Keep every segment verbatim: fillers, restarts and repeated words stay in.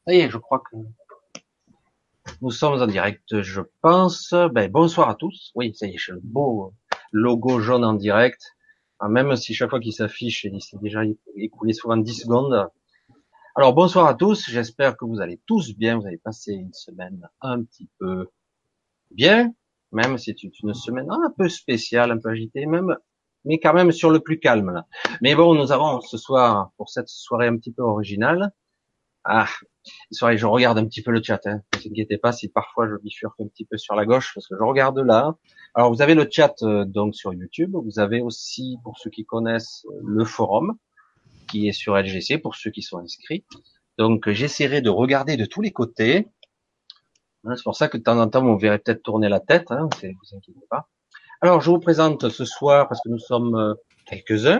Ça y est, je crois que nous sommes en direct, je pense. Ben, bonsoir à tous. Oui, ça y est, j'ai le beau logo jaune en direct. Ah, même si chaque fois qu'il s'affiche, il s'est déjà écoulé souvent dix secondes. Alors, bonsoir à tous. J'espère que vous allez tous bien. Vous avez passé une semaine un petit peu bien, même si c'est une semaine un peu spéciale, un peu agitée, même, mais quand même sur le plus calme, là. Mais bon, nous avons ce soir, pour cette soirée un petit peu originale, ah, soirée, je regarde un petit peu le chat, hein. Ne vous inquiétez pas si parfois je bifurque un petit peu sur la gauche, parce que je regarde là. Alors, vous avez le chat euh, donc sur YouTube. Vous avez aussi, pour ceux qui connaissent, euh, le forum qui est sur L G C, pour ceux qui sont inscrits. Donc, j'essaierai de regarder de tous les côtés. Hein, c'est pour ça que de temps en temps, vous verrez peut-être tourner la tête. Hein, c'est, vous inquiétez pas. Alors, je vous présente ce soir, parce que nous sommes euh, quelques-uns.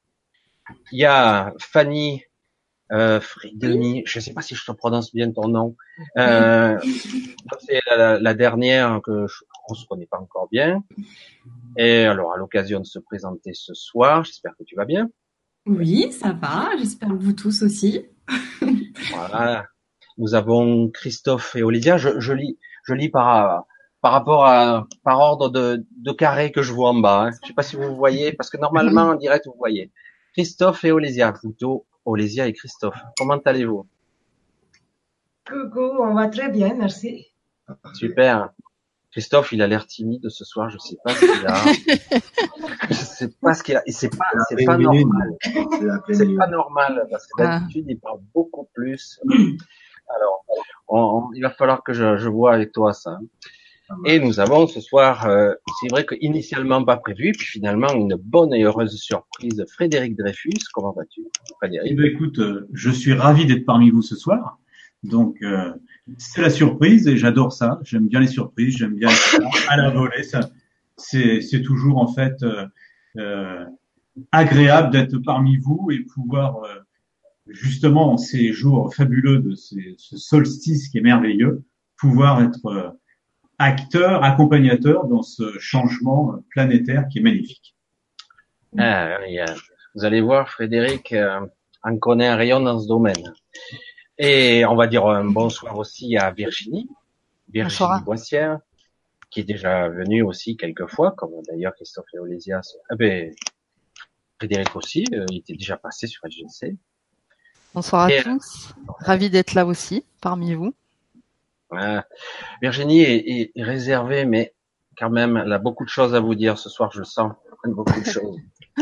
Il y a Fanny Euh, Oui, Frédénie, je ne sais pas si je te prononce bien ton nom. Euh, c'est la, la dernière que je, on se connaît pas encore bien. Et alors, à l'occasion de se présenter ce soir, j'espère que tu vas bien. oui, ça va. J'espère que vous tous aussi. Voilà. Nous avons Christophe et Olivia. Je, je lis, je lis par par rapport à par ordre de, de carré que je vois en bas. Hein. Je sais pas si vous voyez, parce que normalement en direct vous voyez. Christophe et Olivia, plutôt Olivia et Christophe. Comment allez-vous? Coucou, on va très bien, merci. Super. Christophe, il a l'air timide ce soir. Je sais pas ce qu'il a. Je sais pas ce qu'il a. Et c'est pas, C'est la c'est pas pleine lune. normal. C'est la pleine C'est pas lune. normal parce que Ah, d'habitude il parle beaucoup plus. Alors, on- on- il va falloir que je, je vois avec toi ça. Et nous avons ce soir, euh, c'est vrai que initialement pas prévu, puis finalement une bonne et heureuse surprise. Frédéric Dreyfus, comment vas-tu, Eh Frédéric? ben, écoute, euh, je suis ravi d'être parmi vous ce soir. Donc, euh, c'est la surprise et j'adore ça. J'aime bien les surprises, j'aime bien être là, à la volée. Ça, c'est, c'est toujours en fait euh, euh, agréable d'être parmi vous et pouvoir euh, justement en ces jours fabuleux de ces- ce solstice qui est merveilleux, pouvoir être euh, acteur, accompagnateur dans ce changement euh, planétaire qui est magnifique. Ah, oui, euh, vous allez voir, Frédéric euh, en connaît un rayon dans ce domaine. Et on va dire un bonsoir aussi à Virginie, Virginie bonsoir. Boissière, qui est déjà venu aussi quelques fois, comme d'ailleurs Christophe et Olésias. Ah ben, Frédéric aussi, euh, il était déjà passé sur L G C. Bonsoir à Et tous. Ravi d'être là aussi, parmi vous. euh, Virginie est, est, est réservée, mais quand même, elle a beaucoup de choses à vous dire ce soir, je le sens, beaucoup de choses.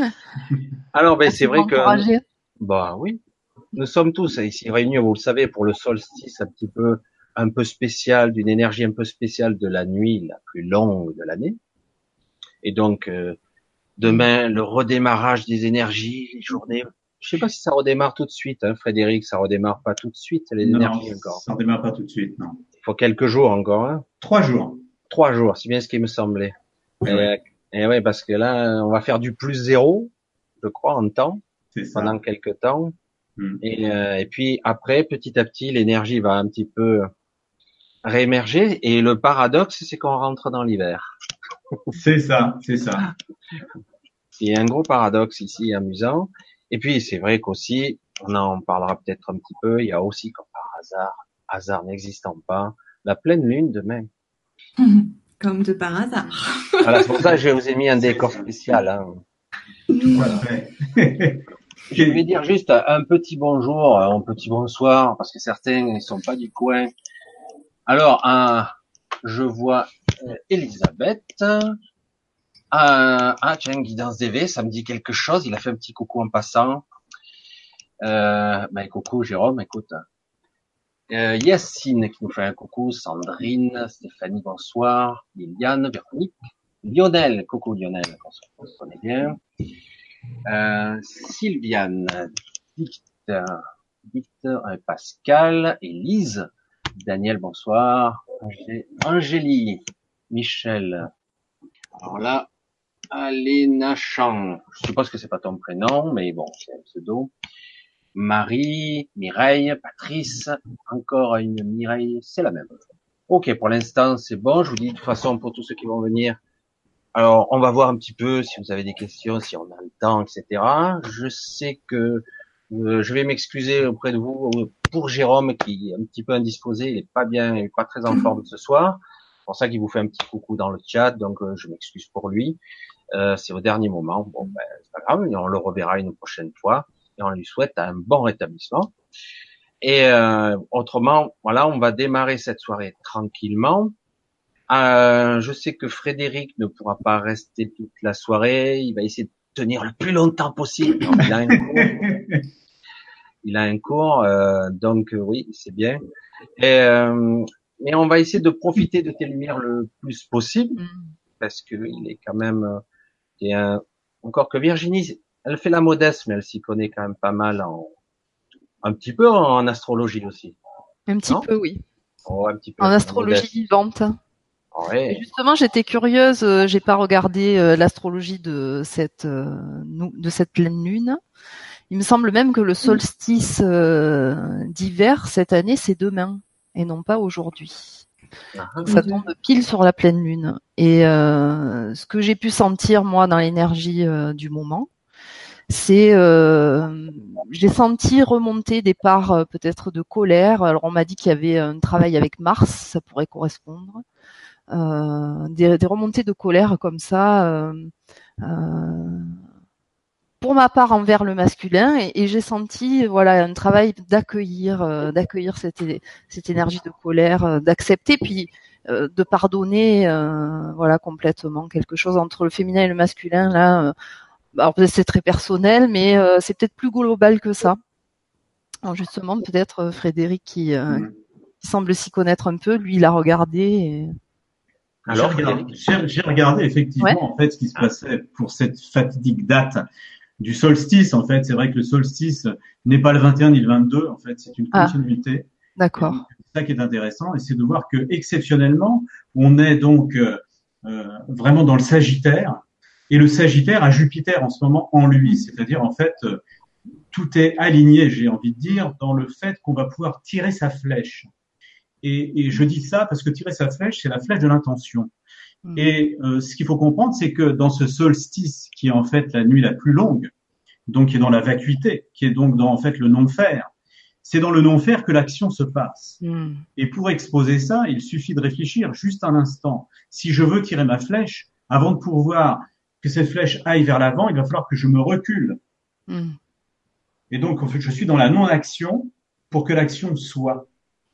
Alors, ben, c'est Merci de vrai que, m'encourager. bah oui, nous sommes tous ici réunis, vous le savez, pour le solstice un petit peu, un peu spécial, d'une énergie un peu spéciale de la nuit la plus longue de l'année. Et donc, euh, demain, le redémarrage des énergies, les journées. Je sais pas si ça redémarre tout de suite, hein, Frédéric, ça redémarre pas tout de suite, les Non, énergies encore. ça ne démarre pas tout de suite, non. Il faut quelques jours encore, hein. Trois jours. Trois jours, c'est bien ce qui me semblait. Ouais, Et, et ouais, parce que là, on va faire du plus zéro, je crois, en temps, c'est ça. pendant quelques temps. Hmm. Et, euh, et puis après, petit à petit, l'énergie va un petit peu réémerger. Et le paradoxe, c'est qu'on rentre dans l'hiver. C'est ça, c'est ça. Il y a un gros paradoxe ici, amusant. Et puis, c'est vrai qu'aussi, on en parlera peut-être un petit peu, il y a aussi, comme par hasard, hasard n'existant pas, la pleine lune demain. Comme de par hasard. Voilà, c'est pour ça que je vous ai mis un décor spécial. Hein. Tout à Voilà. fait. Je vais dire juste un petit bonjour, un petit bonsoir, parce que certains ne sont pas du coin. Alors, un, je vois euh, Elisabeth. Ah, ah, tiens, Guidance D V, ça me dit quelque chose. Il a fait un petit coucou en passant. Euh, ben, coucou Jérôme, écoute. Euh, Yacine qui nous fait un coucou, Sandrine, Stéphanie, bonsoir, Liliane, Véronique, Lionel, coucou Lionel, qu'on se qu'on se connaît bien. Euh, Sylviane, Victor, Victor, euh, Pascal, Élise, Daniel, bonsoir, Angé- Angélie, Michel. Alors là, Aléna Chan, je suppose que c'est pas ton prénom, mais bon, c'est un pseudo. Marie, Mireille, Patrice, encore une Mireille, c'est la même. Ok, pour l'instant, c'est bon. Je vous dis de toute façon, pour tous ceux qui vont venir, alors on va voir un petit peu si vous avez des questions, si on a le temps, et cetera. Je sais que euh, je vais m'excuser auprès de vous, pour Jérôme qui est un petit peu indisposé, il est pas bien, il est pas très en forme ce soir. C'est pour ça qu'il vous fait un petit coucou dans le chat, donc euh, je m'excuse pour lui. Euh, c'est au dernier moment. Bon, ben, c'est pas grave, on le reverra une prochaine fois et on lui souhaite un bon rétablissement. Et euh, autrement, voilà, on va démarrer cette soirée tranquillement. Euh, je sais que Frédéric ne pourra pas rester toute la soirée. Il va essayer de tenir le plus longtemps possible. Non, il a un cours. Il a un cours, euh, donc euh, oui, c'est bien. Et, euh, mais on va essayer de profiter de tes lumières le plus possible, parce que il est quand même. Euh, et un, encore que Virginie, elle fait la modeste, mais elle s'y connaît quand même pas mal en, un petit peu en astrologie aussi. Un petit Non peu, oui. Oh, un petit peu. En astrologie vivante. Ouais. Et justement, j'étais curieuse, euh, j'ai pas regardé euh, l'astrologie de cette euh, nou- de cette pleine lune. Il me semble même que le solstice euh, d'hiver cette année, c'est demain et non pas aujourd'hui. Ah, Donc, ça tombe pile sur la pleine lune. Et euh, ce que j'ai pu sentir moi dans l'énergie euh, du moment, c'est euh, j'ai senti remonter des parts euh, peut-être de colère. Alors on m'a dit qu'il y avait un travail avec Mars, ça pourrait correspondre. Euh, des, des remontées de colère comme ça. Euh, euh, pour ma part envers le masculin et, et j'ai senti voilà un travail d'accueillir euh, d'accueillir cette cette énergie de colère, euh, d'accepter puis euh, de pardonner euh, voilà complètement quelque chose entre le féminin et le masculin là euh, alors peut-être c'est très personnel mais euh, c'est peut-être plus global que ça. Alors justement peut-être euh, Frédéric qui, euh, qui semble s'y connaître un peu, lui il a regardé et... Alors, j'ai regardé, j'ai, j'ai regardé effectivement ouais. en fait ce qui se passait pour cette fatidique date du solstice. En fait, c'est vrai que le solstice n'est pas le vingt et un ni le vingt-deux. En fait, c'est une continuité. Ah, d'accord. Donc, c'est ça qui est intéressant, et c'est de voir que exceptionnellement, on est donc euh, euh, vraiment dans le Sagittaire, et le Sagittaire a Jupiter en ce moment en lui. C'est-à-dire en fait, euh, tout est aligné, j'ai envie de dire, dans le fait qu'on va pouvoir tirer sa flèche. Et, et je dis ça parce que tirer sa flèche, c'est la flèche de l'intention. Mmh. Et euh, ce qu'il faut comprendre, c'est que dans ce solstice, qui est en fait la nuit la plus longue, donc qui est dans la vacuité, qui est donc dans en fait le non-faire, c'est dans le non-faire que l'action se passe. Mmh. Et pour exposer ça, il suffit de réfléchir juste un instant. Si je veux tirer ma flèche, avant de pouvoir que cette flèche aille vers l'avant, il va falloir que je me recule. Mmh. Et donc, en fait, je suis dans la non-action pour que l'action soit.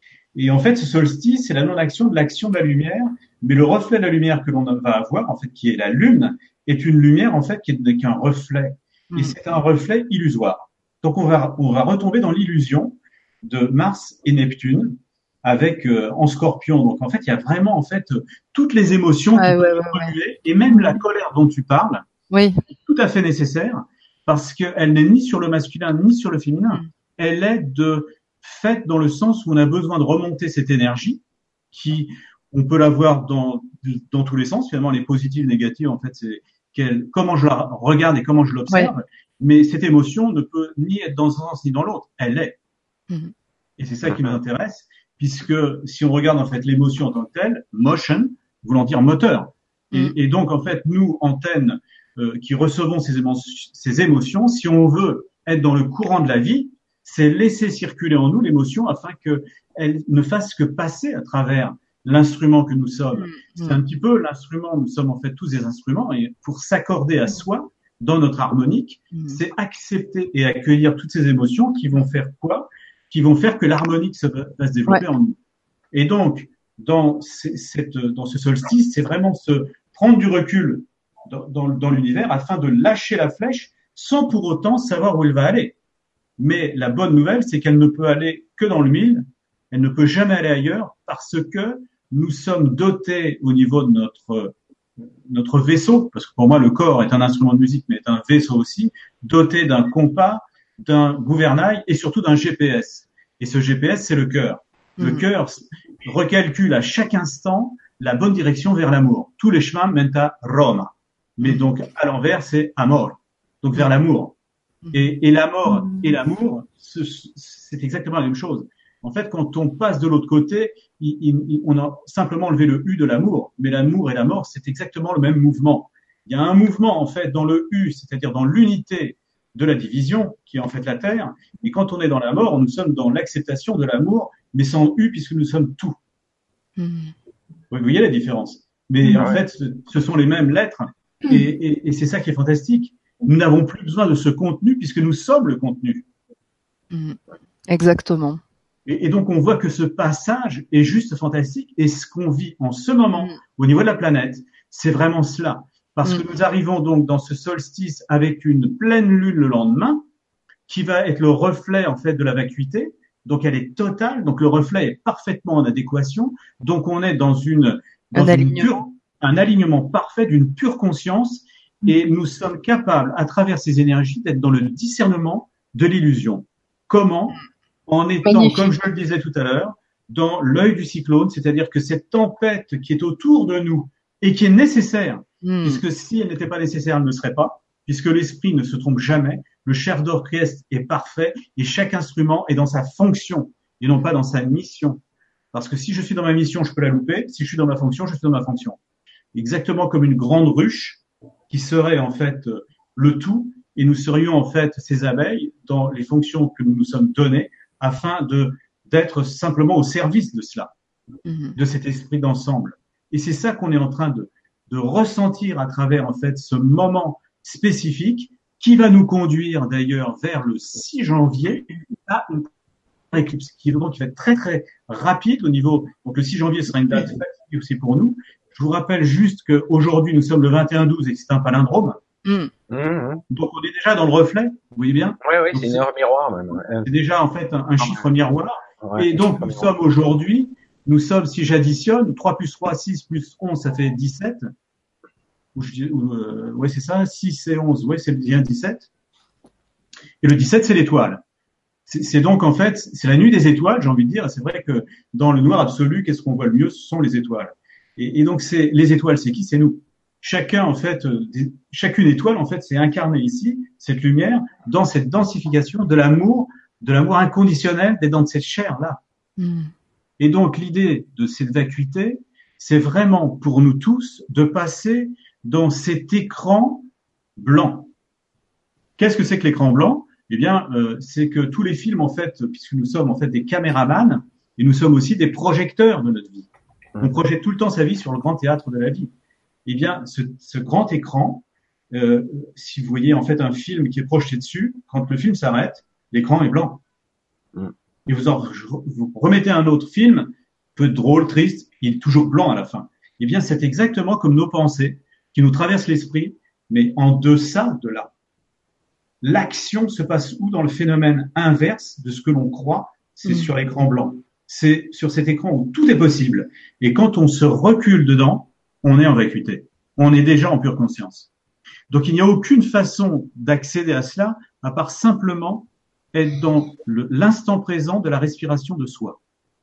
Et en fait, ce solstice, c'est la non-action de l'action de la lumière, mais le reflet de la lumière que l'on va avoir, en fait, qui est la lune, est une lumière, en fait, qui est, qui est un reflet. Et c'est un reflet illusoire. Donc, on va, on va retomber dans l'illusion de Mars et Neptune avec, euh, en scorpion. Donc, en fait, il y a vraiment, en fait, toutes les émotions ouais, qui ouais, peuvent ouais, évoluer, ouais. Et même la colère dont tu parles, oui. est tout à fait nécessaire parce qu'elle n'est ni sur le masculin, ni sur le féminin. Mm. Elle est de, faite dans le sens où on a besoin de remonter cette énergie qui, on peut la voir dans, dans tous les sens. Finalement, les positives, négatives, en fait, c'est quelle, comment je la regarde et comment je l'observe. Ouais. Mais cette émotion ne peut ni être dans un sens ni dans l'autre. Elle est. Mm-hmm. Et c'est ça qui nous intéresse, puisque si on regarde, en fait, l'émotion en tant que telle, motion, voulant dire moteur. Mm. Et, et donc, en fait, nous, antennes, euh, qui recevons ces, émo- ces émotions, si on veut être dans le courant de la vie, c'est laisser circuler en nous l'émotion afin qu'elle ne fasse que passer à travers l'instrument que nous sommes. Mmh. C'est un petit peu l'instrument, nous sommes en fait tous des instruments, et pour s'accorder à soi, dans notre harmonique, mmh. c'est accepter et accueillir toutes ces émotions qui vont faire quoi? Qui vont faire que l'harmonique se, va se développer ouais. en nous. Et donc, dans, cette, dans ce solstice, c'est vraiment se prendre du recul dans, dans, dans l'univers afin de lâcher la flèche sans pour autant savoir où elle va aller. Mais la bonne nouvelle, c'est qu'elle ne peut aller que dans le mille, elle ne peut jamais aller ailleurs parce que nous sommes dotés au niveau de notre, notre vaisseau, parce que pour moi le corps est un instrument de musique, mais est un vaisseau aussi, doté d'un compas, d'un gouvernail et surtout d'un G P S. Et ce G P S, c'est le cœur. Mmh. Le cœur recalcule à chaque instant la bonne direction vers l'amour. Tous les chemins mènent à Rome. Mais donc, à l'envers, c'est amor. Donc, vers l'amour. Et, et la mort et l'amour, c'est exactement la même chose. En fait, quand on passe de l'autre côté, il, il, on a simplement levé le U de l'amour. Mais l'amour et la mort, c'est exactement le même mouvement. Il y a un mouvement, en fait, dans le U, c'est-à-dire dans l'unité de la division, qui est en fait la Terre. Et quand on est dans la mort, nous sommes dans l'acceptation de l'amour, mais sans U, puisque nous sommes tout. Mmh. Vous voyez la différence. Mais Ouais. en fait, ce, ce sont les mêmes lettres. Et, et, et c'est ça qui est fantastique. Nous n'avons plus besoin de ce contenu, puisque nous sommes le contenu. Mmh. Exactement. Et, et donc, on voit que ce passage est juste fantastique. Et ce qu'on vit en ce moment, Mmh. au niveau de la planète, c'est vraiment cela. Parce Mmh. que nous arrivons donc dans ce solstice avec une pleine lune le lendemain, qui va être le reflet, en fait, de la vacuité. Donc, elle est totale. Donc, le reflet est parfaitement en adéquation. Donc, on est dans une, dans Un une alignement. pure, un alignement parfait d'une pure conscience. Et nous sommes capables, à travers ces énergies, d'être dans le discernement de l'illusion. Comment? En étant, Magnifique. comme je le disais tout à l'heure, dans l'œil du cyclone, c'est-à-dire que cette tempête qui est autour de nous et qui est nécessaire, Mmh. puisque si elle n'était pas nécessaire, elle ne serait pas, puisque l'esprit ne se trompe jamais, le chef d'orchestre est parfait et chaque instrument est dans sa fonction et non pas dans sa mission. Parce que si je suis dans ma mission, je peux la louper. Si je suis dans ma fonction, je suis dans ma fonction. Exactement comme une grande ruche qui serait en fait euh, le tout, et nous serions en fait ces abeilles dans les fonctions que nous nous sommes données afin de d'être simplement au service de cela, Mmh. de cet esprit d'ensemble. Et c'est ça qu'on est en train de de ressentir à travers en fait ce moment spécifique qui va nous conduire d'ailleurs vers le six janvier à une éclipse qui donc qui va être très très rapide au niveau. Donc le six janvier sera une date facile aussi pour nous. Je vous rappelle juste qu'aujourd'hui nous sommes le vingt et un douze et que c'est un palindrome. Mmh. Mmh. Donc on est déjà dans le reflet, vous voyez bien. Oui, oui, Donc, c'est une heure miroir même. Ouais. C'est déjà en fait un, un chiffre miroir. Ouais, Et donc chiffre nous miroir. sommes aujourd'hui, nous sommes, si j'additionne, trois plus trois, six plus onze, ça fait dix-sept. Ou je dis, ou, euh, ouais, c'est ça, six et onze, ouais, c'est bien dix-sept. Et le dix-sept, c'est l'étoile. C'est, c'est donc, en fait, c'est la nuit des étoiles, j'ai envie de dire. Et c'est vrai que dans le noir absolu, qu'est-ce qu'on voit le mieux? Ce sont les étoiles. Et, et donc, c'est, les étoiles, c'est qui? C'est nous. Chacun, en fait, euh, des- chacune étoile, en fait, c'est incarné ici, cette lumière, dans cette densification de l'amour, de l'amour inconditionnel, d'être dans cette chair-là. Mmh. Et donc, l'idée de cette vacuité, c'est vraiment pour nous tous de passer dans cet écran blanc. Qu'est-ce que c'est que l'écran blanc? Eh bien, euh, c'est que tous les films, en fait, puisque nous sommes en fait des caméramans, et nous sommes aussi des projecteurs de notre vie. On projette tout le temps sa vie sur le grand théâtre de la vie. Eh bien, ce, ce grand écran, euh, si vous voyez en fait un film qui est projeté dessus, quand le film s'arrête, l'écran est blanc. Mm. Et vous, en, vous remettez un autre film, peu drôle, triste, il est toujours blanc à la fin. Eh bien, c'est exactement comme nos pensées qui nous traversent l'esprit, mais en deçà de là. L'action se passe où dans le phénomène inverse de ce que l'on croit? C'est Mm. sur l'écran blanc. C'est sur cet écran où tout est possible. Et quand on se recule dedans, on est en vacuité. On est déjà en pure conscience. Donc il n'y a aucune façon d'accéder à cela à part simplement être dans le, l'instant présent de la respiration de soi.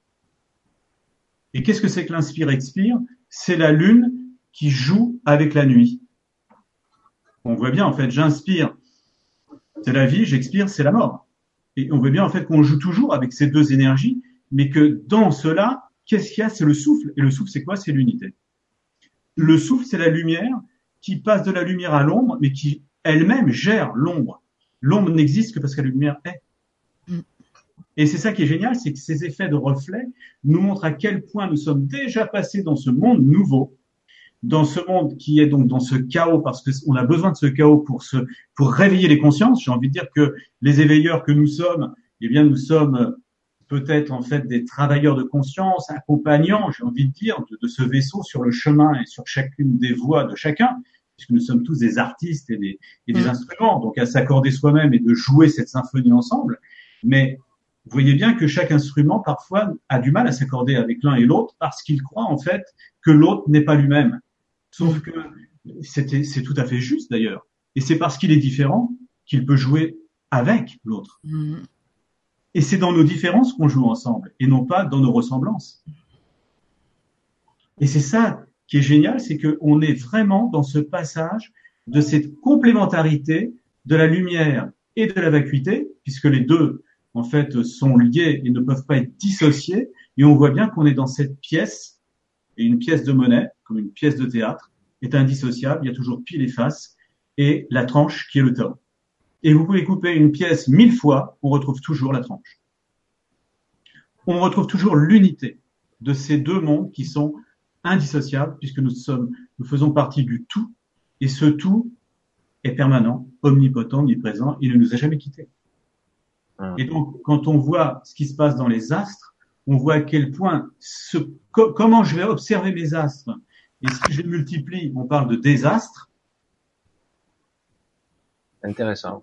Et qu'est-ce que c'est que l'inspire-expire? C'est la lune qui joue avec la nuit. On voit bien, en fait, j'inspire, c'est la vie, j'expire, c'est la mort. Et on voit bien, en fait, qu'on joue toujours avec ces deux énergies, mais que dans cela, qu'est-ce qu'il y a? C'est le souffle. Et le souffle, c'est quoi? C'est l'unité. Le souffle, c'est la lumière qui passe de la lumière à l'ombre, mais qui elle-même gère l'ombre. L'ombre n'existe que parce que la lumière est. Mm. Et c'est ça qui est génial, c'est que ces effets de reflet nous montrent à quel point nous sommes déjà passés dans ce monde nouveau, dans ce monde qui est donc dans ce chaos, parce qu'on a besoin de ce chaos pour se, pour réveiller les consciences. J'ai envie de dire que les éveilleurs que nous sommes, eh bien, nous sommes peut-être en fait des travailleurs de conscience, accompagnants, j'ai envie de dire, de, de ce vaisseau sur le chemin et sur chacune des voies de chacun, puisque nous sommes tous des artistes et des, et des mmh. instruments, donc à s'accorder soi-même et de jouer cette symphonie ensemble. Mais vous voyez bien que chaque instrument, parfois, a du mal à s'accorder avec l'un et l'autre parce qu'il croit en fait que l'autre n'est pas lui-même. Sauf que c'était, c'est tout à fait juste d'ailleurs. Et c'est parce qu'il est différent qu'il peut jouer avec l'autre. Mmh. Et c'est dans nos différences qu'on joue ensemble et non pas dans nos ressemblances. Et c'est ça qui est génial, c'est qu'on est vraiment dans ce passage de cette complémentarité de la lumière et de la vacuité, puisque les deux, en fait, sont liés et ne peuvent pas être dissociés. Et on voit bien qu'on est dans cette pièce, et une pièce de monnaie, comme une pièce de théâtre, est indissociable. Il y a toujours pile et face, et la tranche qui est le temps. Et vous pouvez couper une pièce mille fois, on retrouve toujours la tranche. On retrouve toujours l'unité de ces deux mondes qui sont indissociables puisque nous sommes, nous faisons partie du tout et ce tout est permanent, omnipotent, omniprésent, il ne nous a jamais quittés. Et donc, quand on voit ce qui se passe dans les astres, on voit à quel point ce, co- comment je vais observer mes astres. Et si je les multiplie, on parle de désastres. Intéressant.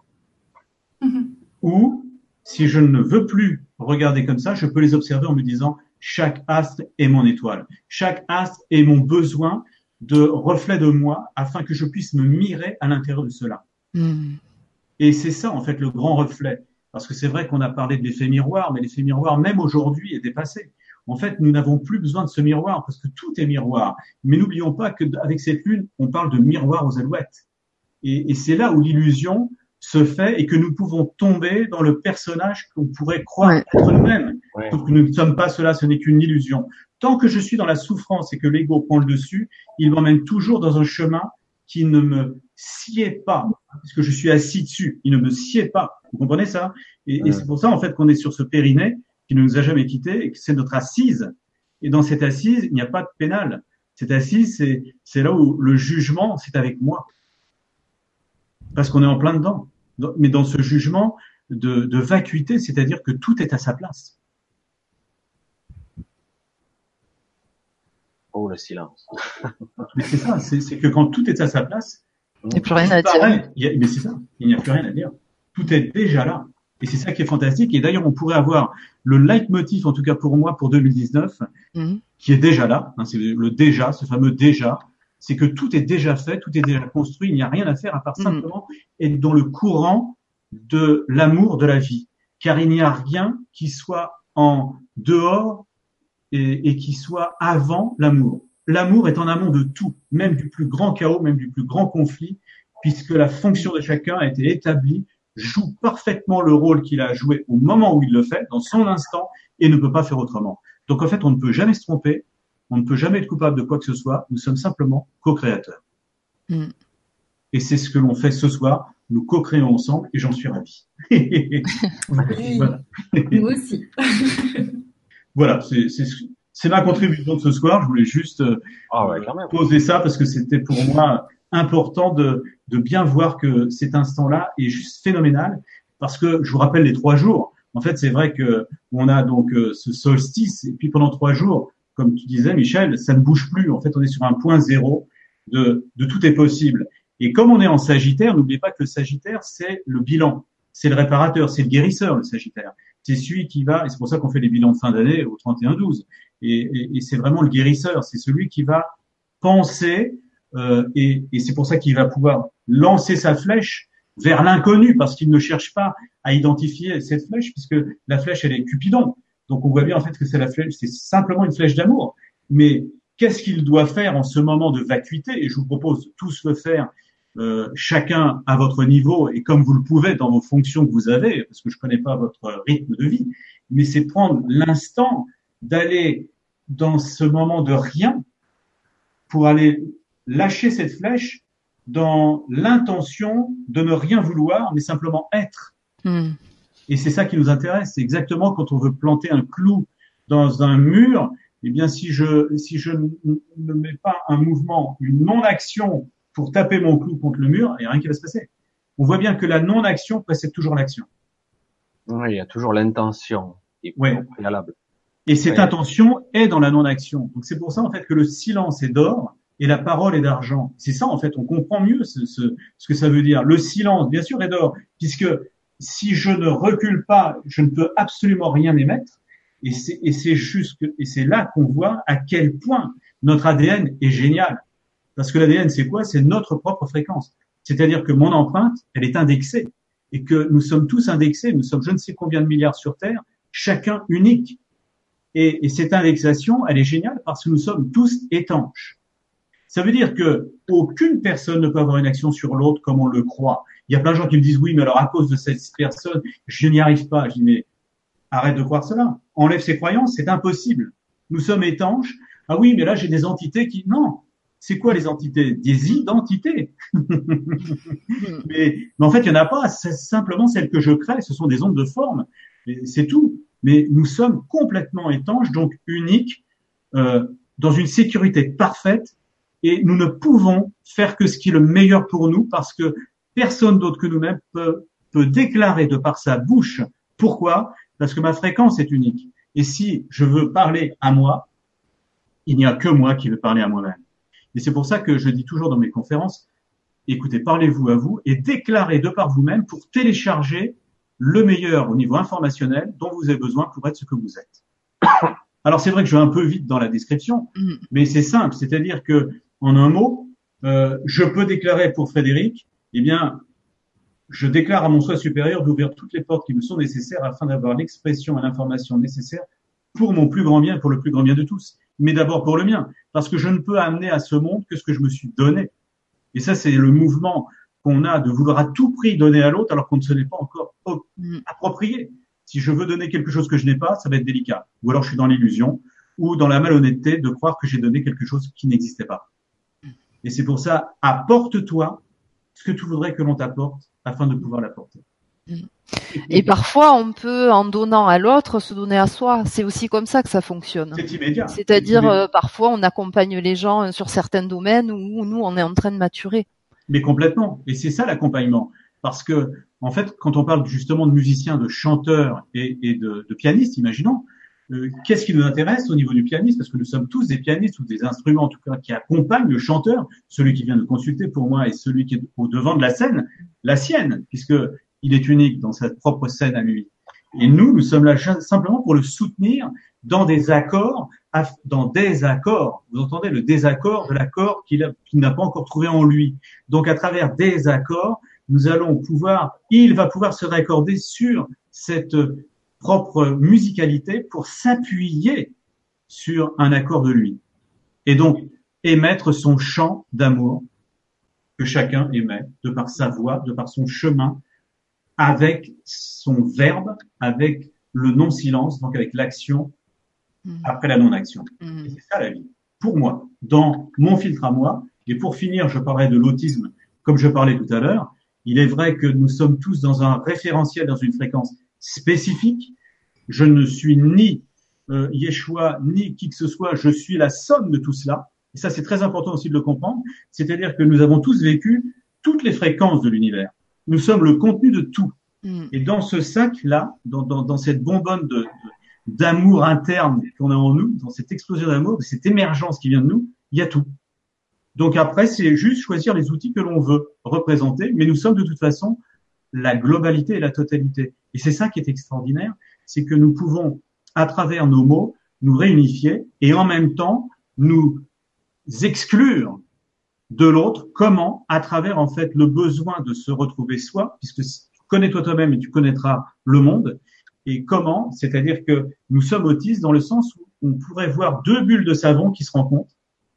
Ou, si je ne veux plus regarder comme ça, je peux les observer en me disant, chaque astre est mon étoile. Chaque astre est mon besoin de reflet de moi afin que je puisse me mirer à l'intérieur de cela. Mm. Et c'est ça, en fait, le grand reflet. Parce que c'est vrai qu'on a parlé de l'effet miroir, mais l'effet miroir, même aujourd'hui, est dépassé. En fait, nous n'avons plus besoin de ce miroir parce que tout est miroir. Mais n'oublions pas qu'avec cette lune, on parle de miroir aux alouettes. Et, et c'est là où l'illusion se fait et que nous pouvons tomber dans le personnage qu'on pourrait croire Ouais. être nous-mêmes. Ouais. Sauf que nous ne sommes pas cela, ce n'est qu'une illusion. Tant que je suis dans la souffrance et que l'ego prend le dessus, il m'emmène toujours dans un chemin qui ne me sied pas, puisque je suis assis dessus. Il ne me sied pas. Vous comprenez ça? Et, Ouais. et c'est pour ça, en fait, qu'on est sur ce périnée qui ne nous a jamais quittés et que c'est notre assise. Et dans cette assise, il n'y a pas de pénal. Cette assise, c'est, c'est là où le jugement, c'est avec moi. Parce qu'on est en plein dedans. Mais dans ce jugement de, de vacuité, c'est-à-dire que tout est à sa place. Oh, le silence. Mais c'est ça, c'est, c'est que quand tout est à sa place, Il n'y a plus rien à dire. pareil, il y a, mais c'est ça, il n'y a plus rien à dire. Tout est déjà là. Et c'est ça qui est fantastique. Et d'ailleurs, on pourrait avoir le leitmotiv, en tout cas pour moi, pour deux mille dix-neuf, Mm. qui est déjà là. Hein, c'est le déjà, ce fameux déjà. C'est que tout est déjà fait, tout est déjà construit. Il n'y a rien à faire à part Mm. simplement être dans le courant de l'amour de la vie. Car il n'y a rien qui soit en dehors et, et qui soit avant l'amour. L'amour est en amont de tout, même du plus grand chaos, même du plus grand conflit, puisque la fonction de chacun a été établie, joue parfaitement le rôle qu'il a joué au moment où il le fait, dans son instant, et ne peut pas faire autrement. Donc en fait, on ne peut jamais se tromper, on ne peut jamais être coupable de quoi que ce soit, nous sommes simplement co-créateurs. Mm. Et c'est ce que l'on fait ce soir, nous co-créons ensemble, et j'en suis ravi. Voilà. Nous aussi. Voilà, c'est, c'est, c'est ma contribution de ce soir. Je voulais juste euh, Ah ouais, quand même. poser ça parce que c'était pour moi important de, de bien voir que cet instant-là est juste phénoménal. Parce que je vous rappelle les trois jours. En fait, c'est vrai que on a donc euh, ce solstice et puis pendant trois jours, comme tu disais, Michel, ça ne bouge plus. En fait, on est sur un point zéro de, de tout est possible. Et comme on est en Sagittaire, n'oubliez pas que le Sagittaire, c'est le bilan, c'est le réparateur, c'est le guérisseur, le Sagittaire. C'est celui qui va, et c'est pour ça qu'on fait les bilans de fin d'année au trente et un douze. Et, et, et c'est vraiment le guérisseur, c'est celui qui va penser, euh, et, et c'est pour ça qu'il va pouvoir lancer sa flèche vers l'inconnu, parce qu'il ne cherche pas à identifier cette flèche, puisque la flèche, elle est Cupidon. Donc on voit bien en fait que c'est la flèche, c'est simplement une flèche d'amour. Mais qu'est-ce qu'il doit faire en ce moment de vacuité? Et je vous propose tous le faire, euh, chacun à votre niveau et comme vous le pouvez dans vos fonctions que vous avez, parce que je connais pas votre rythme de vie, mais c'est prendre l'instant d'aller dans ce moment de rien pour aller lâcher cette flèche dans l'intention de ne rien vouloir, mais simplement être. Mm. Et c'est ça qui nous intéresse. C'est exactement quand on veut planter un clou dans un mur. Eh bien, si je si je ne mets pas un mouvement, une non-action pour taper mon clou contre le mur, il n'y a rien qui va se passer. On voit bien que la non-action précède toujours l'action. Oui, il y a toujours l'intention qui est Ouais. préalable. Et cette Ouais. intention est dans la non-action. Donc c'est pour ça en fait que le silence est d'or et la parole est d'argent. C'est ça en fait, on comprend mieux ce, ce, ce que ça veut dire. Le silence, bien sûr, est d'or, puisque si je ne recule pas, je ne peux absolument rien émettre. Et c'est, et c'est juste que, et c'est là qu'on voit à quel point notre A D N est génial. Parce que l'A D N, c'est quoi? C'est notre propre fréquence. C'est-à-dire que mon empreinte, elle est indexée. Et que nous sommes tous indexés. Nous sommes je ne sais combien de milliards sur Terre, chacun unique. Et, et cette indexation, elle est géniale parce que nous sommes tous étanches. Ça veut dire que aucune personne ne peut avoir une action sur l'autre comme on le croit. Il y a plein de gens qui me disent oui, mais alors à cause de cette personne, je n'y arrive pas. Je dis mais arrête de croire cela. Enlève ces croyances, c'est impossible. Nous sommes étanches. Ah oui, mais là j'ai des entités qui non. C'est quoi les entités? Des identités. mais, mais en fait, il n'y en a pas. C'est simplement celles que je crée. Ce sont des ondes de forme. Et c'est tout. Mais nous sommes complètement étanches, donc uniques, euh, dans une sécurité parfaite. Et nous ne pouvons faire que ce qui est le meilleur pour nous parce que personne d'autre que nous-mêmes peut, peut déclarer de par sa bouche. Pourquoi? Parce que ma fréquence est unique. Et si je veux parler à moi, il n'y a que moi qui veux parler à moi-même. Et c'est pour ça que je dis toujours dans mes conférences, écoutez, parlez-vous à vous et déclarez de par vous-même pour télécharger le meilleur au niveau informationnel dont vous avez besoin pour être ce que vous êtes. Alors c'est vrai que je vais un peu vite dans la description, mais c'est simple, c'est-à-dire que en un mot, euh, je peux déclarer pour Frédéric, eh bien, je déclare à mon soi supérieur d'ouvrir toutes les portes qui me sont nécessaires afin d'avoir l'expression et l'information nécessaire pour mon plus grand bien et pour le plus grand bien de tous. Mais d'abord pour le mien, parce que je ne peux amener à ce monde que ce que je me suis donné. Et ça, c'est le mouvement qu'on a de vouloir à tout prix donner à l'autre alors qu'on ne se l'est pas encore approprié. Si je veux donner quelque chose que je n'ai pas, ça va être délicat. Ou alors je suis dans l'illusion ou dans la malhonnêteté de croire que j'ai donné quelque chose qui n'existait pas. Et c'est pour ça, apporte-toi ce que tu voudrais que l'on t'apporte afin de pouvoir l'apporter. Et parfois, on peut, en donnant à l'autre, se donner à soi. C'est aussi comme ça que ça fonctionne. C'est immédiat. C'est-à-dire, C'est immédiat. Euh, parfois, on accompagne les gens sur certains domaines où nous, on est en train de maturer. Mais complètement. Et c'est ça l'accompagnement. Parce que, en fait, quand on parle justement de musiciens, de chanteurs et, et de, de pianistes, imaginons, euh, qu'est-ce qui nous intéresse au niveau du pianiste? Parce que nous sommes tous des pianistes ou des instruments, en tout cas, qui accompagnent le chanteur, celui qui vient de consulter pour moi et celui qui est au devant de la scène, la sienne, puisque il est unique dans sa propre scène à lui. Et nous, nous sommes là simplement pour le soutenir dans des accords, dans des accords. Vous entendez le désaccord de l'accord qu'il a, qu'il n'a pas encore trouvé en lui. Donc, à travers des accords, nous allons pouvoir, il va pouvoir se raccorder sur cette propre musicalité pour s'appuyer sur un accord de lui. Et donc, émettre son chant d'amour que chacun émet de par sa voix, de par son chemin, avec son verbe, avec le non-silence, donc avec l'action mmh. après la non-action. Mmh. Et c'est ça la vie. Pour moi, dans mon filtre à moi, et pour finir, je parlerai de l'autisme, comme je parlais tout à l'heure, il est vrai que nous sommes tous dans un référentiel, dans une fréquence spécifique. Je ne suis ni euh, Yeshua, ni qui que ce soit, je suis la somme de tout cela. Et ça, c'est très important aussi de le comprendre. C'est-à-dire que nous avons tous vécu toutes les fréquences de l'univers. Nous sommes le contenu de tout. Mm. Et dans ce sac-là, dans, dans, dans cette bonbonne de, de, d'amour interne qu'on a en nous, dans cette explosion d'amour, cette émergence qui vient de nous, il y a tout. Donc après, c'est juste choisir les outils que l'on veut représenter, mais nous sommes de toute façon la globalité et la totalité. Et c'est ça qui est extraordinaire, c'est que nous pouvons, à travers nos mots, nous réunifier et en même temps nous exclure de l'autre. Comment? À travers en fait le besoin de se retrouver soi, puisque connais-toi toi-même et tu connaîtras le monde. Et comment? C'est-à-dire que nous sommes autistes dans le sens où on pourrait voir deux bulles de savon qui se rencontrent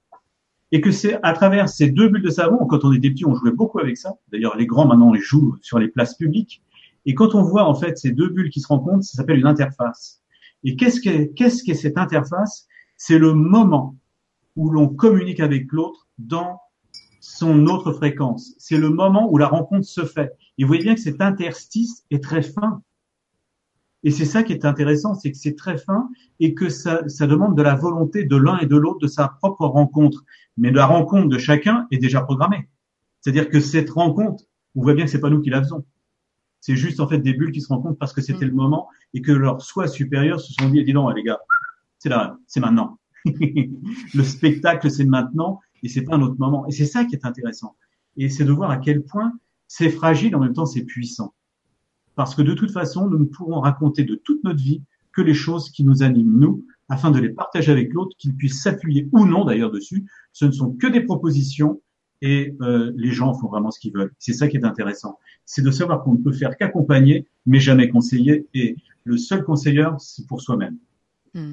et que c'est à travers ces deux bulles de savon, quand on était petit, on jouait beaucoup avec ça. D'ailleurs, les grands maintenant les jouent sur les places publiques. Et quand on voit en fait ces deux bulles qui se rencontrent, ça s'appelle une interface. Et qu'est-ce qu'est, qu'est-ce qu'est cette interface? C'est le moment où l'on communique avec l'autre dans son autre fréquence. C'est le moment où la rencontre se fait. Et vous voyez bien que cet interstice est très fin. Et c'est ça qui est intéressant, c'est que c'est très fin et que ça, ça demande de la volonté de l'un et de l'autre de sa propre rencontre. Mais la rencontre de chacun est déjà programmée. C'est-à-dire que cette rencontre, on voit bien que c'est pas nous qui la faisons. C'est juste en fait des bulles qui se rencontrent parce que c'était mmh. le moment et que leur soi supérieur se sont dit, dis donc les gars, c'est là, c'est maintenant. Le spectacle c'est maintenant et c'est pas un autre moment. Et c'est ça qui est intéressant. Et c'est de voir à quel point c'est fragile en même temps c'est puissant. Parce que de toute façon, nous ne pourrons raconter de toute notre vie que les choses qui nous animent, nous, afin de les partager avec l'autre, qu'il puisse s'appuyer ou non d'ailleurs dessus. Ce ne sont que des propositions et euh, les gens font vraiment ce qu'ils veulent. C'est ça qui est intéressant. C'est de savoir qu'on ne peut faire qu'accompagner, mais jamais conseiller. Et le seul conseilleur, c'est pour soi-même. Mmh.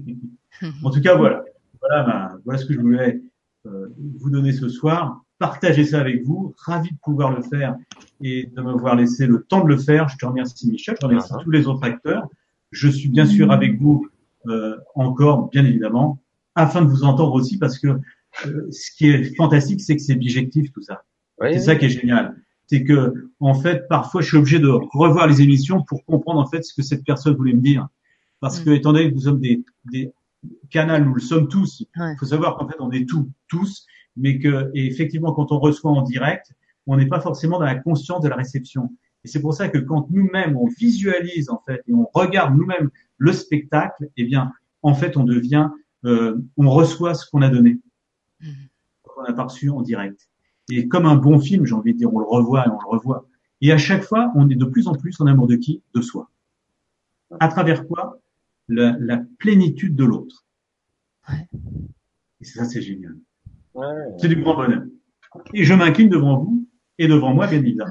En tout cas, voilà. Voilà, ben, voilà ce que je voulais euh, vous donner ce soir. Partagez ça avec vous. Ravi de pouvoir le faire et de m'avoir laissé le temps de le faire. Je te remercie, Michel. Je remercie tous les autres acteurs. Je suis bien sûr avec vous euh, encore, bien évidemment, afin de vous entendre aussi parce que euh, ce qui est fantastique, c'est que c'est bijectif tout ça. Oui, C'est oui. ça qui est génial. C'est que, en fait, parfois, je suis obligé de revoir les émissions pour comprendre, en fait, ce que cette personne voulait me dire. Parce Mm. que, étant donné que nous sommes des, des canals, nous le sommes tous. Ouais. Il faut savoir qu'en fait, on est tout, tous. Mais que, et effectivement, quand on reçoit en direct, on n'est pas forcément dans la conscience de la réception. Et c'est pour ça que quand nous-mêmes, on visualise, en fait, et on regarde nous-mêmes le spectacle, eh bien, en fait, on devient, euh, on reçoit ce qu'on a donné, Mm. qu'on a perçu en direct. Et comme un bon film, j'ai envie de dire, on le revoit et on le revoit. Et à chaque fois, on est de plus en plus en amour de qui? De soi. À travers quoi? La, la plénitude de l'autre. Ouais. Et ça, c'est génial. Ouais. C'est du grand bonheur. Et je m'incline devant vous et devant moi, bien évidemment.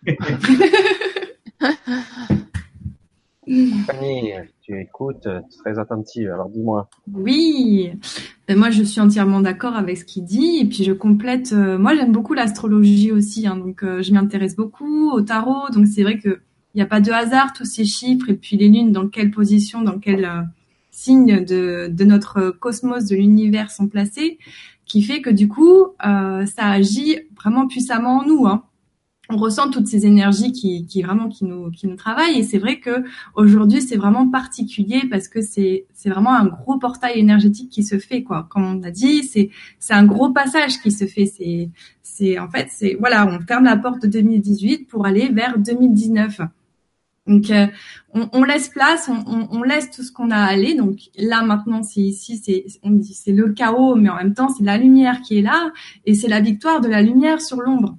Fanny, tu écoutes, euh, très attentive. Alors dis-moi. Oui, ben moi je suis entièrement d'accord avec ce qu'il dit et puis je complète. Euh, moi j'aime beaucoup l'astrologie aussi, hein, donc euh, je m'intéresse beaucoup au tarot. Donc c'est vrai que il n'y a pas de hasard tous ces chiffres et puis les lunes dans quelle position, dans quel euh, signe de, de notre cosmos, de l'univers sont placés, qui fait que du coup euh, ça agit vraiment puissamment en nous, hein. On ressent toutes ces énergies qui, qui vraiment qui nous qui nous travaillent et c'est vrai que aujourd'hui c'est vraiment particulier parce que c'est c'est vraiment un gros portail énergétique qui se fait, quoi. Comme on a dit, c'est c'est un gros passage qui se fait. C'est c'est en fait c'est voilà, on ferme la porte de deux mille dix-huit pour aller vers deux mille dix-neuf. Donc euh, on, on laisse place, on, on, on laisse tout ce qu'on a à aller. Donc là maintenant c'est ici, c'est on dit c'est le chaos, mais en même temps c'est la lumière qui est là et c'est la victoire de la lumière sur l'ombre.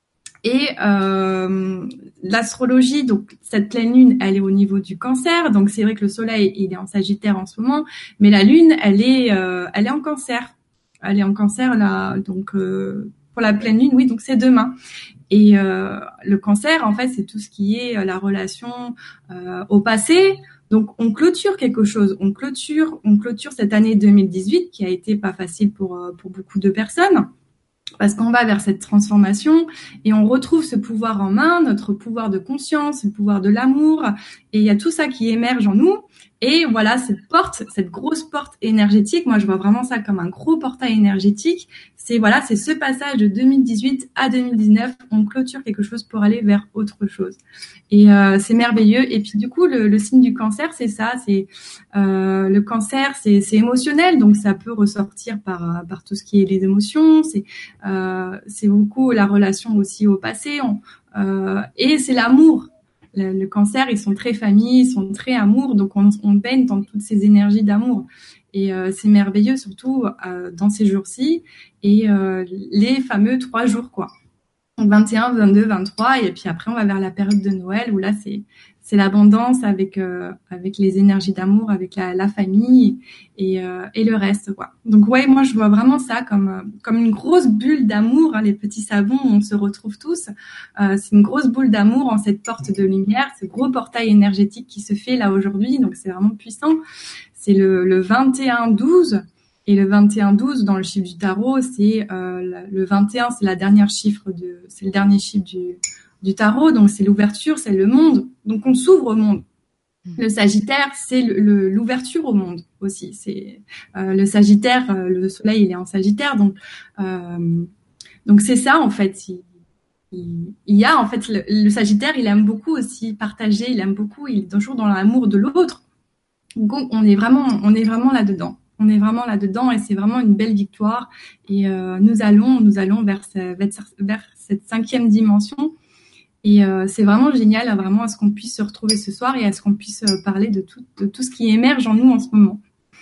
Et euh, l'astrologie, donc cette pleine lune, elle est au niveau du Cancer. Donc c'est vrai que le Soleil, il est en Sagittaire en ce moment, mais la Lune, elle est, euh, elle est en Cancer. Elle est en Cancer là, donc euh, pour la pleine lune, oui, donc c'est demain. Et euh, le Cancer, en fait, c'est tout ce qui est la relation euh, au passé. Donc on clôture quelque chose, on clôture, on clôture cette année deux mille dix-huit qui a été pas facile pour pour beaucoup de personnes. Parce qu'on va vers cette transformation et on retrouve ce pouvoir en main, notre pouvoir de conscience, le pouvoir de l'amour, et il y a tout ça qui émerge en nous. Et voilà, cette porte, cette grosse porte énergétique, moi je vois vraiment ça comme un gros portail énergétique. C'est voilà, c'est ce passage de deux mille dix-huit à deux mille dix-neuf, on clôture quelque chose pour aller vers autre chose. Et euh, c'est merveilleux. Et puis du coup, le, le signe du Cancer, c'est ça, c'est euh, le Cancer, c'est, c'est émotionnel, donc ça peut ressortir par par tout ce qui est les émotions. C'est euh, c'est beaucoup la relation aussi au passé, on, euh, et c'est l'amour. Le, le Cancer, ils sont très famille, ils sont très amour, donc on, on baigne dans toutes ces énergies d'amour. Et euh, c'est merveilleux, surtout euh, dans ces jours-ci, et euh, les fameux trois jours, quoi. Donc vingt et un, vingt-deux, vingt-trois, et puis après on va vers la période de Noël où là c'est c'est l'abondance avec euh, avec les énergies d'amour, avec la, la famille et euh, et le reste, quoi. Donc ouais, moi je vois vraiment ça comme comme une grosse bulle d'amour, hein, les petits savons où on se retrouve tous. Euh, c'est une grosse boule d'amour en cette porte de lumière, ce gros portail énergétique qui se fait là aujourd'hui, donc c'est vraiment puissant. C'est le le vingt et un douze. Et le vingt et un douze dans le chiffre du tarot, c'est euh, le vingt et un, c'est la dernière chiffre de, c'est le dernier chiffre du, du tarot, donc c'est l'ouverture, c'est le monde. Donc on s'ouvre au monde. Le Sagittaire, c'est le, le, l'ouverture au monde aussi. C'est euh, le Sagittaire, euh, le Soleil, il est en Sagittaire, donc euh, donc c'est ça en fait. Il, il, il y a en fait le, le Sagittaire, il aime beaucoup aussi partager, il aime beaucoup, il est toujours dans l'amour de l'autre. Donc on est vraiment, on est vraiment là-dedans. On est vraiment là-dedans et c'est vraiment une belle victoire. Et euh, nous allons, nous allons vers, ce, vers cette cinquième dimension. Et euh, c'est vraiment génial, vraiment, à ce qu'on puisse se retrouver ce soir et à ce qu'on puisse parler de tout, de tout ce qui émerge en nous en ce moment.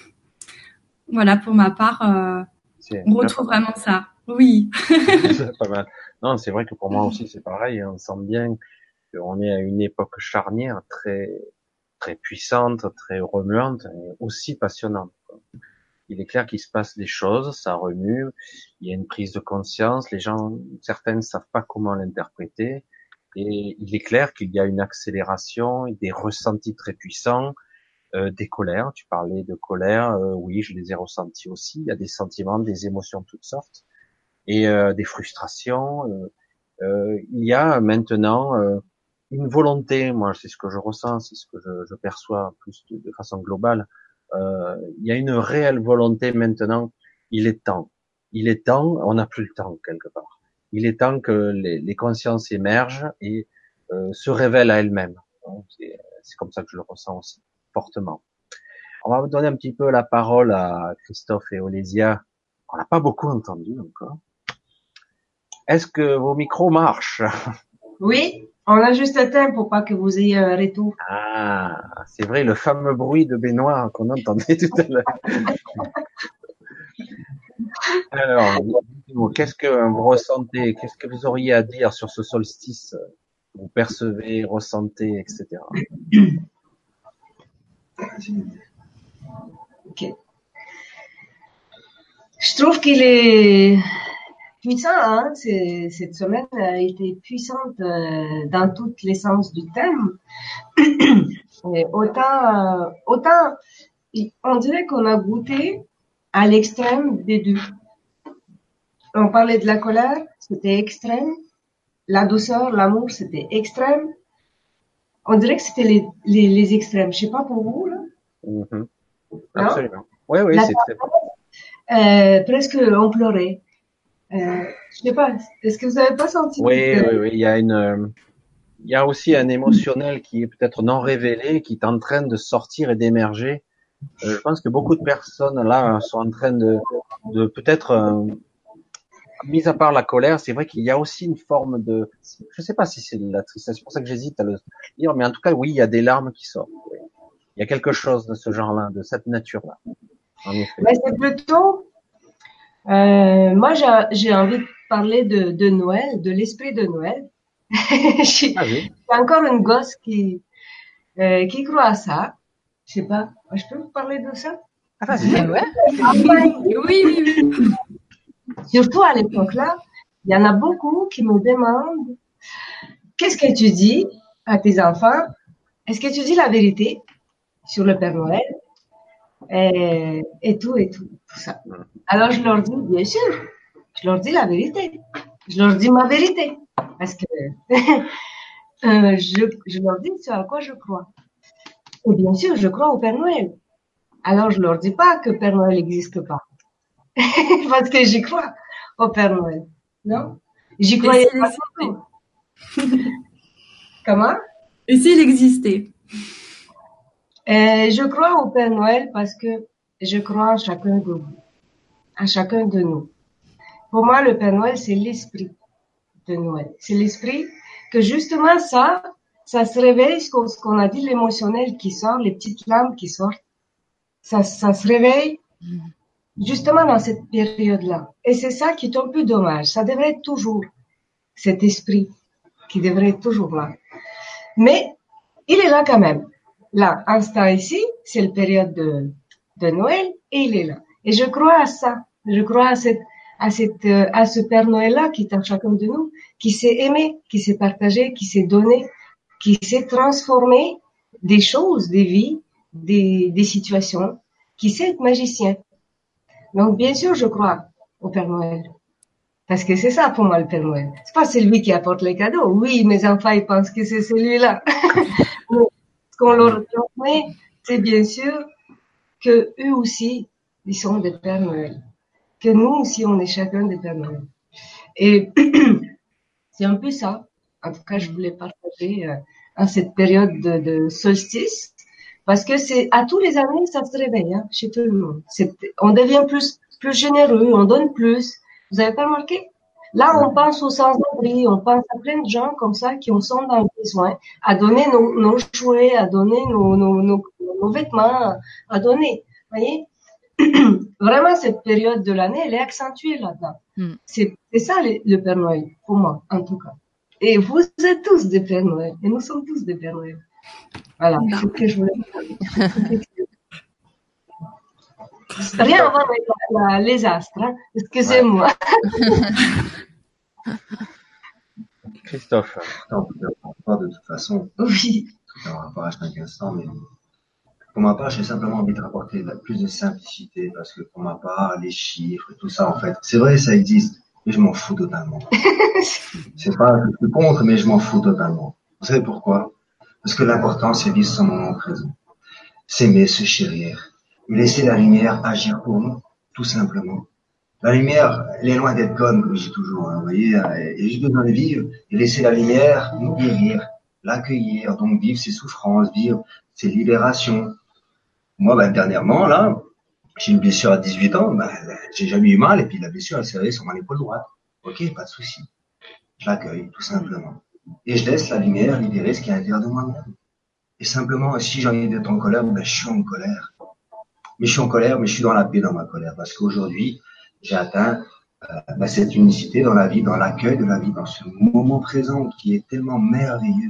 Voilà, pour ma part, euh, on retrouve vraiment ça. Oui. C'est pas mal. Non, c'est vrai que pour moi aussi, c'est pareil. On sent bien qu'on est à une époque charnière très très puissante, très remuante et aussi passionnante. Il est clair qu'il se passe des choses, ça remue, il y a une prise de conscience, les gens, certains ne savent pas comment l'interpréter, et il est clair qu'il y a une accélération, des ressentis très puissants, euh, des colères, tu parlais de colère, euh, oui, je les ai ressentis aussi, il y a des sentiments, des émotions de toutes sortes, et euh, des frustrations, euh, euh, il y a maintenant euh, une volonté, moi c'est ce que je ressens, c'est ce que je, je perçois plus de, de façon globale. Euh, il y a une réelle volonté maintenant. Il est temps. il est temps, on n'a plus le temps quelque part. Il est temps que les, les consciences émergent et euh, se révèlent à elles-mêmes. C'est, c'est comme ça que je le ressens aussi fortement. On va vous donner un petit peu la parole à Christophe et Olésia. On n'a pas beaucoup entendu encore. Est-ce que vos micros marchent? Oui, on a juste éteint pour pas que vous ayez un retour. Ah, c'est vrai, le fameux bruit de baignoire qu'on entendait tout à l'heure. Alors, qu'est-ce que vous ressentez? Qu'est-ce que vous auriez à dire sur ce solstice? Vous percevez, ressentez, et cetera. Ok. Je trouve qu'il est puissant, hein. C'est, cette semaine a été puissante euh, dans tous les sens du thème. Et autant, euh, autant, on dirait qu'on a goûté à l'extrême des deux. On parlait de la colère, c'était extrême. La douceur, l'amour, c'était extrême. On dirait que c'était les, les, les extrêmes. Je sais pas pour vous, là. Mm-hmm. Absolument. Oui, oui, la c'est très bon. Euh, presque on pleurait. Euh, je sais pas, est-ce que vous avez pas senti? Oui, que... oui, oui, il y a une, il y a aussi un émotionnel qui est peut-être non révélé, qui est en train de sortir et d'émerger. Euh, je pense que beaucoup de personnes là sont en train de, de peut-être, euh, mis à part la colère, c'est vrai qu'il y a aussi une forme de, je sais pas si c'est de la tristesse, c'est pour ça que j'hésite à le dire, mais en tout cas, oui, il y a des larmes qui sortent. Oui. Il y a quelque chose de ce genre-là, de cette nature-là. En effet. Mais c'est plutôt, euh, moi j'ai, j'ai envie de parler de, de Noël, de l'esprit de Noël. j'ai, Ah oui. j'ai encore une gosse qui, euh, qui croit à ça. Je sais pas, je peux vous parler de ça? Ah, vas-y. Ah ouais. Oui, oui, oui. Surtout à l'époque-là, il y en a beaucoup qui me demandent qu'est-ce que tu dis à tes enfants? Est-ce que tu dis la vérité sur le Père Noël? Et, et tout, et tout, tout ça. Alors je leur dis, bien sûr, je leur dis la vérité. Je leur dis ma vérité. Parce que euh, je, je leur dis ce à quoi je crois. Et bien sûr, je crois au Père Noël. Alors je leur dis pas que Père Noël n'existe pas. Parce que j'y crois au Père Noël. Non? J'y croyais pas du tout. Comment? Et s'il existait? Euh, je crois au Père Noël parce que je crois en chacun de vous, à chacun de nous. Pour moi, le Père Noël, c'est l'esprit de Noël. C'est l'esprit que justement ça, ça se réveille, ce qu'on, ce qu'on a dit, l'émotionnel qui sort, les petites lames qui sortent. Ça, ça se réveille justement dans cette période-là. Et c'est ça qui est un peu dommage. Ça devrait être toujours cet esprit qui devrait être toujours là. Mais il est là quand même. Là, instant ici, c'est la période de, de Noël et il est là. Et je crois à ça. Je crois à cette, à cette, euh, à ce Père Noël-là qui est en chacun de nous, qui s'est aimé, qui s'est partagé, qui s'est donné, qui s'est transformé des choses, des vies, des, des situations, qui sait être magicien. Donc, bien sûr, je crois au Père Noël. Parce que c'est ça pour moi le Père Noël. C'est pas celui qui apporte les cadeaux. Oui, mes enfants, ils pensent que c'est celui-là. Ce qu'on leur transmet, c'est bien sûr que eux aussi, ils sont des Pères Noël. Que nous aussi, on est chacun des Pères Noël. Et c'est un peu ça. En tout cas, je voulais partager euh, en cette période de, de solstice. Parce que c'est, à tous les années, ça se réveille, hein, chez tout le monde. C'est, on devient plus, plus généreux, on donne plus. Vous avez pas remarqué? Là, on pense aux sans-abri, on pense à plein de gens comme ça qui ont sont dans le besoin, à donner nos, nos jouets, à donner nos, nos, nos, nos vêtements, à donner. Vous voyez? Vraiment, cette période de l'année, elle est accentuée là-dedans. Mm. C'est, c'est ça le, le Père Noël, pour moi, en tout cas. Et vous êtes tous des Pères Noël, et nous sommes tous des Pères Noël. Voilà, c'est ce que je voulais dire. Rien avant la, la, les astres, hein. Excusez-moi. Christophe. Non, pas de toute façon. Oui. Tout en rapport à chaque instant, mais pour ma part, j'ai simplement envie de rapporter la plus de simplicité parce que pour ma part, les chiffres, tout ça, en fait, c'est vrai, ça existe, mais je m'en fous totalement. C'est pas que je suis contre, mais je m'en fous totalement. Vous savez pourquoi? Parce que l'important, c'est vivre son moment présent. S'aimer, se chérir. Laisser la lumière agir pour nous, tout simplement. La lumière, elle est loin d'être conne, comme je dis toujours, hein, vous voyez, elle est juste besoin de vivre et laisser la lumière nous guérir, l'accueillir, donc vivre ses souffrances, vivre ses libérations. Moi, ben, dernièrement, là, j'ai une blessure à dix-huit ans, ben, j'ai jamais eu mal, et puis la blessure, elle s'est réveillée sur mon épaule droite. Ok, pas de souci. Je l'accueille, tout simplement. Et je laisse la lumière libérer ce qui est à l'intérieur de moi-même. Et simplement, si j'ai envie d'être en colère, ben, je suis en colère. Mais je suis en colère, mais je suis dans la paix dans ma colère. Parce qu'aujourd'hui, j'ai atteint euh, ben, cette unicité dans la vie, dans l'accueil de la vie, dans ce moment présent qui est tellement merveilleux.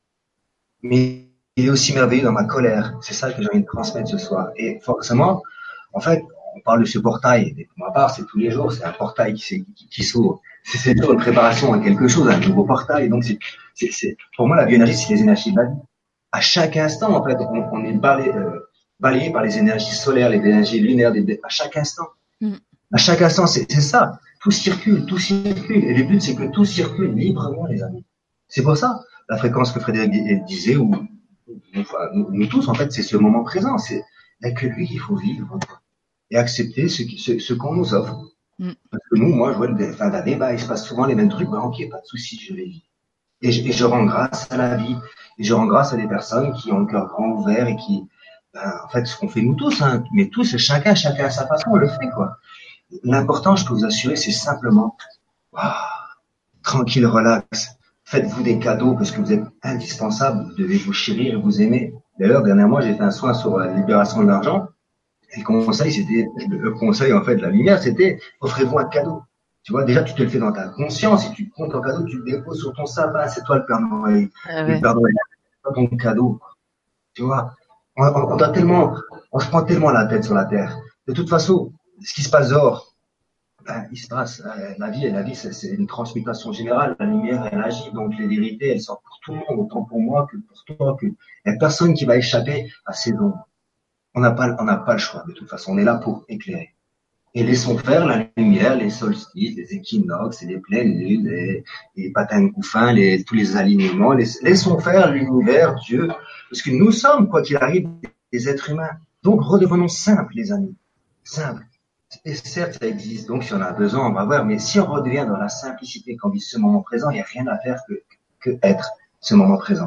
Mais il est aussi merveilleux dans ma colère. C'est ça que j'ai envie de transmettre ce soir. Et forcément, en fait, on parle de ce portail. Et pour ma part, c'est tous les jours, c'est un portail qui, qui, qui s'ouvre. C'est toujours une préparation à quelque chose, à un nouveau portail. Donc, c'est, c'est, c'est, pour moi, la bioénergie, c'est les énergies de la vie. À chaque instant, en fait, on, on est balayé, euh, balayé par les énergies solaires, les énergies lunaires, des, à chaque instant. Mm. À chaque instant, c'est, c'est ça. Tout circule, tout circule. Et le but, c'est que tout circule librement, les amis. C'est pour ça, la fréquence que Frédéric disait, ou enfin, nous, nous tous, en fait, c'est ce moment présent. C'est, il n'y a que lui qu'il faut vivre et accepter ce, ce, ce qu'on nous offre. Mm. Parce que nous, moi, je vois le fin d'année, bah, il se passe souvent les mêmes trucs. Bah, ok, pas de souci, je vais vivre. Et je, et je rends grâce à la vie. Et je rends grâce à des personnes qui ont le cœur grand ouvert et qui, ben, en fait, ce qu'on fait nous tous, hein, mais tous, chacun, chacun à sa façon, on le fait, quoi. L'important, je peux vous assurer, c'est simplement, wow, tranquille, relax. Faites-vous des cadeaux parce que vous êtes indispensable. Vous devez vous chérir et vous aimer. D'ailleurs, dernièrement, j'ai fait un soin sur la libération de l'argent. Et le conseil, c'était, le conseil, en fait, de la lumière, c'était, offrez-vous un cadeau. Tu vois, déjà, tu te le fais dans ta conscience et tu comptes ton cadeau, tu le déposes sur ton sapin. C'est toi le Père Noël. Ah ouais. Le Père Noël, c'est pas ton cadeau. Tu vois, on, on, on doit tellement, on se prend tellement la tête sur la terre. De toute façon, ce qui se passe dehors, ben, il se passe. Euh, la vie, la vie, c'est, c'est une transmutation générale. La lumière, elle agit. Donc, les vérités, elles sortent pour tout le monde, autant pour moi que pour toi. Que... Il n'y a personne qui va échapper à ces dons. On n'a pas, on n'a pas le choix. De toute façon, on est là pour éclairer. Et laissons faire la lumière, les solstices, les équinoxes, les pleines lunes, les, les patins de couffin, les, tous les alignements. Les, laissons faire l'univers, Dieu, parce que nous sommes, quoi qu'il arrive, des êtres humains. Donc, redevenons simples, les amis. Simples. Et certes, ça existe, donc si on a besoin, on va voir. Mais si on redevient dans la simplicité, quand on vit ce moment présent, il n'y a rien à faire que, que être ce moment présent.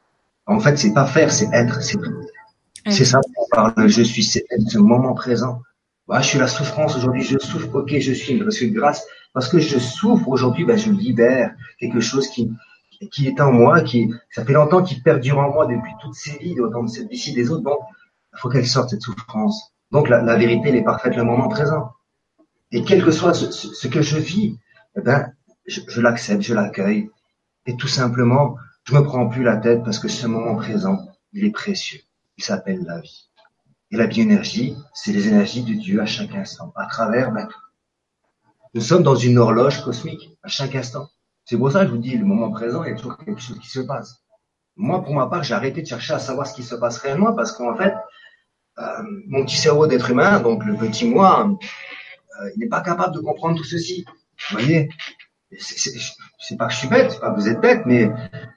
En fait, c'est pas faire, c'est être, c'est tout. C'est ça qu'on parle, je suis, c'est être ce moment présent. Bah, je suis la souffrance aujourd'hui, je souffre, ok, je suis, parce que grâce, parce que je souffre aujourd'hui, ben, je libère quelque chose qui, qui est en moi, qui, ça fait longtemps qu'il perdure en moi depuis toutes ces vies, dans cette vie-ci des autres, donc, il faut qu'elle sorte, cette souffrance. Donc, la, la vérité, elle est parfaite, le moment présent. Et quel que soit ce, ce, ce que je vis, eh ben, je, je l'accepte, je l'accueille. Et tout simplement, je me prends plus la tête parce que ce moment présent, il est précieux. Il s'appelle la vie. Et la bioénergie, c'est les énergies de Dieu à chaque instant, à travers ben, tout. Nous sommes dans une horloge cosmique à chaque instant. C'est pour ça que je vous dis, le moment présent, il y a toujours quelque chose qui se passe. Moi, pour ma part, j'ai arrêté de chercher à savoir ce qui se passe réellement parce qu'en fait, euh, mon petit cerveau d'être humain, donc le petit moi, euh, il n'est pas capable de comprendre tout ceci. Vous voyez, c'est, c'est, c'est pas que je suis bête, c'est pas que vous êtes bête, mais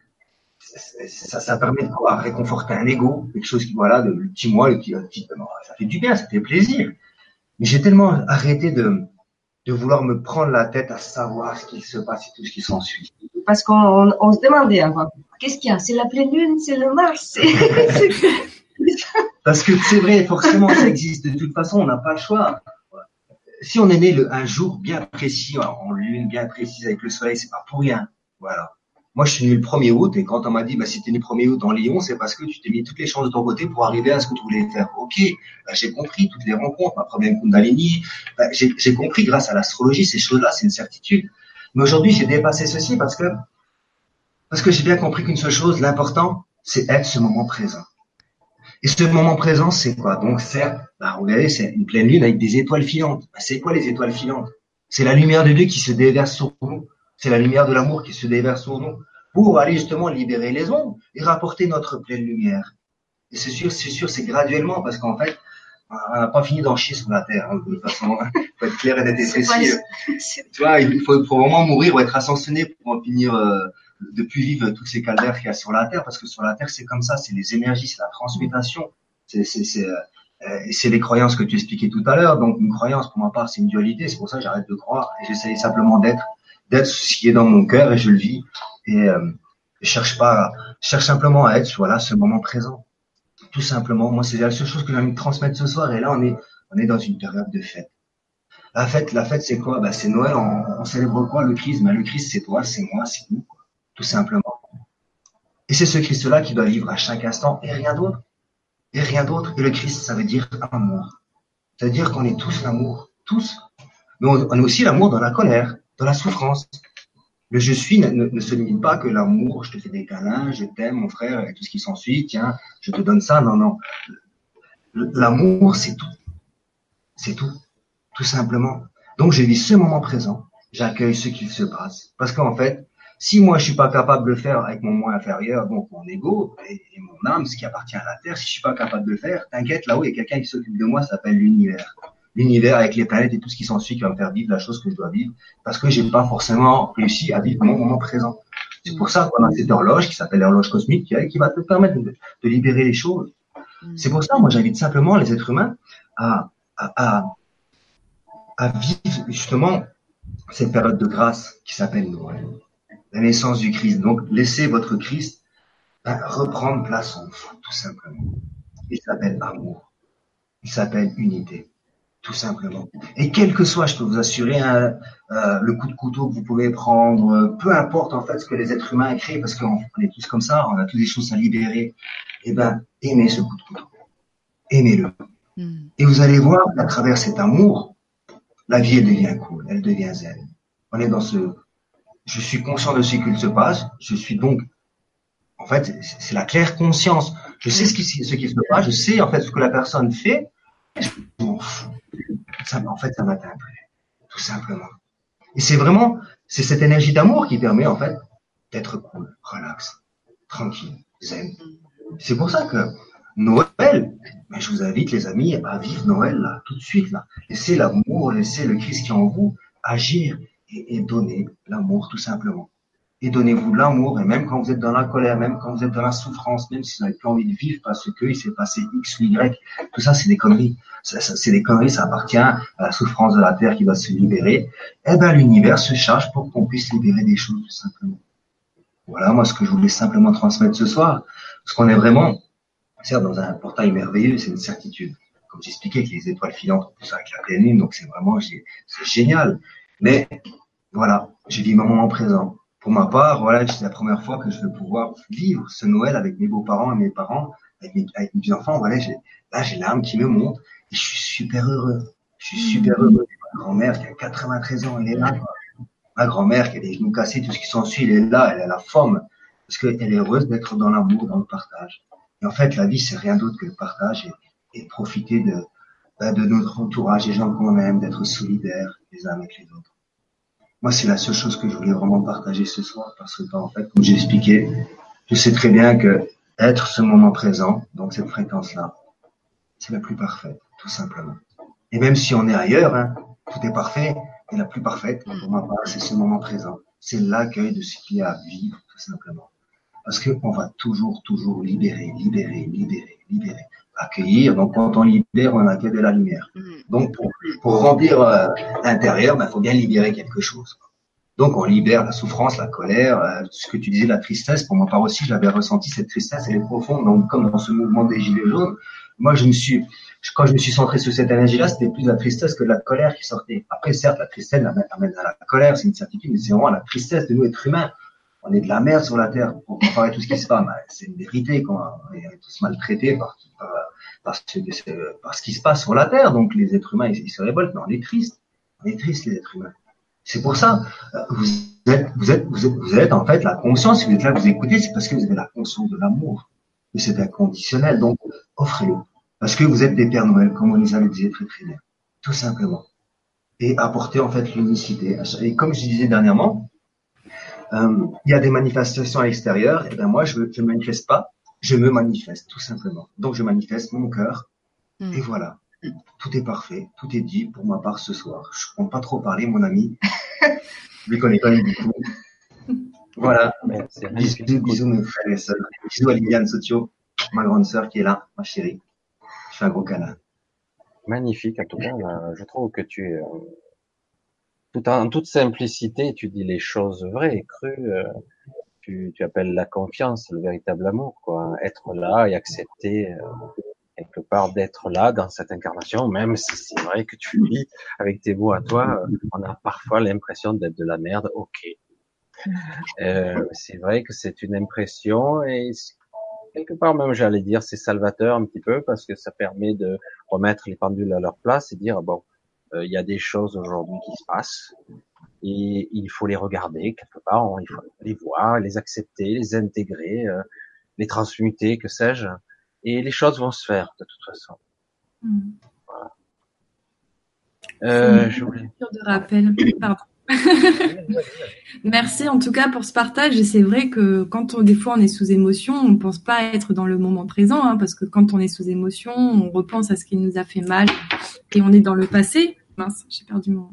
ça, ça permet de quoi réconforter un ego, quelque chose qui, voilà, le, le petit moi, le petit, le petit, non, ça fait du bien, ça fait plaisir. Mais j'ai tellement arrêté de, de vouloir me prendre la tête à savoir ce qui se passe et tout ce qui s'ensuit. Parce qu'on on, on se demandait avant, qu'est-ce qu'il y a? C'est la pleine lune, c'est le Mars, c'est... Parce que c'est vrai, forcément, ça existe. De toute façon, on n'a pas le choix. Si on est né le, un jour bien précis, en lune bien précise avec le soleil, c'est pas pour rien. Voilà. Moi, je suis né le premier août, et quand on m'a dit, bah, si t'es né le premier août en Lyon, c'est parce que tu t'es mis toutes les chances de ton côté pour arriver à ce que tu voulais faire. Ok, bah, j'ai compris toutes les rencontres, ma première Kundalini, bah, j'ai, j'ai compris grâce à l'astrologie, ces choses-là, c'est une certitude. Mais aujourd'hui, j'ai dépassé ceci parce que, parce que j'ai bien compris qu'une seule chose, l'important, c'est être ce moment présent. Et ce moment présent, c'est quoi? Donc, certes, bah, regardez, c'est une pleine lune avec des étoiles filantes. Bah, c'est quoi les étoiles filantes? C'est la lumière de Dieu qui se déverse sur nous. C'est la lumière de l'amour qui se déverse sur nous pour aller justement libérer les ombres et rapporter notre pleine lumière. Et c'est sûr, c'est sûr, c'est graduellement parce qu'en fait, on n'a pas fini d'en chier sur la terre, hein, de toute façon. Il faut être clair et net et précis. Tu vois, il faut, faut vraiment mourir ou être ascensionné pour en finir euh, de plus vivre toutes ces calvaires qu'il y a sur la terre, parce que sur la terre, c'est comme ça, c'est les énergies, c'est la transmutation. C'est, c'est, c'est, Euh, c'est les croyances que tu expliquais tout à l'heure. Donc une croyance, pour ma part, c'est une dualité. C'est pour ça que j'arrête de croire et j'essaye simplement d'être, d'être ce qui est dans mon cœur et je le vis. Et euh, je cherche pas, je cherche simplement à être, voilà, ce moment présent. Tout simplement. Moi, c'est la seule chose que j'ai envie de transmettre ce soir. Et là, on est, on est dans une période de fête. La fête, la fête, c'est quoi? Bah, c'est Noël. On, on célèbre quoi? Le Christ. Bah, le Christ, c'est toi, c'est moi, c'est nous, quoi. Tout simplement. Et c'est ce Christ-là qui doit vivre à chaque instant et rien d'autre. Et rien d'autre. Et le Christ, ça veut dire amour. Ça veut dire qu'on est tous l'amour. Tous. Mais on, on est aussi l'amour dans la colère, dans la souffrance. Le je suis ne, ne, ne se limite pas que l'amour, je te fais des câlins, je t'aime, mon frère, et tout ce qui s'ensuit, tiens, je te donne ça. Non, non. L'amour, c'est tout. C'est tout. Tout simplement. Donc, je vis ce moment présent. J'accueille ce qu'il se passe. Parce qu'en fait, si moi je suis pas capable de le faire avec mon moi inférieur, donc mon ego et, et mon âme, ce qui appartient à la terre, si je suis pas capable de le faire, t'inquiète, là-haut il y a quelqu'un qui s'occupe de moi, ça s'appelle l'univers. L'univers avec les planètes et tout ce qui s'ensuit qui va me faire vivre la chose que je dois vivre, parce que j'ai pas forcément réussi à vivre mon moment présent. C'est pour ça qu'on a cette horloge qui s'appelle l'horloge cosmique qui, qui va te permettre de, de libérer les choses. C'est pour ça, moi j'invite simplement les êtres humains à, à, à, à vivre justement cette période de grâce qui s'appelle Noël. La naissance du Christ. Donc, laissez votre Christ ben, reprendre place en vous, tout simplement. Il s'appelle amour. Il s'appelle unité, tout simplement. Et quel que soit, je peux vous assurer, hein, euh, le coup de couteau que vous pouvez prendre, euh, peu importe en fait ce que les êtres humains créent, parce qu'on on est tous comme ça, on a tous des choses à libérer. Eh ben, aimez ce coup de couteau. Aimez-le. Mm. Et vous allez voir qu'à travers cet amour, la vie, elle devient cool, elle devient zen. On est dans ce... Je suis conscient de ce qu'il se passe. Je suis donc, en fait, c'est la claire conscience. Je sais ce qui, ce qui se passe. Je sais, en fait, ce que la personne fait. Je m'en fous. Ça, en fait, ça m'atteint plus. Tout simplement. Et c'est vraiment, c'est cette énergie d'amour qui permet, en fait, d'être cool, relax, tranquille, zen. C'est pour ça que Noël, mais je vous invite, les amis, à vivre Noël, là, tout de suite, là. Laissez l'amour, laissez le Christ qui est en vous agir. Et, et donnez l'amour, tout simplement. Et donnez-vous l'amour, et même quand vous êtes dans la colère, même quand vous êtes dans la souffrance, même si vous n'avez plus envie de vivre parce qu'il s'est passé X ou Y, tout ça, c'est des conneries. Ça, ça, c'est des conneries, ça appartient à la souffrance de la terre qui va se libérer. Eh ben, l'univers se charge pour qu'on puisse libérer des choses, tout simplement. Voilà, moi, ce que je voulais simplement transmettre ce soir. Parce qu'on est vraiment, certes, dans un portail merveilleux, c'est une certitude. Comme j'expliquais, que les étoiles filantes, tout ça avec la pleine lune, donc c'est vraiment, c'est génial. Mais, voilà, je vis mon moment présent. Pour ma part, voilà, c'est la première fois que je vais pouvoir vivre ce Noël avec mes beaux-parents et mes parents, avec mes, avec mes enfants. Voilà, j'ai, là, j'ai l'âme qui me monte et je suis super heureux. Je suis super heureux. Ma grand-mère qui a quatre-vingt-treize ans, elle est là. Ma grand-mère qui a des genoux cassés, tout ce qui s'ensuit, elle est là, elle a la forme. Parce qu'elle est heureuse d'être dans l'amour, dans le partage. Et en fait, la vie, c'est rien d'autre que le partage et, et profiter de, de notre entourage, des gens qu'on aime, d'être solidaires les uns avec les autres. Moi, c'est la seule chose que je voulais vraiment partager ce soir, parce que, en fait, comme j'ai expliqué, je sais très bien que être ce moment présent, donc cette fréquence-là, c'est la plus parfaite, tout simplement. Et même si on est ailleurs, hein, tout est parfait, et la plus parfaite, pour ma part, c'est ce moment présent. C'est l'accueil de ce qu'il y a à vivre, tout simplement. Parce que on va toujours, toujours libérer, libérer, libérer, libérer. Accueillir, donc quand on libère, on accueille de la lumière. Donc pour, pour remplir euh, l'intérieur, il ben, faut bien libérer quelque chose. Donc on libère la souffrance, la colère, euh, ce que tu disais, la tristesse. Pour ma part aussi, je l'avais ressenti, cette tristesse, elle est profonde. Donc comme dans ce mouvement des gilets jaunes, moi je me suis, quand je me suis centré sur cette énergie-là, c'était plus la tristesse que la colère qui sortait. Après certes, la tristesse amène à la colère, c'est une certitude, mais c'est vraiment la tristesse de nous êtres humains. On est de la merde sur la terre pour comparer tout ce qui se passe. C'est une vérité, quoi. On est tous maltraités par, par, par, ce, par ce qui se passe sur la terre. Donc les êtres humains, ils, ils se révoltent, mais on est tristes. On est tristes, les êtres humains. C'est pour ça, vous êtes, vous êtes, vous êtes, vous êtes en fait la conscience. Si vous êtes là, vous écoutez, c'est parce que vous avez la conscience de l'amour. Et c'est inconditionnel. Donc offrez-le, parce que vous êtes des Pères Noël, comme on les avait dit très très bien, tout simplement. Et apportez en fait l'unicité. Et comme je disais dernièrement. Euh, il y a des manifestations à l'extérieur, et ben moi je ne manifeste pas, je me manifeste tout simplement. Donc je manifeste mon cœur, mmh. Et voilà, tout est parfait, tout est dit pour ma part ce soir. Je ne compte pas trop parler, mon ami, lui connaît pas beaucoup. Voilà, bisous, bisous mes frères et sœurs, bisous à Liliane Sotio, ma grande sœur qui est là, ma chérie. Je fais un gros câlin. Magnifique, en tout cas, là, je trouve que tu, euh, tout en, en toute simplicité, tu dis les choses vraies et crues. euh, tu, tu appelles la confiance, le véritable amour, quoi. Être là et accepter euh, quelque part d'être là dans cette incarnation, même si c'est vrai que tu vis avec tes mots à toi, euh, on a parfois l'impression d'être de la merde. Ok, euh, c'est vrai que c'est une impression et quelque part même, j'allais dire, c'est salvateur un petit peu parce que ça permet de remettre les pendules à leur place et dire bon, euh, il y a des choses aujourd'hui qui se passent et il faut les regarder quelque part, on- il faut les voir, les accepter, les intégrer, euh, les transmuter, que sais-je, et les choses vont se faire de toute façon. Mm. Euh, C'est je une voulais. piqûre de rappel. Pardon. Merci en tout cas pour ce partage. Et c'est vrai que quand on, des fois on est sous émotion, on ne pense pas être dans le moment présent, hein, parce que quand on est sous émotion, on repense à ce qui nous a fait mal et on est dans le passé. Mince, j'ai perdu mon.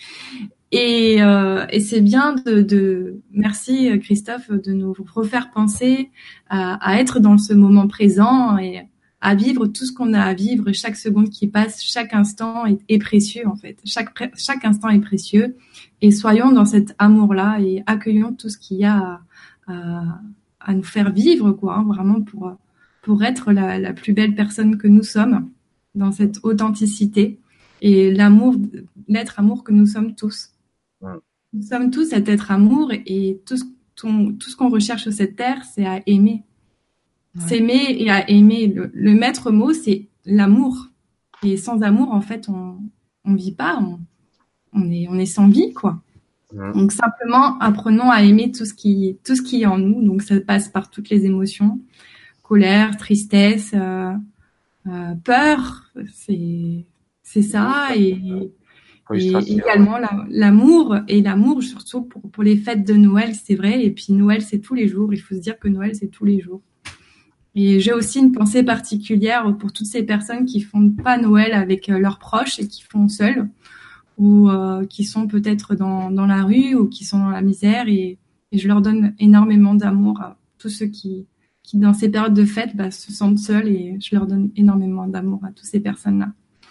Et, euh, et c'est bien de, de, merci Christophe, de nous refaire penser à, à être dans ce moment présent et à vivre tout ce qu'on a à vivre. Chaque seconde qui passe, chaque instant est, est précieux en fait. Chaque, chaque instant est précieux. Et soyons dans cet amour-là et accueillons tout ce qu'il y a à, à, à nous faire vivre, quoi, hein, vraiment pour, pour être la, la plus belle personne que nous sommes, dans cette authenticité et l'amour, l'être amour que nous sommes tous. Nous sommes tous cet être amour et tout ce, tout, tout ce qu'on recherche sur cette terre, c'est à aimer. Ouais. S'aimer et à aimer. Le, le maître mot, c'est l'amour. Et sans amour, en fait, on on vit pas. On, on est on est sans vie, quoi. Ouais. Donc simplement, apprenons à aimer tout ce qui tout ce qui est en nous. Donc ça passe par toutes les émotions, colère, tristesse, euh, euh, peur. C'est c'est ça et Et également la, l'amour, et l'amour surtout pour, pour les fêtes de Noël, c'est vrai. Et puis Noël, c'est tous les jours. Il faut se dire que Noël, c'est tous les jours. Et j'ai aussi une pensée particulière pour toutes ces personnes qui font pas Noël avec leurs proches et qui font seuls, ou euh, qui sont peut-être dans, dans la rue ou qui sont dans la misère. Et, et je leur donne énormément d'amour à tous ceux qui, qui dans ces périodes de fête, bah, se sentent seuls. Et je leur donne énormément d'amour à toutes ces personnes-là.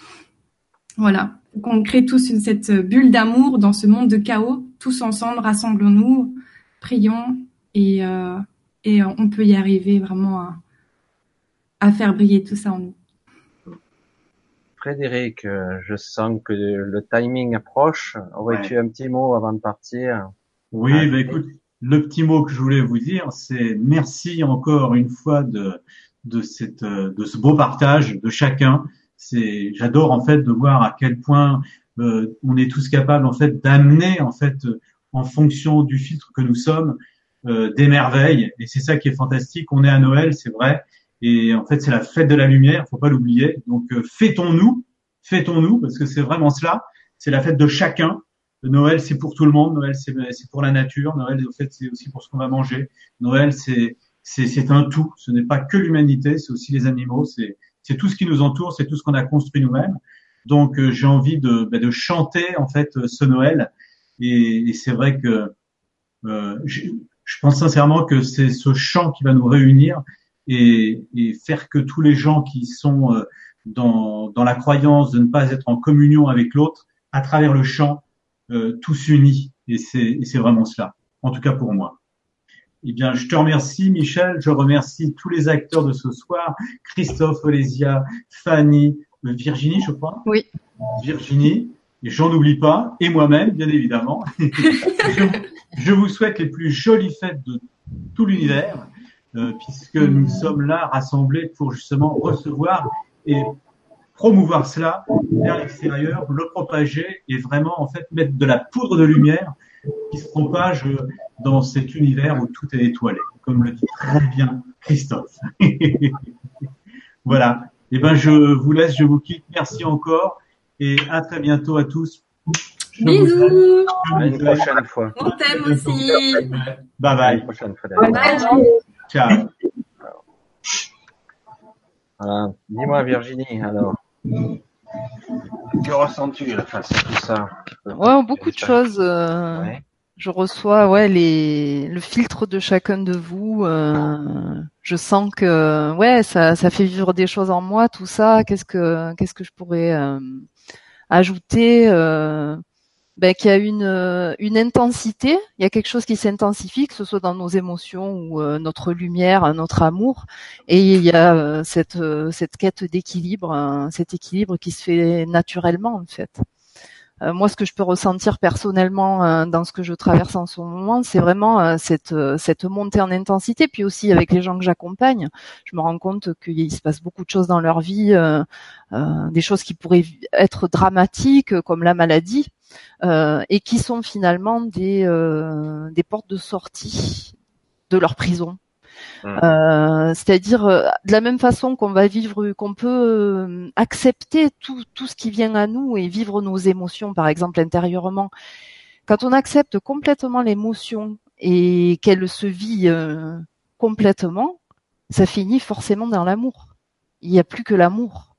Voilà, qu'on crée tous une, cette bulle d'amour dans ce monde de chaos. Tous ensemble, rassemblons-nous, prions et, euh, et on peut y arriver vraiment à, à faire briller tout ça en nous. Frédéric, je sens que le timing approche. Aurais-tu ouais. un petit mot avant de partir? Oui, ah, bah, écoute, le petit mot que je voulais vous dire, c'est merci encore une fois de, de, cette, de ce beau partage de chacun. C'est, j'adore en fait de voir à quel point euh, on est tous capables en fait d'amener en fait euh, en fonction du filtre que nous sommes euh, des merveilles, et c'est ça qui est fantastique. On est à Noël, c'est vrai, et en fait c'est la fête de la lumière, faut pas l'oublier. Donc euh, fêtons-nous, fêtons-nous parce que c'est vraiment cela. C'est la fête de chacun. Noël c'est pour tout le monde. Noël c'est, c'est pour la nature. Noël en fait c'est aussi pour ce qu'on va manger. Noël c'est c'est, c'est un tout. Ce n'est pas que l'humanité, c'est aussi les animaux. C'est C'est tout ce qui nous entoure, c'est tout ce qu'on a construit nous-mêmes. Donc euh, j'ai envie de, bah, de chanter en fait ce Noël. Et, et c'est vrai que euh, je, je pense sincèrement que c'est ce chant qui va nous réunir et, et faire que tous les gens qui sont euh, dans, dans la croyance de ne pas être en communion avec l'autre, à travers le chant, euh, tous unis. Et c'est, et c'est vraiment cela, en tout cas pour moi. Eh bien, je te remercie, Michel. Je remercie tous les acteurs de ce soir. Christophe, Olésia, Fanny, Virginie, je crois. Oui. Virginie. Et j'en oublie pas. Et moi-même, bien évidemment. je, je vous souhaite les plus jolies fêtes de tout l'univers, euh, puisque nous sommes là rassemblés pour justement recevoir et promouvoir cela vers l'extérieur, le propager et vraiment, en fait, mettre de la poudre de lumière qui se propage dans cet univers où tout est étoilé, comme le dit très bien Christophe. Voilà. Eh ben, je vous laisse, je vous quitte. Merci encore et à très bientôt à tous. Je Bisous. À une prochaine fois. On t'aime aussi. Bye bye. À une prochaine fois. Bye bye. Ciao. Voilà. Dis-moi, Virginie, alors. Que ressens-tu face à tout ça? Ouais, beaucoup de choses. Euh... Ouais. Je reçois ouais les le filtre de chacun de vous. Euh, je sens que ouais ça ça fait vivre des choses en moi tout ça. Qu'est-ce que qu'est-ce que je pourrais euh, ajouter euh, ben qu'il y a une une intensité, il y a quelque chose qui s'intensifie, que ce soit dans nos émotions ou euh, notre lumière, notre amour, et il y a euh, cette euh, cette quête d'équilibre, hein, cet équilibre qui se fait naturellement en fait. Euh, moi, ce que je peux ressentir personnellement euh, dans ce que je traverse en ce moment, c'est vraiment euh, cette euh, cette montée en intensité. Puis aussi avec les gens que j'accompagne, je me rends compte qu'il se passe beaucoup de choses dans leur vie, euh, euh, des choses qui pourraient être dramatiques, euh, comme la maladie, euh, et qui sont finalement des euh, des portes de sortie de leur prison. Euh, c'est-à-dire euh, de la même façon qu'on va vivre, qu'on peut euh, accepter tout, tout ce qui vient à nous et vivre nos émotions, par exemple intérieurement. Quand on accepte complètement l'émotion et qu'elle se vit euh, complètement, ça finit forcément dans l'amour. Il n'y a plus que l'amour.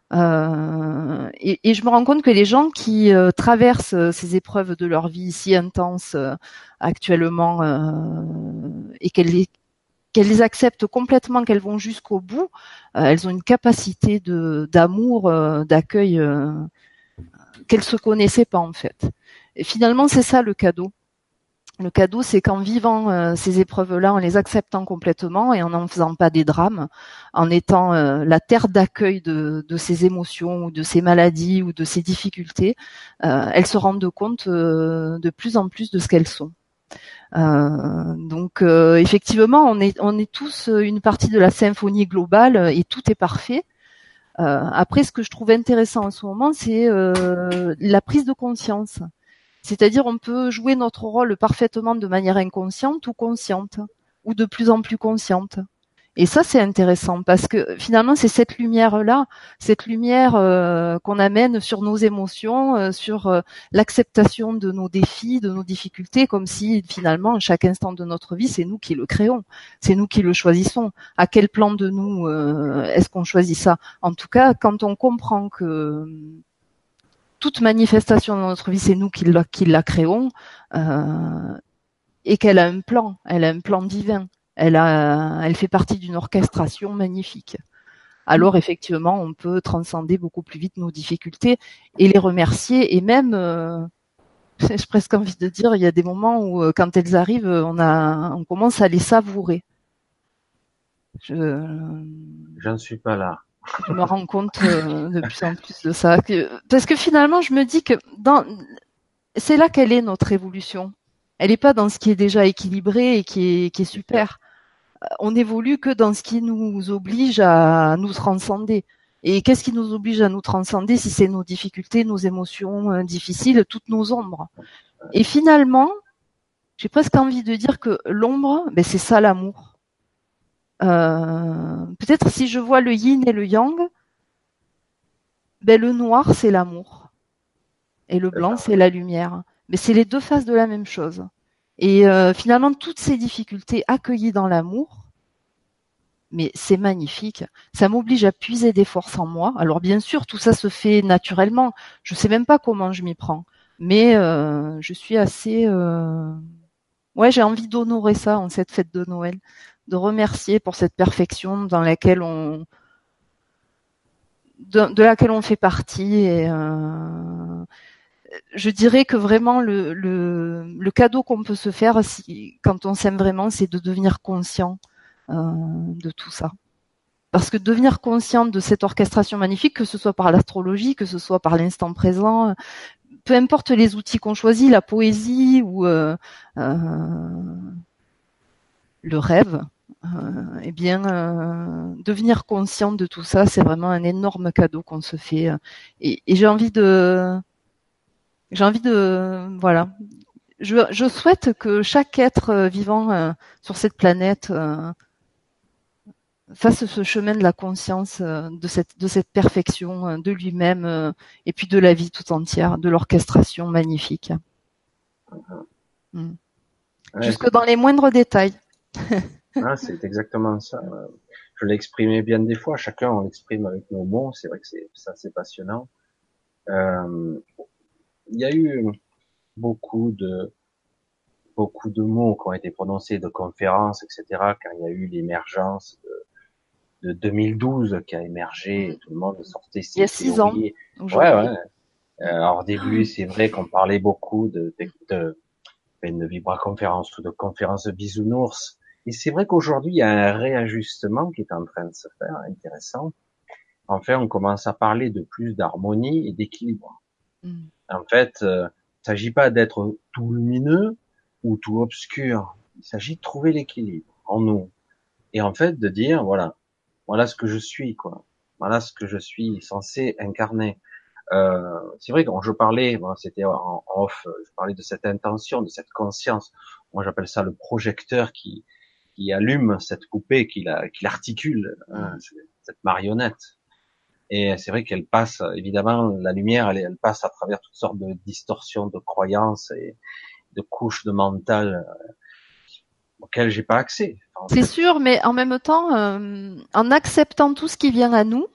Euh, et, et je me rends compte que les gens qui euh, traversent euh, ces épreuves de leur vie si intenses euh, actuellement euh, et qu'elles qu'elles les acceptent complètement, qu'elles vont jusqu'au bout, euh, elles ont une capacité de d'amour, euh, d'accueil euh, qu'elles se connaissaient pas en fait. Et finalement, c'est ça le cadeau. Le cadeau, c'est qu'en vivant euh, ces épreuves-là, en les acceptant complètement et en n'en faisant pas des drames, en étant euh, la terre d'accueil de, de ces émotions ou de ces maladies ou de ces difficultés, euh, elles se rendent compte euh, de plus en plus de ce qu'elles sont. Euh, donc euh, effectivement, on est on est tous une partie de la symphonie globale et tout est parfait. Euh, après, ce que je trouve intéressant en ce moment, c'est euh, la prise de conscience. C'est-à-dire, on peut jouer notre rôle parfaitement de manière inconsciente ou consciente, ou de plus en plus consciente. Et ça, c'est intéressant parce que finalement, c'est cette lumière-là, cette lumière euh, qu'on amène sur nos émotions, euh, sur euh, l'acceptation de nos défis, de nos difficultés, comme si finalement, à chaque instant de notre vie, c'est nous qui le créons, c'est nous qui le choisissons. À quel plan de nous euh, est-ce qu'on choisit ça? En tout cas, quand on comprend que toute manifestation dans notre vie, c'est nous qui la, qui la créons, euh, et qu'elle a un plan, elle a un plan divin. Elle a, elle fait partie d'une orchestration magnifique. Alors effectivement, on peut transcender beaucoup plus vite nos difficultés et les remercier. Et même, euh, j'ai presque envie de dire, il y a des moments où, quand elles arrivent, on a, on commence à les savourer. Je, j'en suis pas là. Je me rends compte euh, de plus en plus de ça, que, parce que finalement, je me dis que dans, c'est là qu'elle est notre évolution. Elle n'est pas dans ce qui est déjà équilibré et qui est, qui est super. On évolue que dans ce qui nous oblige à nous transcender. Et qu'est-ce qui nous oblige à nous transcender si c'est nos difficultés, nos émotions euh, difficiles, toutes nos ombres. Et finalement, j'ai presque envie de dire que l'ombre, ben c'est ça l'amour. Euh, peut-être si je vois le yin et le yang, ben le noir c'est l'amour et le blanc c'est la lumière. Mais c'est les deux faces de la même chose. Et euh, finalement, toutes ces difficultés accueillies dans l'amour, mais c'est magnifique. Ça m'oblige à puiser des forces en moi. Alors bien sûr, tout ça se fait naturellement. Je sais même pas comment je m'y prends, mais euh, je suis assez. Euh... Ouais, j'ai envie d'honorer ça en cette fête de Noël, de remercier pour cette perfection dans laquelle on, de, de laquelle on fait partie. Et euh... je dirais que vraiment le le, le cadeau qu'on peut se faire, si, quand on s'aime vraiment, c'est de devenir conscient euh, de tout ça. Parce que devenir consciente de cette orchestration magnifique, que ce soit par l'astrologie, que ce soit par l'instant présent, peu importe les outils qu'on choisit, la poésie ou euh, euh, le rêve, euh, eh bien, euh, devenir consciente de tout ça, c'est vraiment un énorme cadeau qu'on se fait. Et, et j'ai envie de, j'ai envie de, voilà. Je, je souhaite que chaque être vivant euh, sur cette planète euh, fasse ce chemin de la conscience, de cette de cette perfection de lui-même et puis de la vie tout entière, de l'orchestration magnifique. Mmh. Ouais, jusque dans les moindres détails. Ah, c'est exactement ça. Je l'ai exprimé bien des fois. Chacun on l'exprime avec nos mots. C'est vrai que c'est ça, c'est passionnant. Euh, il y a eu beaucoup de beaucoup de mots qui ont été prononcés, de conférences, et cetera, quand il y a eu l'émergence de, de deux mille douze qui a émergé, et tout le monde sortait ses Il y a six ans. théories. Aujourd'hui. Ouais, ouais. Alors, au début, c'est vrai qu'on parlait beaucoup de, de, de, de vibra-conférences ou de conférences de bisounours. Et c'est vrai qu'aujourd'hui, il y a un réajustement qui est en train de se faire, intéressant. En fait, on commence à parler de plus d'harmonie et d'équilibre. Mm. En fait, euh, il ne s'agit pas d'être tout lumineux ou tout obscur. Il s'agit de trouver l'équilibre en nous. Et en fait, de dire, voilà, voilà ce que je suis, quoi. Voilà ce que je suis censé incarner. Euh, c'est vrai que quand je parlais, bon, c'était en off, je parlais de cette intention, de cette conscience. Moi, j'appelle ça le projecteur qui, qui allume cette poupée, qui la, qui l'articule, hein, cette marionnette. Et c'est vrai qu'elle passe, évidemment, la lumière, elle, elle passe à travers toutes sortes de distorsions, de croyances et de couches de mental euh, auxquelles j'ai pas accès. En c'est fait. Sûr, mais en même temps, euh, en acceptant tout ce qui vient à nous,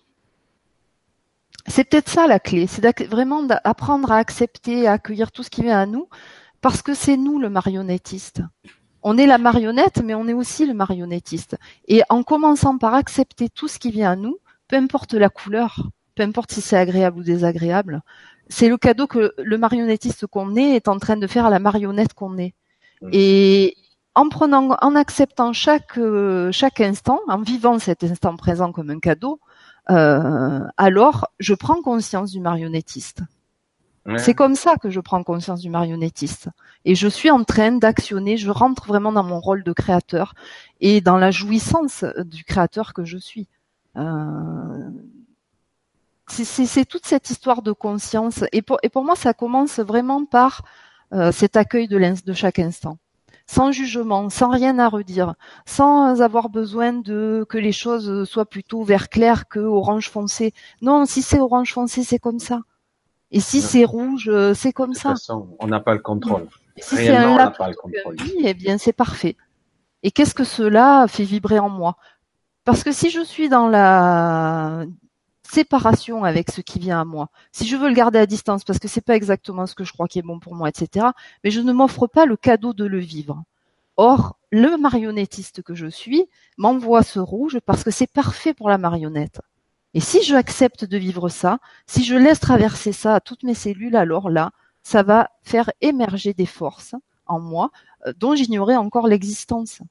c'est peut-être ça la clé, c'est vraiment d'apprendre à accepter, à accueillir tout ce qui vient à nous, parce que c'est nous le marionnettiste. On est la marionnette, mais on est aussi le marionnettiste. Et en commençant par accepter tout ce qui vient à nous, peu importe la couleur, peu importe si c'est agréable ou désagréable, c'est le cadeau que le marionnettiste qu'on est est en train de faire à la marionnette qu'on est. Et en prenant, en acceptant chaque chaque instant, en vivant cet instant présent comme un cadeau, Euh, alors je prends conscience du marionnettiste. Ouais. C'est comme ça que je prends conscience du marionnettiste. Et je suis en train d'actionner, je rentre vraiment dans mon rôle de créateur et dans la jouissance du créateur que je suis. Euh, c'est, c'est, c'est toute cette histoire de conscience. Et pour, et pour moi, ça commence vraiment par euh, cet accueil de, de chaque instant. Sans jugement, sans rien à redire, sans avoir besoin de que les choses soient plutôt vert clair que orange foncé. Non, si c'est orange foncé, c'est comme ça. Et si non. C'est rouge, c'est comme de ça. De toute façon, on n'a pas le contrôle. Et si c'est un lapin, eh bien, c'est parfait. Et qu'est-ce que cela fait vibrer en moi? Parce que si je suis dans la séparation avec ce qui vient à moi, si je veux le garder à distance parce que c'est pas exactement ce que je crois qui est bon pour moi, et cetera, mais je ne m'offre pas le cadeau de le vivre. Or, le marionnettiste que je suis m'envoie ce rouge parce que c'est parfait pour la marionnette. Et si je accepte de vivre ça, si je laisse traverser ça à toutes mes cellules, alors là, ça va faire émerger des forces en moi dont j'ignorais encore l'existence.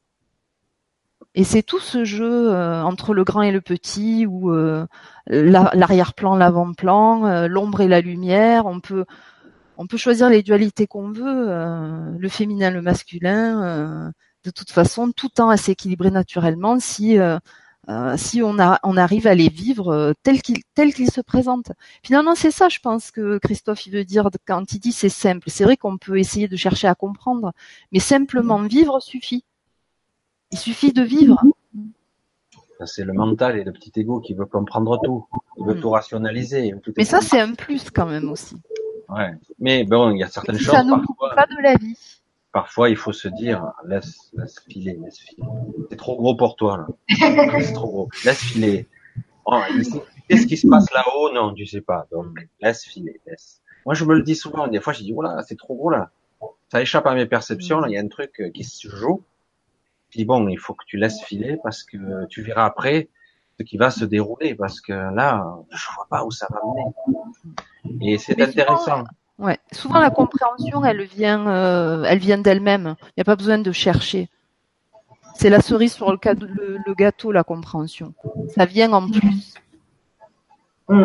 Et c'est tout ce jeu euh, entre le grand et le petit, ou euh, la, l'arrière-plan, l'avant-plan, euh, l'ombre et la lumière. On peut, on peut choisir les dualités qu'on veut, euh, le féminin, le masculin. Euh, de toute façon, tout tend à s'équilibrer naturellement si, euh, euh, si on, a, on arrive à les vivre euh, tels qu'ils, tels qu'ils se présentent. Finalement, c'est ça, je pense, que Christophe il veut dire quand il dit c'est simple. C'est vrai qu'on peut essayer de chercher à comprendre, mais simplement vivre suffit. Il suffit de vivre. C'est le mental et le petit ego qui veut comprendre tout. Il veut mmh. tout rationaliser. Tout Mais ça, c'est un plus quand même aussi. Ouais. Mais bon, il y a certaines choses. Ça nous coupe pas de la vie. Parfois, il faut se dire, laisse, laisse filer, laisse filer. C'est trop gros pour toi, là. C'est trop gros. Laisse filer. Oh, qu'est-ce qui se passe là-haut? Non, tu sais pas. Donc, laisse filer, laisse. Moi, je me le dis souvent. Des fois, je dis, oh là, c'est trop gros, là. Ça échappe à mes perceptions, là. Il y a un truc qui se joue. Puis bon, il faut que tu laisses filer parce que tu verras après ce qui va se dérouler, parce que là, je vois pas où ça va mener. Et c'est Mais intéressant. Souvent, ouais, souvent la compréhension, elle vient, euh, elle vient d'elle-même. Il n'y a pas besoin de chercher. C'est la cerise sur le, le, le gâteau, la compréhension. Ça vient en plus. Mmh.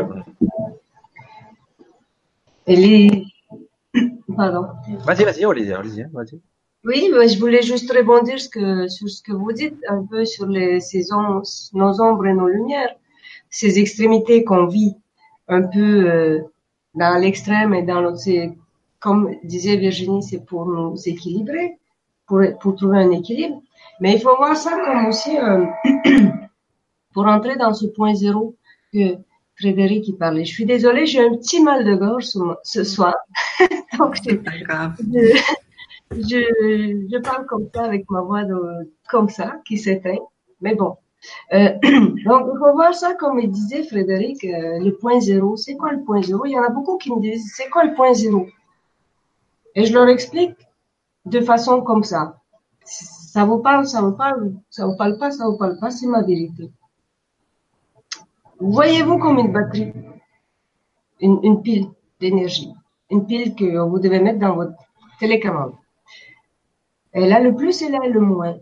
Elle est... Pardon. Vas-y, vas-y, allez-y, allez-y, vas-y. Oui, je voulais juste rebondir ce que, sur ce que vous dites, un peu sur les, ces om- nos ombres et nos lumières, ces extrémités qu'on vit un peu euh, dans l'extrême et dans l'autre. C'est, comme disait Virginie, c'est pour nous équilibrer, pour, pour trouver un équilibre. Mais il faut voir ça comme aussi euh, pour entrer dans ce point zéro que Frédéric y parlait. Je suis désolée, j'ai un petit mal de gorge ce, ce soir. Donc, c'est pas grave. Je, Je, je parle comme ça avec ma voix de, comme ça, qui s'éteint. Mais bon. Euh, donc, il faut voir ça comme il disait Frédéric, euh, le point zéro. C'est quoi le point zéro? Il y en a beaucoup qui me disent, c'est quoi le point zéro? Et je leur explique, de façon comme ça. Ça vous parle, ça vous parle, ça vous parle pas, ça vous parle pas, c'est ma vérité. Voyez-vous comme une batterie, une, une pile d'énergie, une pile que vous devez mettre dans votre télécommande. Elle a le plus et elle a le moins.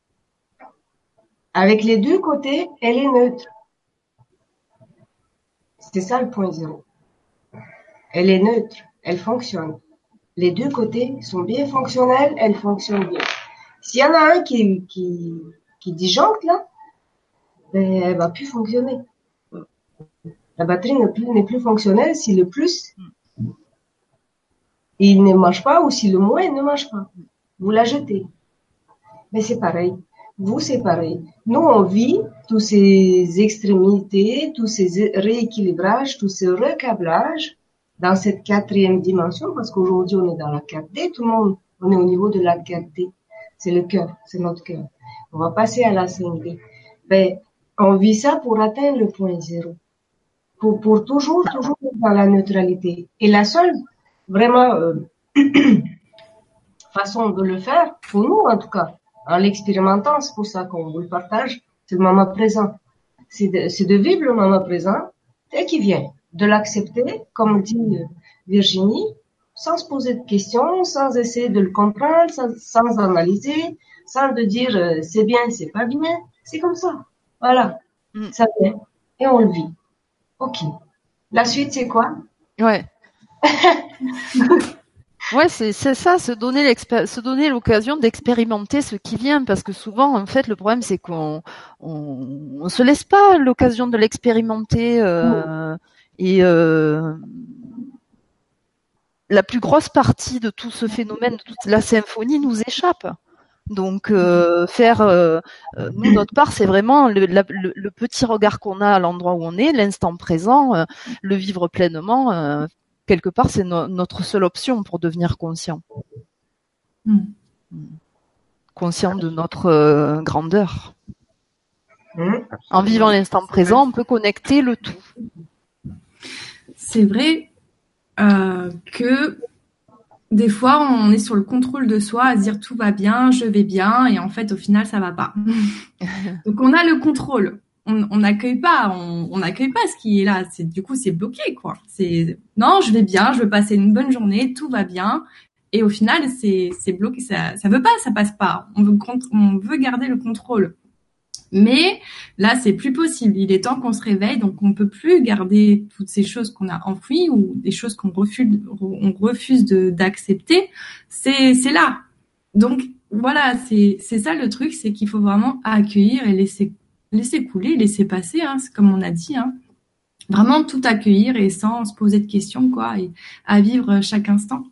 Avec les deux côtés, elle est neutre. C'est ça le point zéro. Elle est neutre, elle fonctionne. Les deux côtés sont bien fonctionnels, elle fonctionne bien. S'il y en a un qui, qui, qui disjoncte, là, ben, elle va plus fonctionner. La batterie n'est plus, n'est plus fonctionnelle si le plus, il ne marche pas ou si le moins ne marche pas. Vous la jetez. Mais c'est pareil. Vous, c'est pareil. Nous, on vit tous ces extrémités, tous ces rééquilibrages, tous ces recablages dans cette quatrième dimension, parce qu'aujourd'hui, on est dans la quatre D, tout le monde, on est au niveau de la quatre D. C'est le cœur, c'est notre cœur. On va passer à la cinq D. Ben, on vit ça pour atteindre le point zéro. Pour, pour toujours, toujours dans la neutralité. Et la seule, vraiment, euh, façon de le faire, pour nous en tout cas, en l'expérimentant, c'est pour ça qu'on vous le partage, c'est le moment présent. C'est de, c'est de vivre le moment présent tel qu'il vient, de l'accepter, comme dit Virginie, sans se poser de questions, sans essayer de le comprendre, sans, sans analyser, sans de dire euh, c'est bien, c'est pas bien, c'est comme ça. Voilà, mm. Ça vient et on le vit. Ok. La suite, c'est quoi? Ouais. Ouais, c'est c'est ça, se donner l'expé- se donner l'occasion d'expérimenter ce qui vient, parce que souvent, en fait, le problème c'est qu'on on, on se laisse pas l'occasion de l'expérimenter euh, et euh, la plus grosse partie de tout ce phénomène, de toute la symphonie, nous échappe. Donc, euh, faire euh, nous notre part, c'est vraiment le, la, le, le petit regard qu'on a à l'endroit où on est, l'instant présent, euh, le vivre pleinement. Euh, quelque part, c'est no- notre seule option pour devenir conscient. Mm. Conscient de notre euh, grandeur. Mm. En vivant l'instant présent, on peut connecter le tout. C'est vrai euh, que des fois, on est sur le contrôle de soi, à se dire tout va bien, je vais bien, et en fait, au final, ça va pas. Donc, on a le contrôle. On n'accueille pas, on n'accueille pas ce qui est là. C'est du coup, c'est bloqué, quoi. C'est non, je vais bien, je veux passer une bonne journée, tout va bien, et au final, c'est c'est bloqué. Ça ça veut pas, ça passe pas. On veut on veut garder le contrôle. Mais là, c'est plus possible. Il est temps qu'on se réveille, donc on peut plus garder toutes ces choses qu'on a enfouies ou des choses qu'on refuse, on refuse de, d'accepter. C'est, c'est là. Donc voilà, c'est, c'est ça le truc, c'est qu'il faut vraiment accueillir et laisser, laisser couler, laisser passer. Hein, c'est comme on a dit. Hein. Vraiment tout accueillir et sans se poser de questions, quoi, et à vivre chaque instant.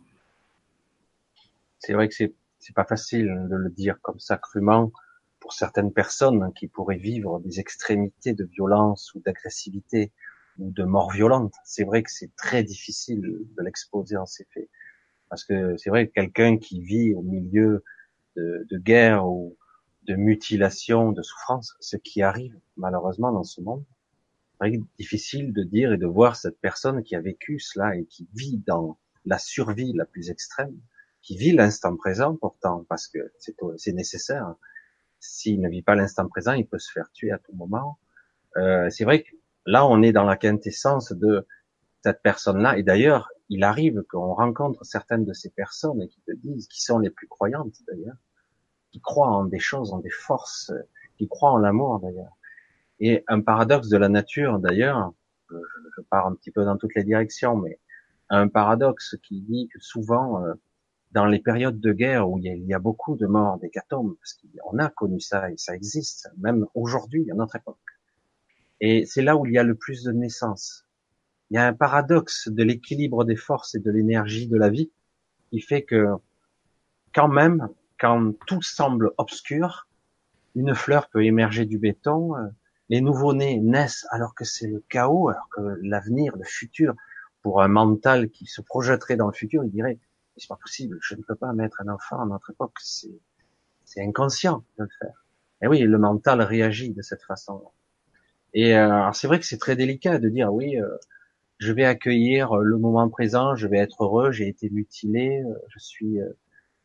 C'est vrai que c'est, c'est pas facile de le dire comme ça crûment. Pour certaines personnes qui pourraient vivre des extrémités de violence ou d'agressivité ou de mort violente, c'est vrai que c'est très difficile de l'exposer en ces faits. Parce que c'est vrai que quelqu'un qui vit au milieu de, de guerre ou de mutilation, de souffrance, ce qui arrive malheureusement dans ce monde, c'est difficile de dire et de voir cette personne qui a vécu cela et qui vit dans la survie la plus extrême, qui vit l'instant présent pourtant, parce que c'est, c'est nécessaire. S'il ne vit pas l'instant présent, il peut se faire tuer à tout moment. Euh, c'est vrai que là, on est dans la quintessence de cette personne-là. Et d'ailleurs, il arrive qu'on rencontre certaines de ces personnes et qui te disent, qui sont les plus croyantes d'ailleurs, qui croient en des choses, en des forces, qui croient en l'amour d'ailleurs. Et un paradoxe de la nature d'ailleurs, je, je pars un petit peu dans toutes les directions, mais un paradoxe qui dit que souvent, euh, dans les périodes de guerre où il y a, il y a beaucoup de morts, d'hécatombes, parce qu'on a connu ça et ça existe, même aujourd'hui, à notre époque. Et c'est là où il y a le plus de naissances. Il y a un paradoxe de l'équilibre des forces et de l'énergie de la vie qui fait que, quand même, quand tout semble obscur, une fleur peut émerger du béton, les nouveau-nés naissent alors que c'est le chaos, alors que l'avenir, le futur, pour un mental qui se projetterait dans le futur, il dirait c'est pas possible, je ne peux pas mettre un enfant à notre époque, c'est, c'est inconscient de le faire. Et oui, le mental réagit de cette façon. Et euh, alors c'est vrai que c'est très délicat de dire oui, euh, je vais accueillir le moment présent, je vais être heureux, j'ai été mutilé, euh, je suis, euh,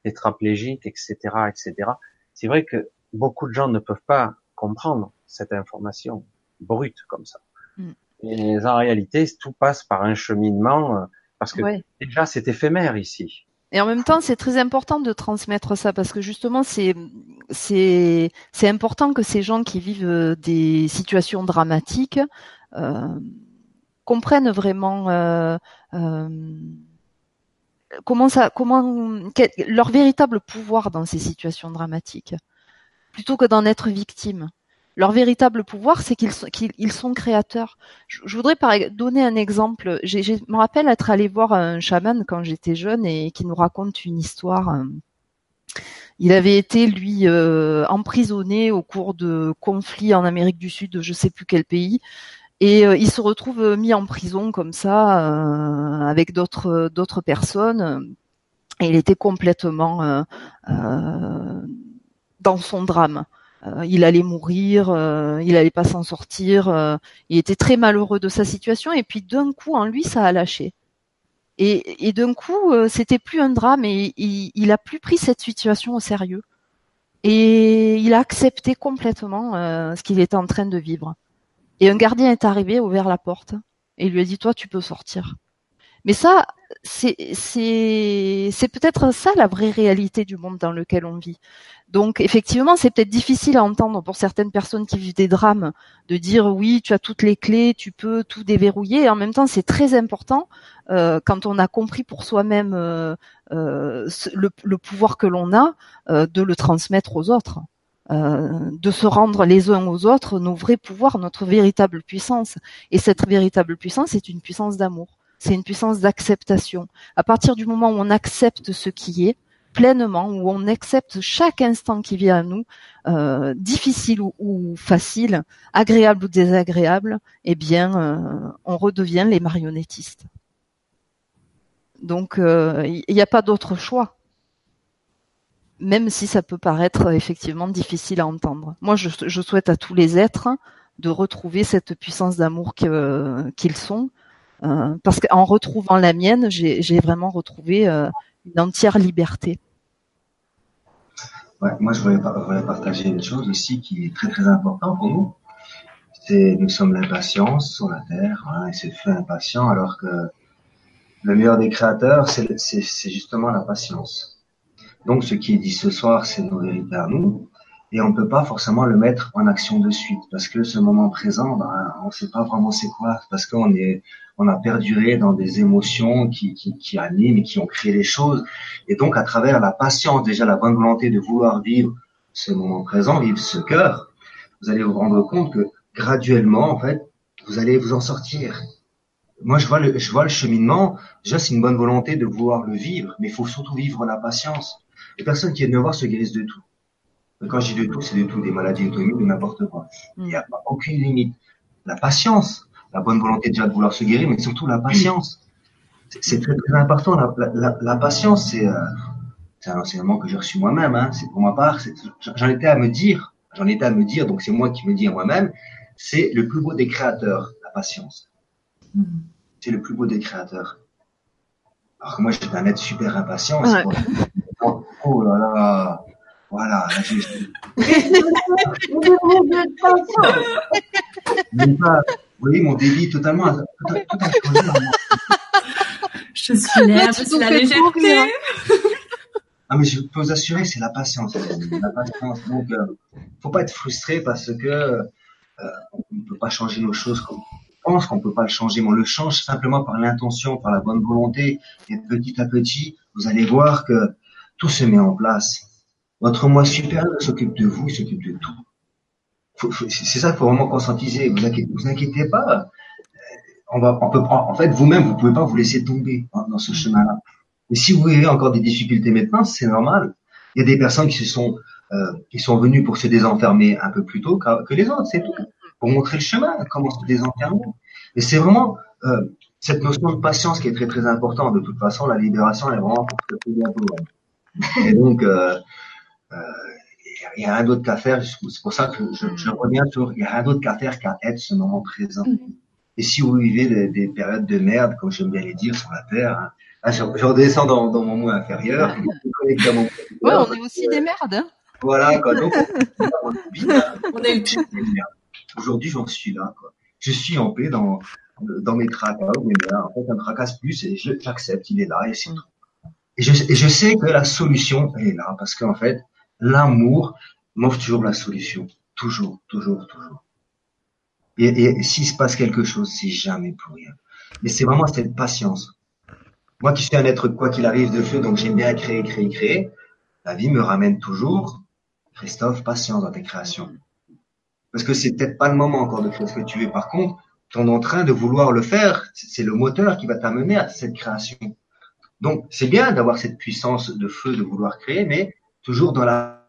tétraplégique, et cetera, et cetera. C'est vrai que beaucoup de gens ne peuvent pas comprendre cette information brute comme ça. Mm. Et en réalité, tout passe par un cheminement, parce que ouais. déjà c'est éphémère ici. Et en même temps, c'est très important de transmettre ça parce que justement, c'est c'est c'est important que ces gens qui vivent des situations dramatiques euh, comprennent vraiment euh, euh, comment ça, comment quel, leur véritable pouvoir dans ces situations dramatiques, plutôt que d'en être victime. Leur véritable pouvoir, c'est qu'ils sont, qu'ils sont créateurs. Je, je voudrais par, donner un exemple. J'ai, je me rappelle être allée voir un chaman quand j'étais jeune et qui nous raconte une histoire. Il avait été, lui, euh, emprisonné au cours de conflits en Amérique du Sud, je sais plus quel pays, et euh, il se retrouve mis en prison comme ça, euh, avec d'autres d'autres personnes, et il était complètement euh, euh, dans son drame. Euh, il allait mourir, euh, il allait pas s'en sortir, euh, il était très malheureux de sa situation, et puis d'un coup en lui ça a lâché. Et, et d'un coup euh, c'était plus un drame, et il, il a plus pris cette situation au sérieux. Et il a accepté complètement euh, ce qu'il était en train de vivre. Et un gardien est arrivé, ouvert la porte, et il lui a dit, toi tu peux sortir. Mais ça, c'est, c'est, c'est peut-être ça la vraie réalité du monde dans lequel on vit. Donc effectivement, c'est peut-être difficile à entendre pour certaines personnes qui vivent des drames, de dire oui, tu as toutes les clés, tu peux tout déverrouiller. Et en même temps, c'est très important euh, quand on a compris pour soi-même euh, euh, le, le pouvoir que l'on a, euh, de le transmettre aux autres. Euh, de se rendre les uns aux autres nos vrais pouvoirs, notre véritable puissance. Et cette véritable puissance, c'est une puissance d'amour. C'est une puissance d'acceptation. À partir du moment où on accepte ce qui est pleinement, où on accepte chaque instant qui vient à nous, euh, difficile ou, ou facile, agréable ou désagréable, eh bien, euh, on redevient les marionnettistes. Donc, il euh, n'y a pas d'autre choix. Même si ça peut paraître effectivement difficile à entendre. Moi, je, je souhaite à tous les êtres de retrouver cette puissance d'amour que, qu'ils sont, euh, parce qu'en retrouvant la mienne, j'ai, j'ai vraiment retrouvé euh, une entière liberté. Ouais, moi, je voulais, je voulais partager une chose aussi qui est très très importante pour nous. C'est nous sommes l'impatience sur la terre, hein, et c'est le feu impatient, alors que le meilleur des créateurs, c'est, c'est, c'est justement la patience. Donc, ce qui est dit ce soir, c'est nos vérités à nous, et on ne peut pas forcément le mettre en action de suite, parce que ce moment présent, ben, on ne sait pas vraiment c'est quoi, parce qu'on est, on a perduré dans des émotions qui, qui, qui animent et qui ont créé les choses, et donc à travers la patience, déjà la bonne volonté de vouloir vivre ce moment présent, vivre ce cœur, vous allez vous rendre compte que graduellement, en fait, vous allez vous en sortir. Moi, je vois le, je vois le cheminement. Déjà, c'est une bonne volonté de vouloir le vivre, mais il faut surtout vivre la patience. Les personnes qui viennent me voir se guérissent de tout. Et quand je dis de tout, c'est de tout, des maladies auto-immunes, de n'importe quoi. Il n'y a aucune limite. La patience, la bonne volonté déjà de vouloir se guérir, mais surtout la patience. C'est, c'est très très important. La, la, la patience, c'est, euh, c'est un enseignement que j'ai reçu moi-même. Hein. C'est pour ma part. C'est, j'en étais à me dire, j'en étais à me dire. Donc c'est moi qui me dis à moi-même. C'est le plus beau des créateurs, la patience. C'est le plus beau des créateurs. Alors que moi, j'étais un être super impatient. Ouais. Oh, oh là là, voilà. Là, j'ai... pas, vous voyez, mon débit totalement, tout a, tout a changé. Je suis là, je suis la légèreté. Ah, mais je peux vous assurer, c'est la patience. La patience. Donc, euh, faut pas être frustré parce que euh, on ne peut pas changer nos choses comme on pense qu'on peut pas le changer, mais on le change simplement par l'intention, par la bonne volonté. Et petit à petit, vous allez voir que tout se met en place. Votre moi supérieur s'occupe de vous, il s'occupe de tout. Faut, faut, c'est ça qu'il faut vraiment conscientiser. Vous inquiétez, vous inquiétez pas. On va, on peut prendre, en fait, vous-même, vous pouvez pas vous laisser tomber dans, dans ce chemin-là. Et si vous avez encore des difficultés maintenant, c'est normal. Il y a des personnes qui se sont, euh, qui sont venues pour se désenfermer un peu plus tôt que, que les autres, c'est tout. Pour montrer le chemin, comment se désenfermer. Et c'est vraiment euh, cette notion de patience qui est très très importante. De toute façon, la libération est vraiment pour très bientôt. Et donc, euh, euh, il y a rien d'autre qu'à faire. C'est pour ça que je, je reviens sur, il y a rien d'autre qu'à faire qu'à être ce moment présent. Et si vous vivez des, des périodes de merde, comme j'aime bien les dire sur la terre, hein, Ah, je, je redescends dans, dans mon moi inférieur. Je me connecte à mon moi Ouais, inférieur. on est aussi des merdes. Hein. Voilà, quoi. Donc, on, on vit, hein. On est le tout. Aujourd'hui, j'en suis là, quoi. Je suis en paix dans, dans mes tracas, ou mes merdes. En fait, ça me tracasse plus et je l'accepte, il est là et c'est Mm. tout. Et je, et je sais que la solution, elle est là, parce qu'en fait, l'amour m'offre toujours la solution. Toujours, toujours, toujours. Et, et s'il se passe quelque chose, c'est jamais pour rien. Mais c'est vraiment cette patience. Moi qui suis un être, quoi qu'il arrive, de feu, donc j'aime bien créer, créer, créer, la vie me ramène toujours, Christophe, patience dans tes créations. Parce que c'est peut-être pas le moment encore de faire ce que tu veux. Par contre, ton entrain de vouloir le faire, c'est le moteur qui va t'amener à cette création. Donc, c'est bien d'avoir cette puissance de feu de vouloir créer, mais toujours dans la,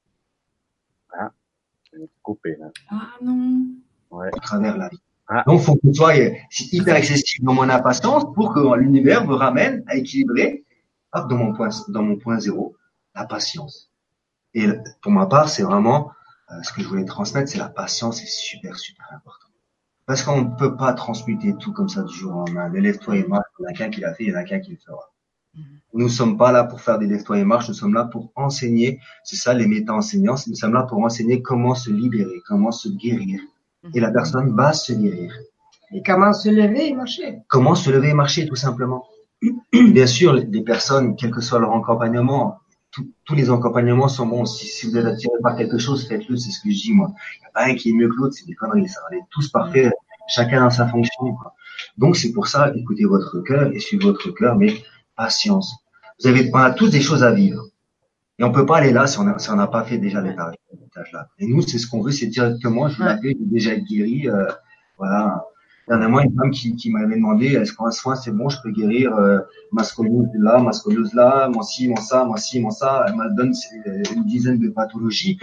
Ah, je vais te couper, là. Ah non. Ouais. à travers la vie. Ah. Donc, faut que tu sois hyper accessible dans mon impatience pour que l'univers me ramène à équilibrer, hop, dans mon point, dans mon point zéro, la patience. Et pour ma part, c'est vraiment, euh, ce que je voulais transmettre, c'est la patience, c'est super, super important. Parce qu'on ne peut pas transmuter tout comme ça du jour au lendemain. Le lève-toi et marche, il y en a qu'un qui l'a fait, il y en a qu'un qui le fera. Nous ne sommes pas là pour faire des lève-toi et marche, nous sommes là pour enseigner, c'est ça les méta-enseignants, nous sommes là pour enseigner comment se libérer, comment se guérir. Et la personne va se guérir. Et comment se lever et marcher. Comment se lever et marcher, tout simplement. Bien sûr, les personnes, quel que soit leur accompagnement, tout, tous les accompagnements sont bons. Si, si vous êtes attiré par quelque chose, faites-le, c'est ce que je dis, moi. Il n'y a pas un qui est mieux que l'autre, c'est des conneries, ça. On est tous parfaits, chacun dans sa fonction, quoi. Donc, c'est pour ça, écoutez votre cœur et suivez votre cœur, mais patience. Vous avez, on a tous des choses à vivre. Et on peut pas aller là si on n'a si on n'a pas fait déjà l'étage là. Et nous, c'est ce qu'on veut, c'est directement, je l'ai fait, j'ai déjà été guéri, euh, voilà. Dernièrement, une femme qui, qui m'avait demandé, est-ce qu'un soin, c'est bon, je peux guérir, euh, ma scoliose là, ma scoliose là, mon ci, mon ça, mon ci, mon ça. Elle m'a donné une dizaine de pathologies.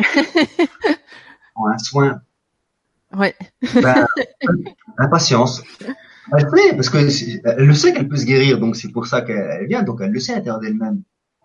En un soin. Ouais. Ben, impatience. Elle sait, parce que elle le sait qu'elle peut se guérir, donc c'est pour ça qu'elle vient, donc elle le sait à l'intérieur d'elle-même.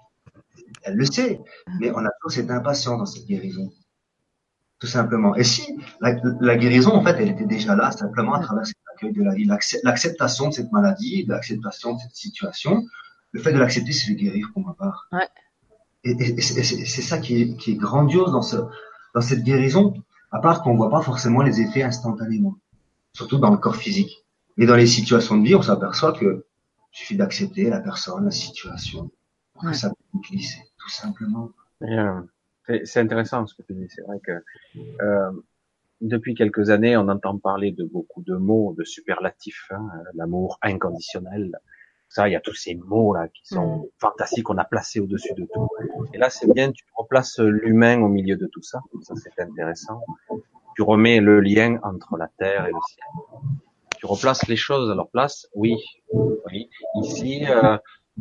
Elle le sait, mais on a toujours cette impatience dans cette guérison. Tout simplement. Et si la, la guérison, en fait, elle était déjà là, simplement à travers cet accueil de la vie, l'acceptation de cette maladie, l'acceptation de cette situation, le fait de l'accepter, c'est de guérir pour ma part. Ouais. Et, et, et c'est, c'est ça qui est, qui est grandiose dans ce, dans cette guérison, à part qu'on voit pas forcément les effets instantanément, surtout dans le corps physique. Mais dans les situations de vie, on s'aperçoit que il suffit d'accepter la personne, la situation, pour ouais. que ça puisse glisser, tout simplement. Et, euh, c'est, c'est intéressant ce que tu dis. C'est vrai que euh, depuis quelques années, on entend parler de beaucoup de mots, de superlatifs, hein, l'amour inconditionnel. Ça, il y a tous ces mots là qui sont mmh. fantastiques qu'on a placés au-dessus de tout. Et là, c'est bien, tu replaces l'humain au milieu de tout ça. Ça, c'est intéressant. Tu remets le lien entre la terre et le ciel. Tu replaces les choses à leur place. Oui, oui. Ici, euh,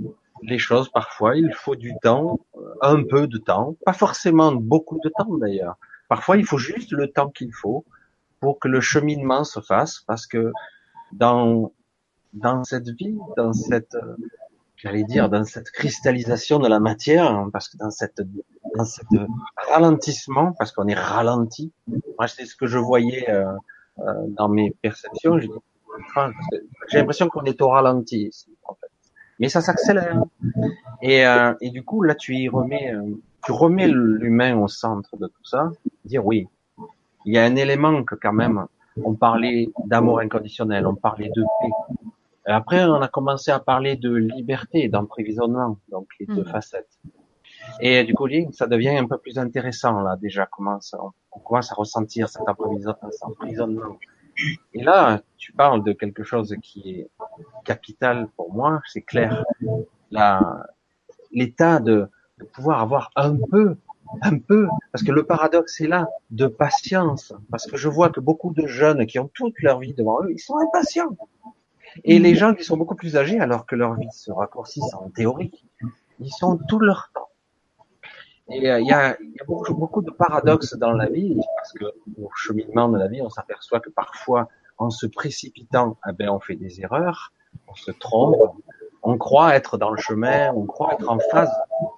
les choses, parfois, il faut du temps, un peu de temps, pas forcément beaucoup de temps d'ailleurs. Parfois, il faut juste le temps qu'il faut pour que le cheminement se fasse, parce que dans dans cette vie, dans cette, j'allais dire, dans cette cristallisation de la matière, parce que dans cette dans cette ralentissement, parce qu'on est ralenti. Moi, c'est ce que je voyais euh, euh, dans mes perceptions. Je dis, enfin, j'ai l'impression qu'on est au ralenti ici, en fait. Mais ça s'accélère. Et, euh, et du coup, là, tu y remets, euh, tu remets l'humain au centre de tout ça. Dire oui, il y a un élément que quand même, on parlait d'amour inconditionnel, on parlait de paix. Après, on a commencé à parler de liberté, d'emprisonnement, donc les deux mmh. facettes. Et du coup, ça devient un peu plus intéressant là. Déjà, commence, on commence à ressentir cet emprisonnement. Et là, tu parles de quelque chose qui est capital pour moi, c'est clair. La, l'état de, de pouvoir avoir un peu, un peu, parce que le paradoxe est là, de patience. Parce que je vois que beaucoup de jeunes qui ont toute leur vie devant eux, ils sont impatients. Et les gens qui sont beaucoup plus âgés, alors que leur vie se raccourcit en théorie, ils sont tout leur temps. Et il euh, y, a, y a beaucoup, beaucoup de paradoxes dans la vie, parce que au cheminement de la vie, on s'aperçoit que parfois, en se précipitant, eh ben, on fait des erreurs, on se trompe, on croit être dans le chemin, on croit être en phase.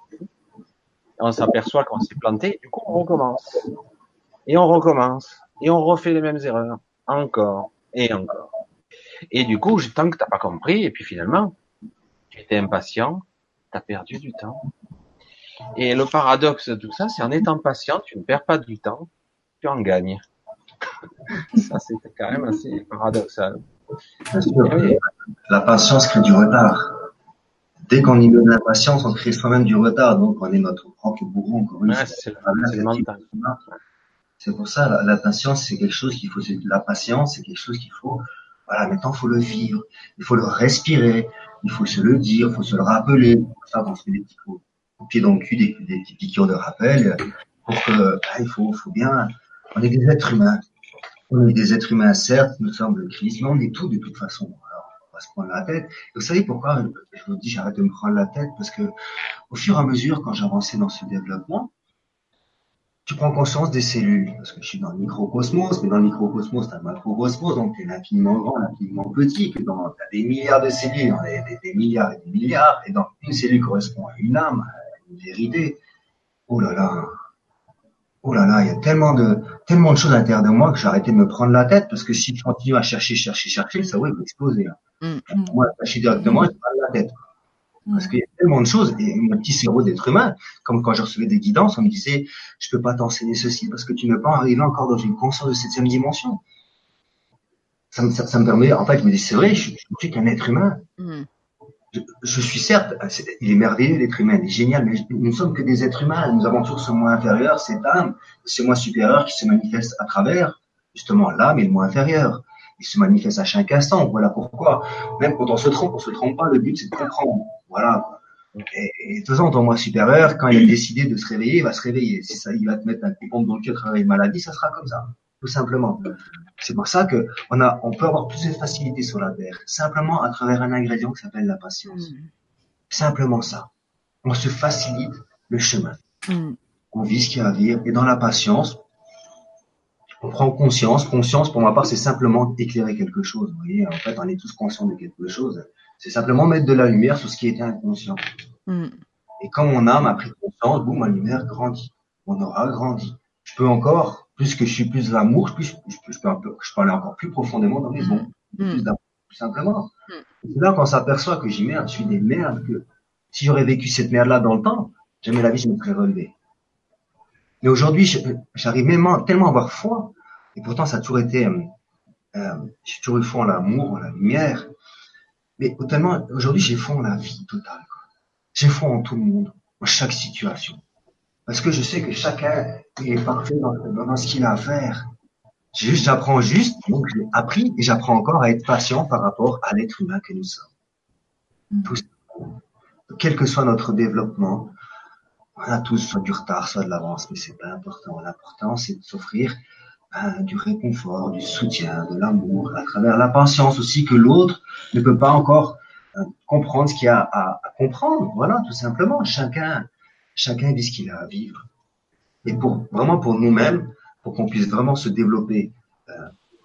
On s'aperçoit qu'on s'est planté, du coup on recommence. Et on recommence. Et on refait les mêmes erreurs. Encore. Et encore. Et du coup, tant que t'as pas compris, et puis finalement, tu es t'es impatient, t'as perdu du temps. Et le paradoxe de tout ça, c'est en étant patient, tu ne perds pas du temps, tu en gagnes. Ça, c'est quand même assez paradoxal. Bien sûr. Oui. La patience crée du retard. Dès qu'on y met de la patience, on crée soi-même du retard. Donc, on est notre propre bourreau, encore une Ouais, fois. c'est, Ah, là, c'est le mental. C'est pour ça, la, la patience, c'est quelque chose qu'il faut, la patience, c'est quelque chose qu'il faut, voilà, maintenant, il faut le vivre. Il faut le respirer. Il faut se le dire, il faut se le rappeler. C'est pour ça qu'on se met des petits coups de pied dans le cul, des, des petits piqûres de rappel, pour que, bah, il faut, faut bien, on est des êtres humains. On est des êtres humains, certes, nous sommes le Christ, mais on est tout de toute façon. Alors, on va se prendre la tête. Et vous savez pourquoi je vous dis j'arrête de me prendre la tête? Parce que, au fur et à mesure, quand j'avançais dans ce développement, tu prends conscience des cellules. Parce que je suis dans le microcosmos, mais dans le microcosmos, t'as le macrocosmos, donc t'es l'infiniment grand, l'infiniment petit, que dans, t'as des milliards de cellules, on est des, des milliards et des milliards, et donc une cellule correspond à une âme, à une vérité. Oh là là. Oh là là, il y a tellement de, tellement de choses à l'intérieur de moi que j'ai arrêté de me prendre la tête, parce que si je continue à chercher, chercher, chercher, le cerveau, il va exploser. Hein. Mm. Moi, chercher directement, je me prends la tête. Parce qu'il y a tellement de choses, et mon petit cerveau d'être humain, comme quand je recevais des guidances, on me disait, je peux pas t'enseigner ceci parce que tu n'es pas arrivé encore dans une conscience de septième dimension. Ça me, ça, ça me permet, en fait, je me dis, c'est vrai, je, je suis qu'un être humain. Mm. Je, je suis certes, il est merveilleux, l'être humain, il est génial, mais nous ne sommes que des êtres humains. Nous avons tous ce moi inférieur, cette âme, ce moi supérieur qui se manifeste à travers, justement, l'âme et le moi inférieur. Il se manifeste à chaque instant. Voilà pourquoi. Même quand on se trompe, on se trompe pas. Le but, c'est de comprendre. Voilà. Et, et de toute façon, ton moi supérieur, quand il a décidé de se réveiller, il va se réveiller. Si ça, il va te mettre un coup de pompe dans le cul à travers une maladie, ça sera comme ça. Tout simplement. C'est pour ça que on a, on peut avoir plus de facilité sur la terre, simplement à travers un ingrédient qui s'appelle la patience. Mm. Simplement ça. On se facilite le chemin. Mm. On vit ce qu'il y a à vivre. Et dans la patience, on prend conscience. Conscience, pour ma part, c'est simplement éclairer quelque chose. Vous voyez, en fait, on est tous conscients de quelque chose. C'est simplement mettre de la lumière sur ce qui était inconscient. Mm. Et quand mon âme a pris conscience, boum, ma lumière grandit. Mon aura grandit. Je peux encore, plus que je suis plus d'amour, plus je, je, je peux un peu, je peux aller encore plus profondément dans les ondes. Mm. Plus d'amour, tout simplement. Mm. Et c'est là qu'on s'aperçoit que j'y merde, je suis des merdes, que si j'aurais vécu cette merde-là dans le temps, jamais la vie, je me serais relevé. Mais aujourd'hui, je, j'arrive même tellement à avoir foi. Et pourtant, ça a toujours été, euh, euh, j'ai toujours eu foi en l'amour, en la lumière. Mais tellement, aujourd'hui, j'ai foi en la vie totale, quoi. J'ai foi en tout le monde, en chaque situation. Parce que je sais que chacun est parfait dans, dans, dans ce qu'il a à faire. J'ai juste, j'apprends juste, donc j'ai appris et j'apprends encore à être patient par rapport à l'être humain que nous sommes. Mm. Tout simplement. Quel que soit notre développement, on a tous soit du retard, soit de l'avance, mais c'est pas important. L'important, c'est de s'offrir ben, du réconfort, du soutien, de l'amour, à travers la patience aussi que l'autre ne peut pas encore euh, comprendre ce qu'il y a à, à comprendre. Voilà, tout simplement. Chacun, chacun vit ce qu'il a à vivre. Et pour vraiment pour nous-mêmes, pour qu'on puisse vraiment se développer euh,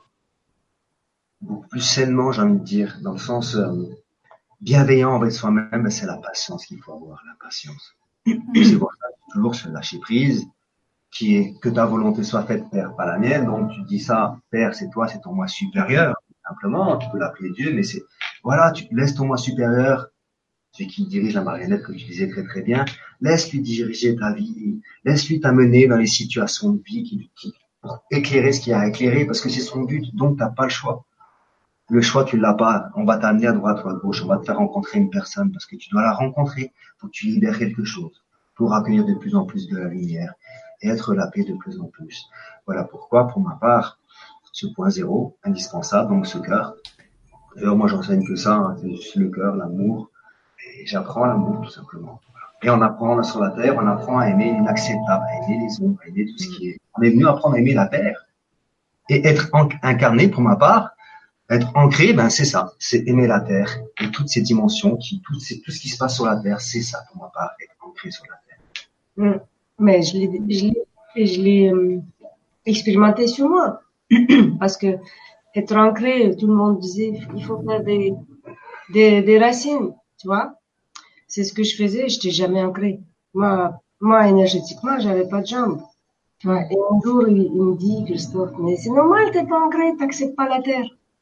beaucoup plus sainement, j'ai envie de dire, dans le sens euh, bienveillant envers soi-même, ben, c'est la patience qu'il faut avoir, la patience. C'est pour ça que toujours se lâcher prise, qui est que ta volonté soit faite, Père, pas la mienne. Donc tu dis ça, Père, c'est toi, c'est ton moi supérieur. Simplement, tu peux l'appeler Dieu, mais c'est voilà, tu laisses ton moi supérieur, celui qui dirige la marionnette, comme tu disais très très bien, laisse-lui diriger ta vie, laisse-lui t'amener dans les situations de vie qui, qui pour éclairer ce qu'il y a à éclairer, parce que c'est son but. Donc t'as pas le choix. Le choix, tu l'as pas. On va t'amener à droite ou à gauche. On va te faire rencontrer une personne parce que tu dois la rencontrer. Faut que tu libères quelque chose pour accueillir de plus en plus de la lumière et être la paix de plus en plus. Voilà pourquoi, pour ma part, ce point zéro, indispensable, donc ce cœur. D'ailleurs, moi, j'enseigne que ça, hein, c'est juste le cœur, l'amour. Et j'apprends l'amour, tout simplement. Et on apprend, là, sur la terre, on apprend à aimer l'inacceptable, à aimer les ombres, à aimer tout ce qui est. On est venu apprendre à aimer la terre. Et être incarné, pour ma part, être ancré, ben c'est ça, c'est aimer la terre et toutes ces dimensions, qui, tout, c'est, tout ce qui se passe sur la terre, c'est ça pour ma part, être ancré sur la terre. Mm. Mais je l'ai, je l'ai, je l'ai euh, expérimenté sur moi, parce que être ancré, tout le monde disait, il faut faire des, des, des racines, tu vois. C'est ce que je faisais, j'étais jamais ancré. Moi, moi énergétiquement, j'avais pas de jambes. Ouais. Et un jour, il, il me dit, Christophe, mais c'est normal, t'es pas ancré, t'acceptes pas la terre.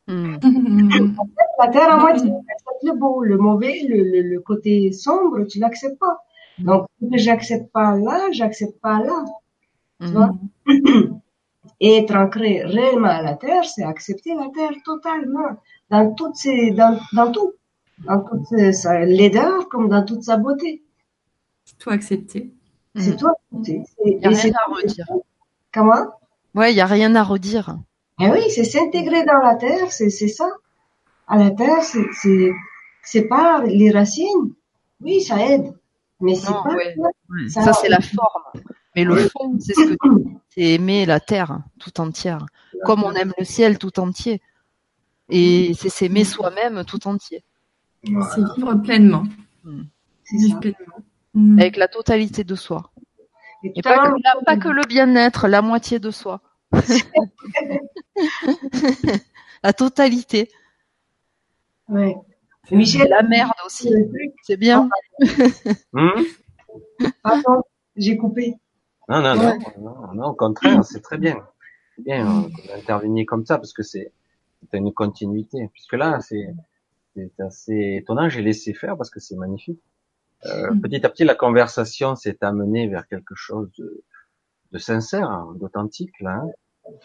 Mm. La terre à moitié, tu acceptes le beau, le mauvais, le, le, le côté sombre, tu l'acceptes pas. Donc, ce que j'accepte pas là, j'accepte pas là. Tu Mm. vois? Et être ancré réellement à la terre, c'est accepter la terre totalement, dans toutes ses, dans, dans tout, dans toute ses- sa laideur comme dans toute sa beauté. Tout accepter. C'est Mm. tout accepter. C'est- Y a Et rien c'est à redire. comment? Ouais, il y a rien à redire. Eh oui, c'est s'intégrer dans la terre, c'est, c'est ça. À la terre, c'est, c'est, c'est pas les racines. Oui, ça aide. Mais c'est Non, pas ouais. ça. Ouais. Ça- Ça, c'est la forme. Mais le fond, c'est ce que tu dis, c'est aimer la terre tout entière, comme on aime le ciel tout entier. Et c'est s'aimer soi-même tout entier, Voilà. C'est vivre pleinement. Mm. C'est Vivre ça. pleinement. Mm. Avec la totalité de soi. Et Et tout à pas que, l'heure, la- pas que le bien-être, la moitié de soi. La totalité. ouais. C'est Michel, la merde aussi. le truc, C'est bien. Hum pardon, j'ai coupé. non, non, Ouais. non, non, non, au contraire, c'est très bien. C'est bien euh, que vous interveniez comme ça parce que c'est c'est une continuité. Puisque là, c'est c'est assez étonnant. J'ai laissé faire parce que c'est magnifique. Euh, Mm. petit à petit, la conversation s'est amenée vers quelque chose de, de sincère, hein, d'authentique là. hein.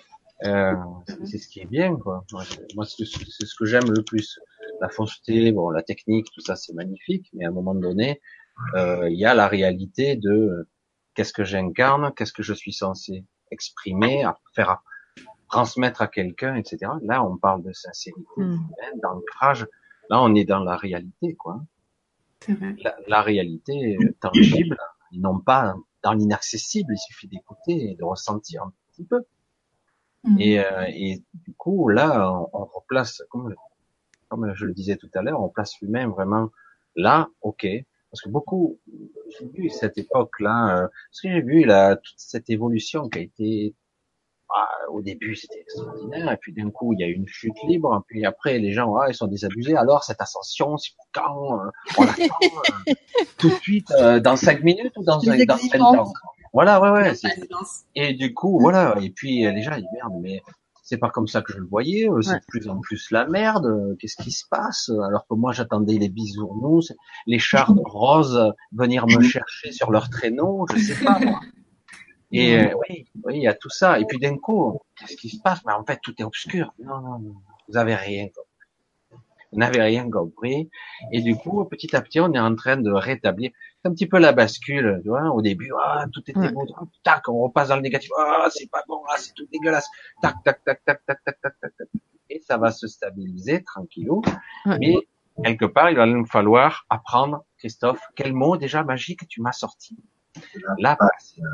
Euh, c'est c'est ce qui est bien, quoi. Moi, c'est- moi, c'est c'est ce que j'aime le plus. La fausseté, bon, la technique, tout ça, c'est magnifique, mais à un moment donné, euh, il y a la réalité de euh, qu'est-ce que j'incarne, qu'est-ce que je suis censé exprimer, à faire, à transmettre à quelqu'un, et cetera. Là, on parle de sincérité, Mm. hein, d'ancrage. Là, on est dans la réalité, quoi. C'est vrai. La, la réalité euh, tangible, et non pas dans l'inaccessible. Il suffit d'écouter et de ressentir un petit peu. Mm. Et, euh, et du coup, là, on, on replace, comme, comme je le disais tout à l'heure, on place l'humain vraiment là, ok. Parce que beaucoup, j'ai vu cette époque-là, euh, parce que j'ai vu là toute cette évolution qui a été, ah, au début c'était extraordinaire, et puis d'un coup il y a eu une chute libre, et puis après les gens, ah, ils sont désabusés. Alors cette ascension, c'est pour quand euh, on l'attend euh, tout de suite, euh, dans cinq minutes ou dans, Les un, dans vingt exigences. ans. Voilà, ouais, ouais. c'est- Silence. Et du coup, voilà. Et puis euh, les gens ils disent merde, mais c'est pas comme ça que je le voyais. euh, C'est Ouais. de plus en plus la merde. euh, Qu'est-ce qui se passe? Alors que moi j'attendais les bisounours, les chars roses euh, venir me chercher sur leur traîneau, je sais pas moi. Et euh, oui, oui, il y a tout ça. Et puis d'un coup, qu'est-ce qui se passe? Mais en fait, tout est obscur. Non, non, non. Vous avez rien compris. Vous n'avez rien compris. Et du coup, petit à petit, on est en train de rétablir. C'est un petit peu la bascule, tu vois. Au début, ah, tout était Ouais. beau. Tac, on repasse dans le négatif. Ah, c'est pas bon. Ah, c'est tout dégueulasse. Tac, tac, tac, tac, tac, tac, tac, tac, tac. Et ça va se stabiliser tranquillou. Ouais. Mais quelque part, il va nous falloir apprendre, Christophe, quel mot déjà magique tu m'as sorti? La patience.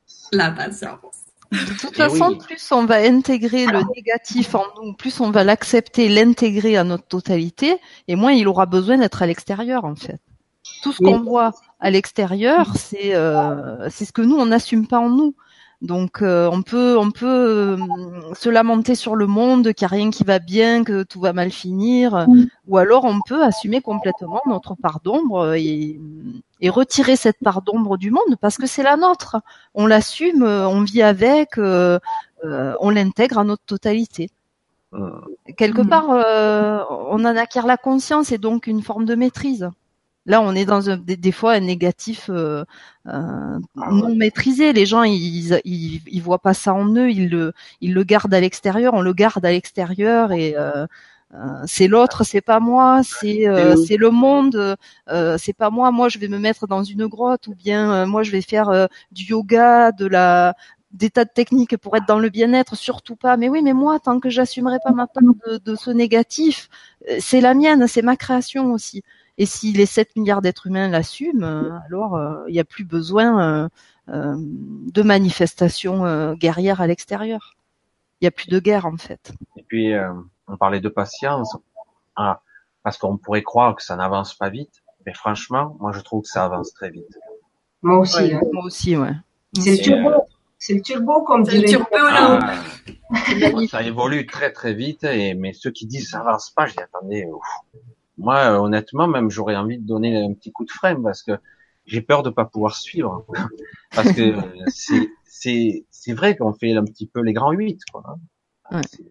La patience. De toute Et façon, oui. plus on va intégrer le négatif en nous, plus on va l'accepter, l'intégrer à notre totalité, et moins il aura besoin d'être à l'extérieur, en fait. Tout ce qu'on voit à l'extérieur, c'est euh, c'est ce que nous on n'assume pas en nous. Donc euh, on peut on peut euh, se lamenter sur le monde, qu'il n'y a rien qui va bien, que tout va mal finir, ou alors on peut assumer complètement notre part d'ombre et, et retirer cette part d'ombre du monde parce que c'est la nôtre. On l'assume, on vit avec, euh, euh, on l'intègre à notre totalité. Hum. Quelque Mm. part, euh, on en acquiert la conscience et donc une forme de maîtrise. Là, on est dans un, des, des fois un négatif euh, euh, non maîtrisé. Les gens, ils, ils, ils voient pas ça en eux, ils le, ils le gardent à l'extérieur. On le garde à l'extérieur et euh, euh, c'est l'autre, c'est pas moi, c'est euh, c'est le monde, euh, c'est pas moi. Moi, je vais me mettre dans une grotte ou bien euh, moi, je vais faire euh, du yoga, de la des tas de techniques pour être dans le bien-être, surtout pas. Mais oui, mais moi, tant que j'assumerai pas ma part de, de ce négatif, c'est la mienne, c'est ma création aussi. Et si les sept milliards d'êtres humains l'assument, alors il euh, n'y a plus besoin euh, euh, de manifestations euh, guerrières à l'extérieur. Il n'y a plus de guerre en fait. Et puis, euh, on parlait de patience, ah, parce qu'on pourrait croire que ça n'avance pas vite, mais franchement, moi je trouve que ça avance très vite. Moi aussi. Ouais, Hein. moi aussi, ouais. C'est le turbo. Euh... C'est le turbo, comme c'est dirait. Le turbo, là. Ah, ça évolue très très vite, et mais ceux qui disent ça avance pas, je dis attendez. Ouf. Moi, honnêtement, même j'aurais envie de donner un petit coup de frein parce que j'ai peur de pas pouvoir suivre. Parce que c'est c'est c'est vrai qu'on fait un petit peu les grands huit, quoi. Ouais.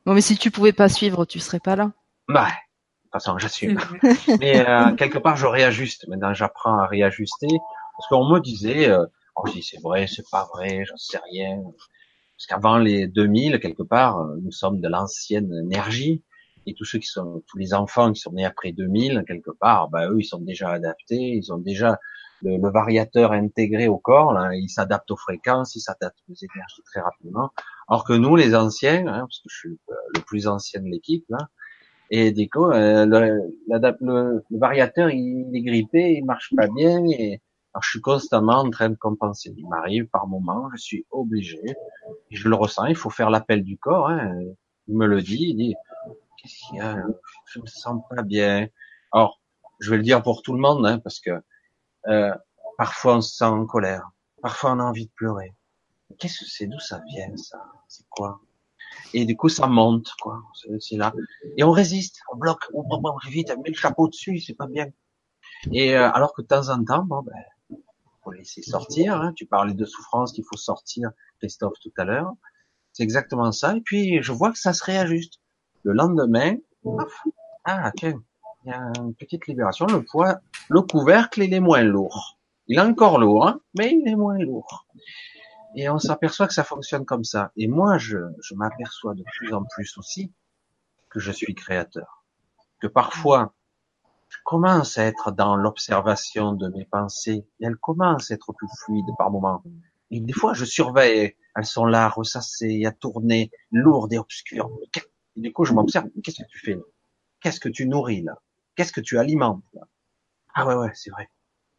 Bon, mais si tu pouvais pas suivre, tu serais pas là. Bah, de toute façon, j'assume. Mais euh, quelque part, je réajuste. Maintenant, j'apprends à réajuster. Parce qu'on me disait, euh, oh, je dis, c'est vrai, c'est pas vrai, j'en sais rien. Parce qu'avant les deux mille, quelque part, euh, nous sommes de l'ancienne énergie. Et tous ceux qui sont, tous les enfants qui sont nés après deux mille, quelque part, bah eux, ils sont déjà adaptés, ils ont déjà le, le variateur intégré au corps, là, ils s'adaptent aux fréquences, ils s'adaptent aux énergies très rapidement. Alors que nous, les anciens, hein, parce que je suis le plus ancien de l'équipe, là, et du coup, euh, le, le, le variateur, il est grippé, il marche pas bien, et alors je suis constamment en train de compenser. Il m'arrive par moment, je suis obligé, et je le ressens, il faut faire l'appel du corps, hein, il me le dit, il dit, qu'est-ce qu'il y a, je me sens pas bien. Alors, je vais le dire pour tout le monde, hein, parce que euh, parfois on se sent en colère, parfois on a envie de pleurer. Qu'est-ce que c'est, d'où ça vient, ça? C'est quoi? Et du coup, ça monte, quoi. C'est, c'est là. Et on résiste, on bloque, on, on, on vite, on met le chapeau dessus, c'est pas bien. Et euh, alors que de temps en temps, bon, ben, faut laisser sortir. Hein. Tu parlais de souffrance qu'il faut sortir, Christophe, tout à l'heure. C'est exactement ça. Et puis, je vois que ça se réajuste. Le lendemain, paf, ah tiens, il y a une petite libération. Le poids, le couvercle, il est moins lourd. Il est encore lourd, hein, mais il est moins lourd. Et on s'aperçoit que ça fonctionne comme ça. Et moi, je, je m'aperçois de plus en plus aussi que je suis créateur. Que parfois, je commence à être dans l'observation de mes pensées. Et elles commencent à être plus fluides par moments. Et des fois, je surveille. Elles sont là, ressassées, à tourner, lourdes et obscures. Et du coup, je m'observe. Qu'est-ce que tu fais là? Qu'est-ce que tu nourris là? Qu'est-ce que tu alimentes là? Ah ouais, ouais, c'est vrai.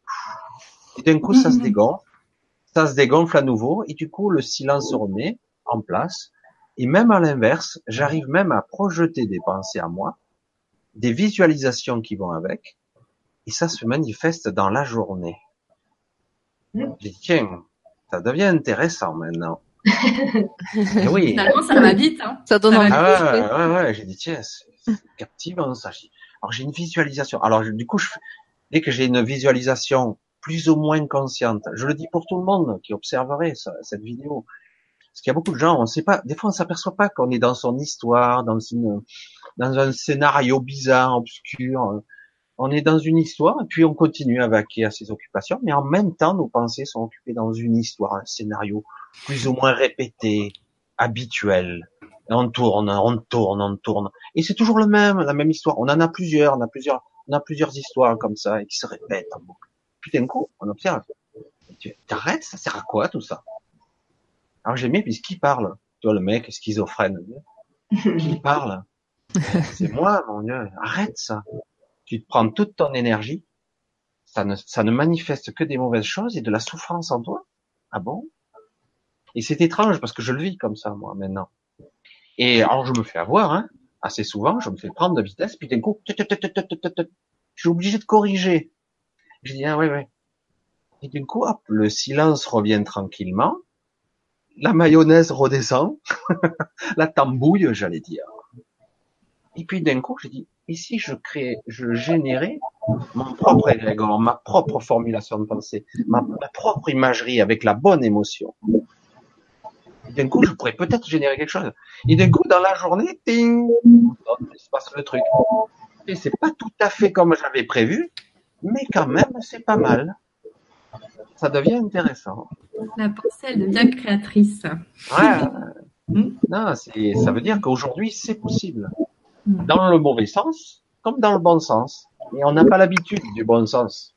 Et d'un coup, ça se dégonfle. Ça se dégonfle à nouveau. Et du coup, le silence se remet en place. Et même à l'inverse, j'arrive même à projeter des pensées à moi, des visualisations qui vont avec. Et ça se manifeste dans la journée. Je dis, tiens, ça devient intéressant maintenant. Et oui. Finalement, ça va vite, hein. Ça donne envie. Ah ouais, ouais, ouais, j'ai dit, tiens, c'est, c'est captivant, ça. Alors, j'ai une visualisation. Alors, du coup, je, dès que j'ai une visualisation plus ou moins consciente, je le dis pour tout le monde qui observerait ça, cette vidéo. Parce qu'il y a beaucoup de gens, on sait pas, des fois, on s'aperçoit pas qu'on est dans son histoire, dans une, dans un scénario bizarre, obscur. On est dans une histoire, et puis on continue à vaquer à ses occupations, mais en même temps, nos pensées sont occupées dans une histoire, un scénario plus ou moins répété, habituel. Et on tourne, on tourne, on tourne. Et c'est toujours le même, la même histoire. On en a plusieurs, on a plusieurs, on a plusieurs histoires comme ça, et qui se répètent en boucle. Puis d'un coup, on observe. Tu t'arrêtes, ça sert à quoi, tout ça? Alors j'ai aimé, puisqu'il parle. Tu vois, le mec schizophrène. Qui parle? C'est moi, mon Dieu. Arrête ça. Tu te prends toute ton énergie, ça ne, ça ne manifeste que des mauvaises choses et de la souffrance en toi. Ah bon? Et c'est étrange parce que je le vis comme ça, moi, maintenant. Et alors, je me fais avoir, hein, assez souvent, je me fais prendre de vitesse, puis d'un coup, je suis obligé de corriger. Je dis, ah ouais, ouais. Et d'un coup, hop, le silence revient tranquillement, la mayonnaise redescend, la tambouille, j'allais dire. Et puis d'un coup, je dis, et si je créais, je générais mon propre égrégore, ma propre formulation de pensée, ma, ma propre imagerie avec la bonne émotion. Et d'un coup, je pourrais peut-être générer quelque chose. Et d'un coup, dans la journée, ting, il se passe le truc. Et c'est pas tout à fait comme j'avais prévu, mais quand même, c'est pas mal. Ça devient intéressant. La pensée, elle devient créatrice. Ouais. Non, c'est, ça veut dire qu'aujourd'hui, c'est possible. Dans le mauvais sens, comme dans le bon sens. Et on n'a pas l'habitude du bon sens.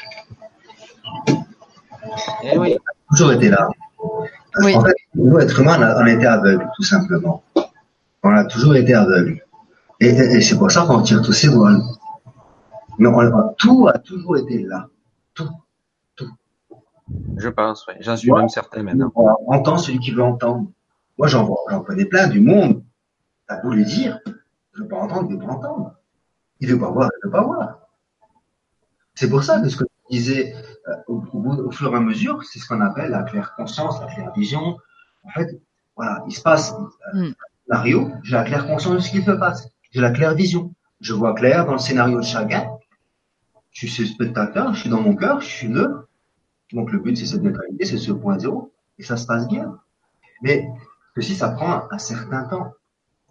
Eh oui. On a toujours été là. Parce Oui. qu'en fait, nous, êtres humains, on a, on a été aveugles, tout simplement. On a toujours été aveugles. Et, et, et c'est pour ça qu'on tire tous ces voiles. Mais on, on, tout a toujours été là. Tout. Tout. Je pense, oui. J'en suis ouais. même certain maintenant. On entend celui qui veut entendre. Moi, j'en, j'en connais plein du monde. T'as beau les dire. Il veut pas entendre, il veut pas entendre. Il veut pas voir, il veut pas voir. C'est pour ça que ce que tu disais, euh, au, au, au fur et à mesure, c'est ce qu'on appelle la claire conscience, la claire vision. En fait, voilà, il se passe euh, mm. un scénario, j'ai la claire conscience de ce qui se passe. J'ai la claire vision. Je vois clair dans le scénario de chacun. Je suis spectateur, je suis dans mon cœur, je suis neutre. Donc le but, c'est cette neutralité, c'est ce point zéro. Et ça se passe bien. Mais ceci, ça prend un, un certain temps.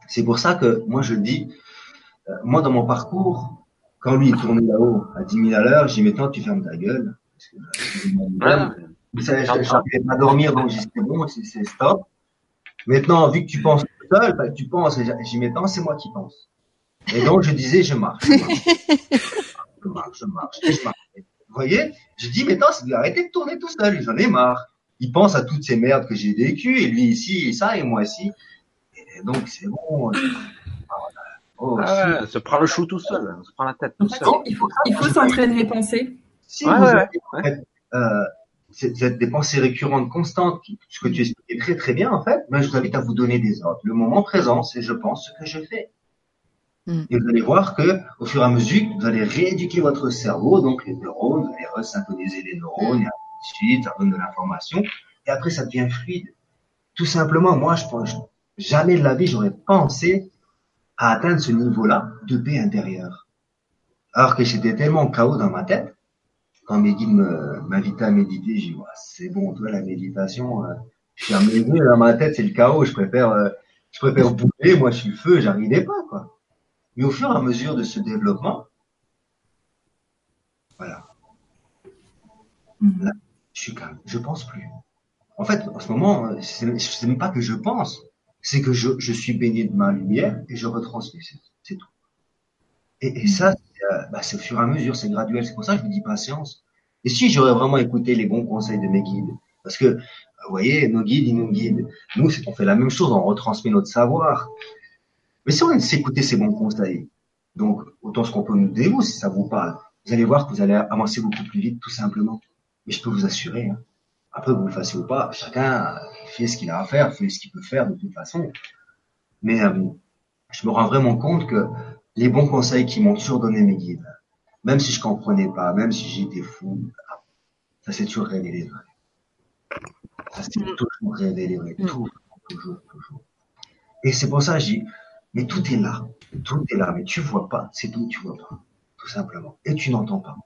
C'est pour ça que moi je le dis, euh, moi dans mon parcours, quand lui est tourné là-haut à dix mille à l'heure, j'ai dit maintenant tu fermes ta gueule. Parce que, Voilà. vous savez, je n'arrivais pas à dormir, donc j'ai dit c'est bon, c'est, c'est stop. Maintenant, vu que tu penses tout seul, bah, tu penses, j'ai dit maintenant c'est moi qui pense. Et donc je disais je marche, je marche, je marche, je marche, je marche. Vous voyez, je dis maintenant arrêtez de tourner tout seul, j'en ai marre. Il pense à toutes ces merdes que j'ai vécues, et lui ici, et ça, et moi ici. Et donc c'est bon. Oh, Ah ouais, se prend le chou tout seul, se prend la tête tout En fait, seul. il faut, il faut s'entraîner les pensées. Si Ouais, vous ouais, avez ouais. en fait, euh, c'est, c'est des pensées récurrentes constantes, qui, ce que tu expliquais très très bien en fait, ben, je vous invite à vous donner des ordres. Le moment présent, c'est je pense ce que je fais. Mm. Et vous allez voir que au fur et à mesure, vous allez rééduquer votre cerveau, donc les neurones, vous allez resynchroniser les neurones, et ainsi de suite, ça donne de l'information, et après ça devient fluide. Tout simplement, moi, je pense, jamais de la vie, j'aurais pensé à atteindre ce niveau-là de paix intérieure. Alors que j'étais tellement chaos dans ma tête, quand mes guides me, m'invitaient à méditer, j'ai dit, ouais, c'est bon, toi, la méditation, euh, je ferme les yeux, dans ma tête, c'est le chaos, je préfère, euh, je préfère bouger, moi, je suis le feu, j'arrivais pas, quoi. Mais au fur et à mesure de ce développement, voilà, là, je suis calme, je pense plus. En fait, en ce moment, c'est, c'est même pas que je pense, c'est que je, je suis baigné de ma lumière et je retransmets, c'est, c'est tout. Et, et ça, c'est, euh, bah, c'est au fur et à mesure, c'est graduel. C'est pour ça que je vous dis patience. Et si j'aurais vraiment écouté les bons conseils de mes guides, parce que, vous voyez, nos guides, ils nous guident. Nous, c'est qu'on fait la même chose, on retransmet notre savoir. Mais si on laisse écouter ces bons conseils, donc autant ce qu'on peut nous dire, si ça vous parle, vous allez voir que vous allez avancer beaucoup plus vite, tout simplement. Mais je peux vous assurer, hein, après que vous le fassiez ou pas, chacun fait ce qu'il a à faire, fait ce qu'il peut faire de toute façon. Mais euh, je me rends vraiment compte que les bons conseils qui m'ont toujours donné mes guides, même si je comprenais pas, même si j'étais fou, ça s'est toujours révélé vrai. Ça s'est Mm. toujours révélé vrai. Mm. Toujours, toujours, toujours. Et c'est pour ça que je dis, mais tout est là. Tout est là, mais tu vois pas. C'est tout, tu vois pas. Tout simplement. Et tu n'entends pas.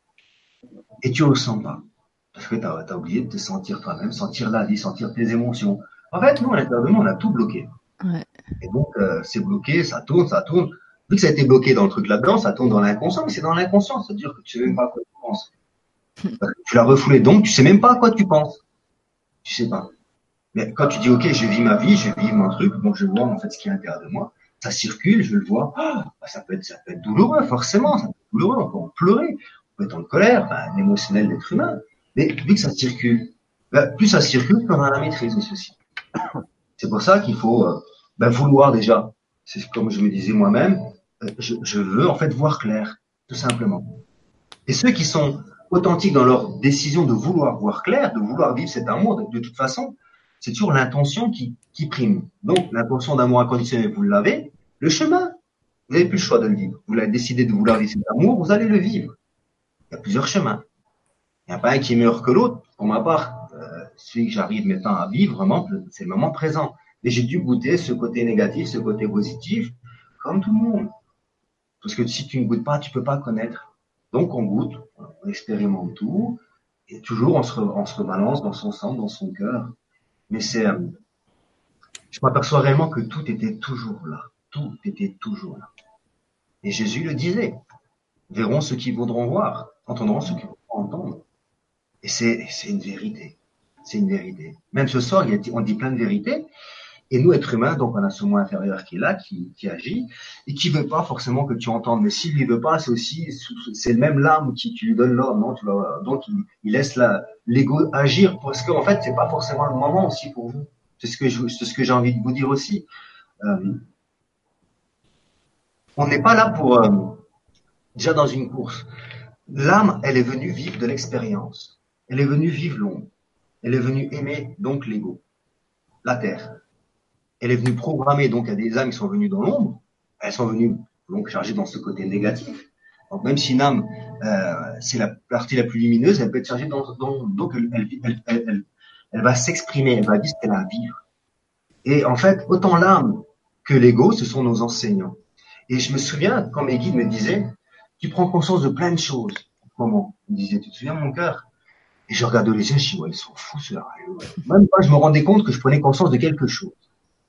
Et tu ressens pas. Parce que t'as, t'as oublié de te sentir toi-même, sentir la vie, sentir tes émotions. En fait, nous, à l'intérieur de nous, on a tout bloqué. Ouais. Et donc, euh, c'est bloqué, ça tourne, ça tourne. Vu que ça a été bloqué dans le truc là-dedans, ça tourne dans l'inconscient, mais c'est dans l'inconscient. C'est-à-dire que tu sais même pas à quoi tu penses. Parce que tu l'as refoulé, donc tu sais même pas à quoi tu penses. Tu sais pas. Mais quand tu dis, OK, je vis ma vie, je vis mon truc, donc je vois en fait ce qui est à l'intérieur de moi, ça circule, je le vois, ah, bah, ça peut être, ça peut être douloureux, forcément, ça peut être douloureux, on peut en pleurer, on peut être en colère, enfin, l'émotionnel d'être humain. Mais vu que ça circule, bah, plus ça circule, plus on a la maîtrise de ceci. C'est pour ça qu'il faut euh, bah, vouloir déjà. C'est comme je me disais moi-même, euh, je, je veux en fait voir clair, tout simplement. Et ceux qui sont authentiques dans leur décision de vouloir voir clair, de vouloir vivre cet amour, de, de toute façon, c'est toujours l'intention qui, qui prime. Donc, l'intention d'amour inconditionnel, vous l'avez. Le chemin, vous n'avez plus le choix de le vivre. Vous l'avez décidé de vouloir vivre cet amour, vous allez le vivre. Il y a plusieurs chemins. Il n'y a pas un qui est meilleur que l'autre. Pour ma part, euh, celui que j'arrive maintenant à vivre, vraiment, c'est le moment présent. Et j'ai dû goûter ce côté négatif, ce côté positif, comme tout le monde. Parce que si tu ne goûtes pas, tu peux pas connaître. Donc, on goûte, on expérimente tout, et toujours on se, on se rebalance dans son sang, dans son cœur. Mais c'est, euh, je m'aperçois réellement que tout était toujours là. Tout était toujours là. Et Jésus le disait. Verront ceux qui voudront voir, entendront ceux qui voudront entendre. Et c'est, c'est une vérité. C'est une vérité. Même ce soir, il y a, on dit plein de vérités. Et nous, êtres humains, donc on a ce moi intérieur qui est là, qui, qui agit, et qui veut pas forcément que tu entendes. Mais s'il lui veut pas, c'est aussi, c'est le même l'âme qui, qui lui donne l'ordre, non? Tu vois, donc il, il laisse la, l'ego agir, parce qu'en fait, c'est pas forcément le moment aussi pour vous. C'est ce que je, c'est ce que j'ai envie de vous dire aussi. Euh, on n'est pas là pour, euh, déjà dans une course. L'âme, elle est venue vivre de l'expérience. Elle est venue vivre l'ombre. Elle est venue aimer, donc l'ego. La terre. Elle est venue programmer, donc il y a des âmes qui sont venues dans l'ombre, elles sont venues donc chargées dans ce côté négatif. Donc même si une âme, euh, c'est la partie la plus lumineuse, elle peut être chargée dans, dans donc elle, elle, elle, elle, elle, elle va s'exprimer, elle va dire ce qu'elle a à vivre. Et en fait, autant l'âme que l'ego, ce sont nos enseignants. Et je me souviens quand mes guides me disaient, tu prends conscience de plein de choses. Comment? Ils me disaient, tu te souviens mon cœur? Et je regardais les yeux, je dis, ouais, ils sont fous ceux-là. Même pas, je me rendais compte que je prenais conscience de quelque chose.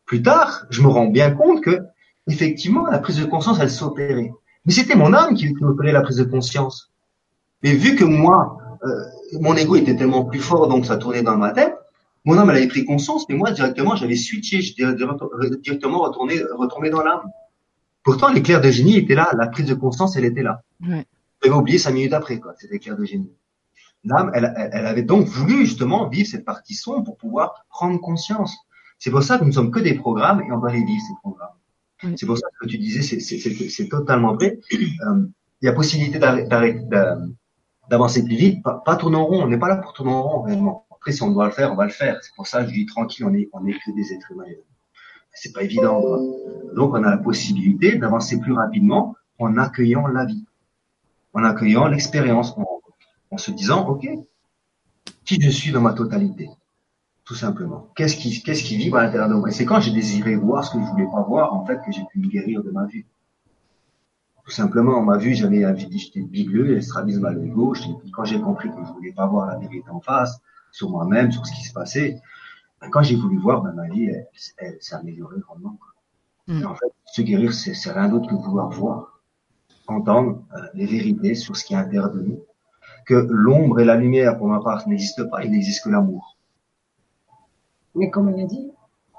Plus tard, je me rends bien compte que, effectivement, la prise de conscience, elle s'opérait. Mais c'était mon âme qui, qui opérait la prise de conscience. Mais vu que moi, euh, mon ego était tellement plus fort, donc ça tournait dans ma tête, mon âme, elle avait pris conscience, mais moi, directement, j'avais switché, j'étais directement retourné, retourné dans l'âme. Pourtant, l'éclair de génie était là, la prise de conscience, elle était là. Ouais. J'avais oublié cinq minutes après, quoi, cet éclair de génie. L'âme, elle, elle, elle avait donc voulu, justement, vivre cette partie sombre pour pouvoir prendre conscience. C'est pour ça que nous ne sommes que des programmes et on doit les vivre, ces programmes. Oui. C'est pour ça que tu disais, c'est, c'est, c'est, c'est totalement vrai. Euh, il y a possibilité d'avancer plus vite, pas, pas tourner en rond. On n'est pas là pour tourner en rond, réellement. Après, si on doit le faire, on va le faire. C'est pour ça que je dis tranquille, on est, on est que des êtres humains. C'est pas évident, quoi. Donc, on a la possibilité d'avancer plus rapidement en accueillant la vie, en accueillant l'expérience, en, en se disant, OK, qui je suis dans ma totalité? Tout simplement. Qu'est-ce qui, qu'est-ce qui vibre à l'intérieur de moi? Et c'est quand j'ai désiré voir ce que je voulais pas voir, en fait, que j'ai pu me guérir de ma vue. Tout simplement, ma vue, j'avais, j'étais bigleux, et strabisme à l'œil gauche, et puis quand j'ai compris que je voulais pas voir la vérité en face, sur moi-même, sur ce qui se passait, ben, quand j'ai voulu voir, ben, ma vie, elle, elle s'est améliorée grandement, quoi. Mm. En fait, se guérir, c'est, c'est rien d'autre que vouloir voir, entendre euh, les vérités sur ce qui est à l'intérieur de nous. Que l'ombre et la lumière, pour ma part, n'existent pas, il n'existe que l'amour. Mais comme on a dit,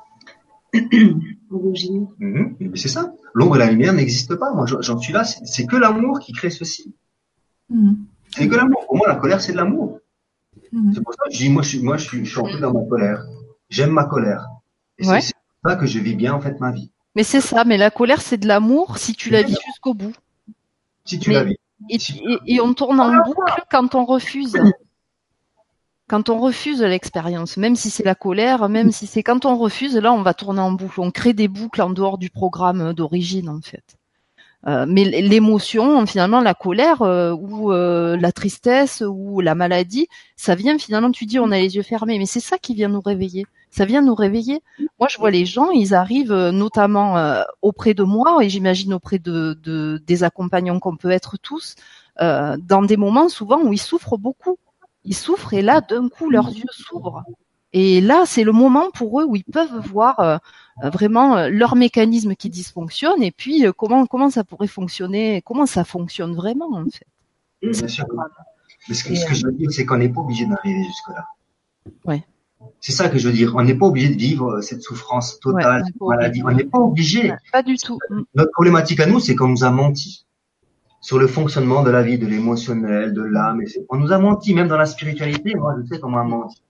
mmh, mais c'est ça. L'ombre et la lumière n'existent pas. Moi, j'en suis là. C'est, c'est que l'amour qui crée ceci. Mmh. C'est que l'amour. Pour moi, la colère, c'est de l'amour. Mmh. C'est pour ça que je dis, moi, je suis, moi, je suis, je suis en plus dans ma colère. J'aime ma colère. Et ouais. c'est, c'est pour ça que je vis bien, en fait, ma vie. Mais c'est ça. Mais la colère, c'est de l'amour si tu la vis jusqu'au bout. Si tu mais, la vis. Et, si et, et on tourne en boucle quand on refuse. Quand on refuse l'expérience, même si c'est la colère, même si c'est quand on refuse, là on va tourner en boucle. On crée des boucles en dehors du programme d'origine en fait. Euh, mais l'émotion, finalement, la colère euh, ou euh, la tristesse ou la maladie, ça vient finalement. Tu dis on a les yeux fermés, mais c'est ça qui vient nous réveiller. Ça vient nous réveiller. Moi, je vois les gens, ils arrivent notamment euh, auprès de moi et j'imagine auprès de, de des accompagnants qu'on peut être tous, euh, dans des moments souvent où ils souffrent beaucoup. Ils souffrent et là, d'un coup, leurs yeux s'ouvrent. Et là, c'est le moment pour eux où ils peuvent voir euh, vraiment euh, leur mécanisme qui dysfonctionne et puis euh, comment comment ça pourrait fonctionner, comment ça fonctionne vraiment en fait. Bien sûr. Mais ce que, ce que je veux dire, c'est qu'on n'est pas obligé d'arriver jusque-là. Ouais. C'est ça que je veux dire. On n'est pas obligé de vivre cette souffrance totale, cette ouais, maladie. On n'est pas obligé. Ouais, pas du tout. Notre problématique à nous, c'est qu'on nous a menti sur le fonctionnement de la vie, de l'émotionnel, de l'âme. Et on nous a menti, même dans la spiritualité. Moi, je sais qu'on m'a menti.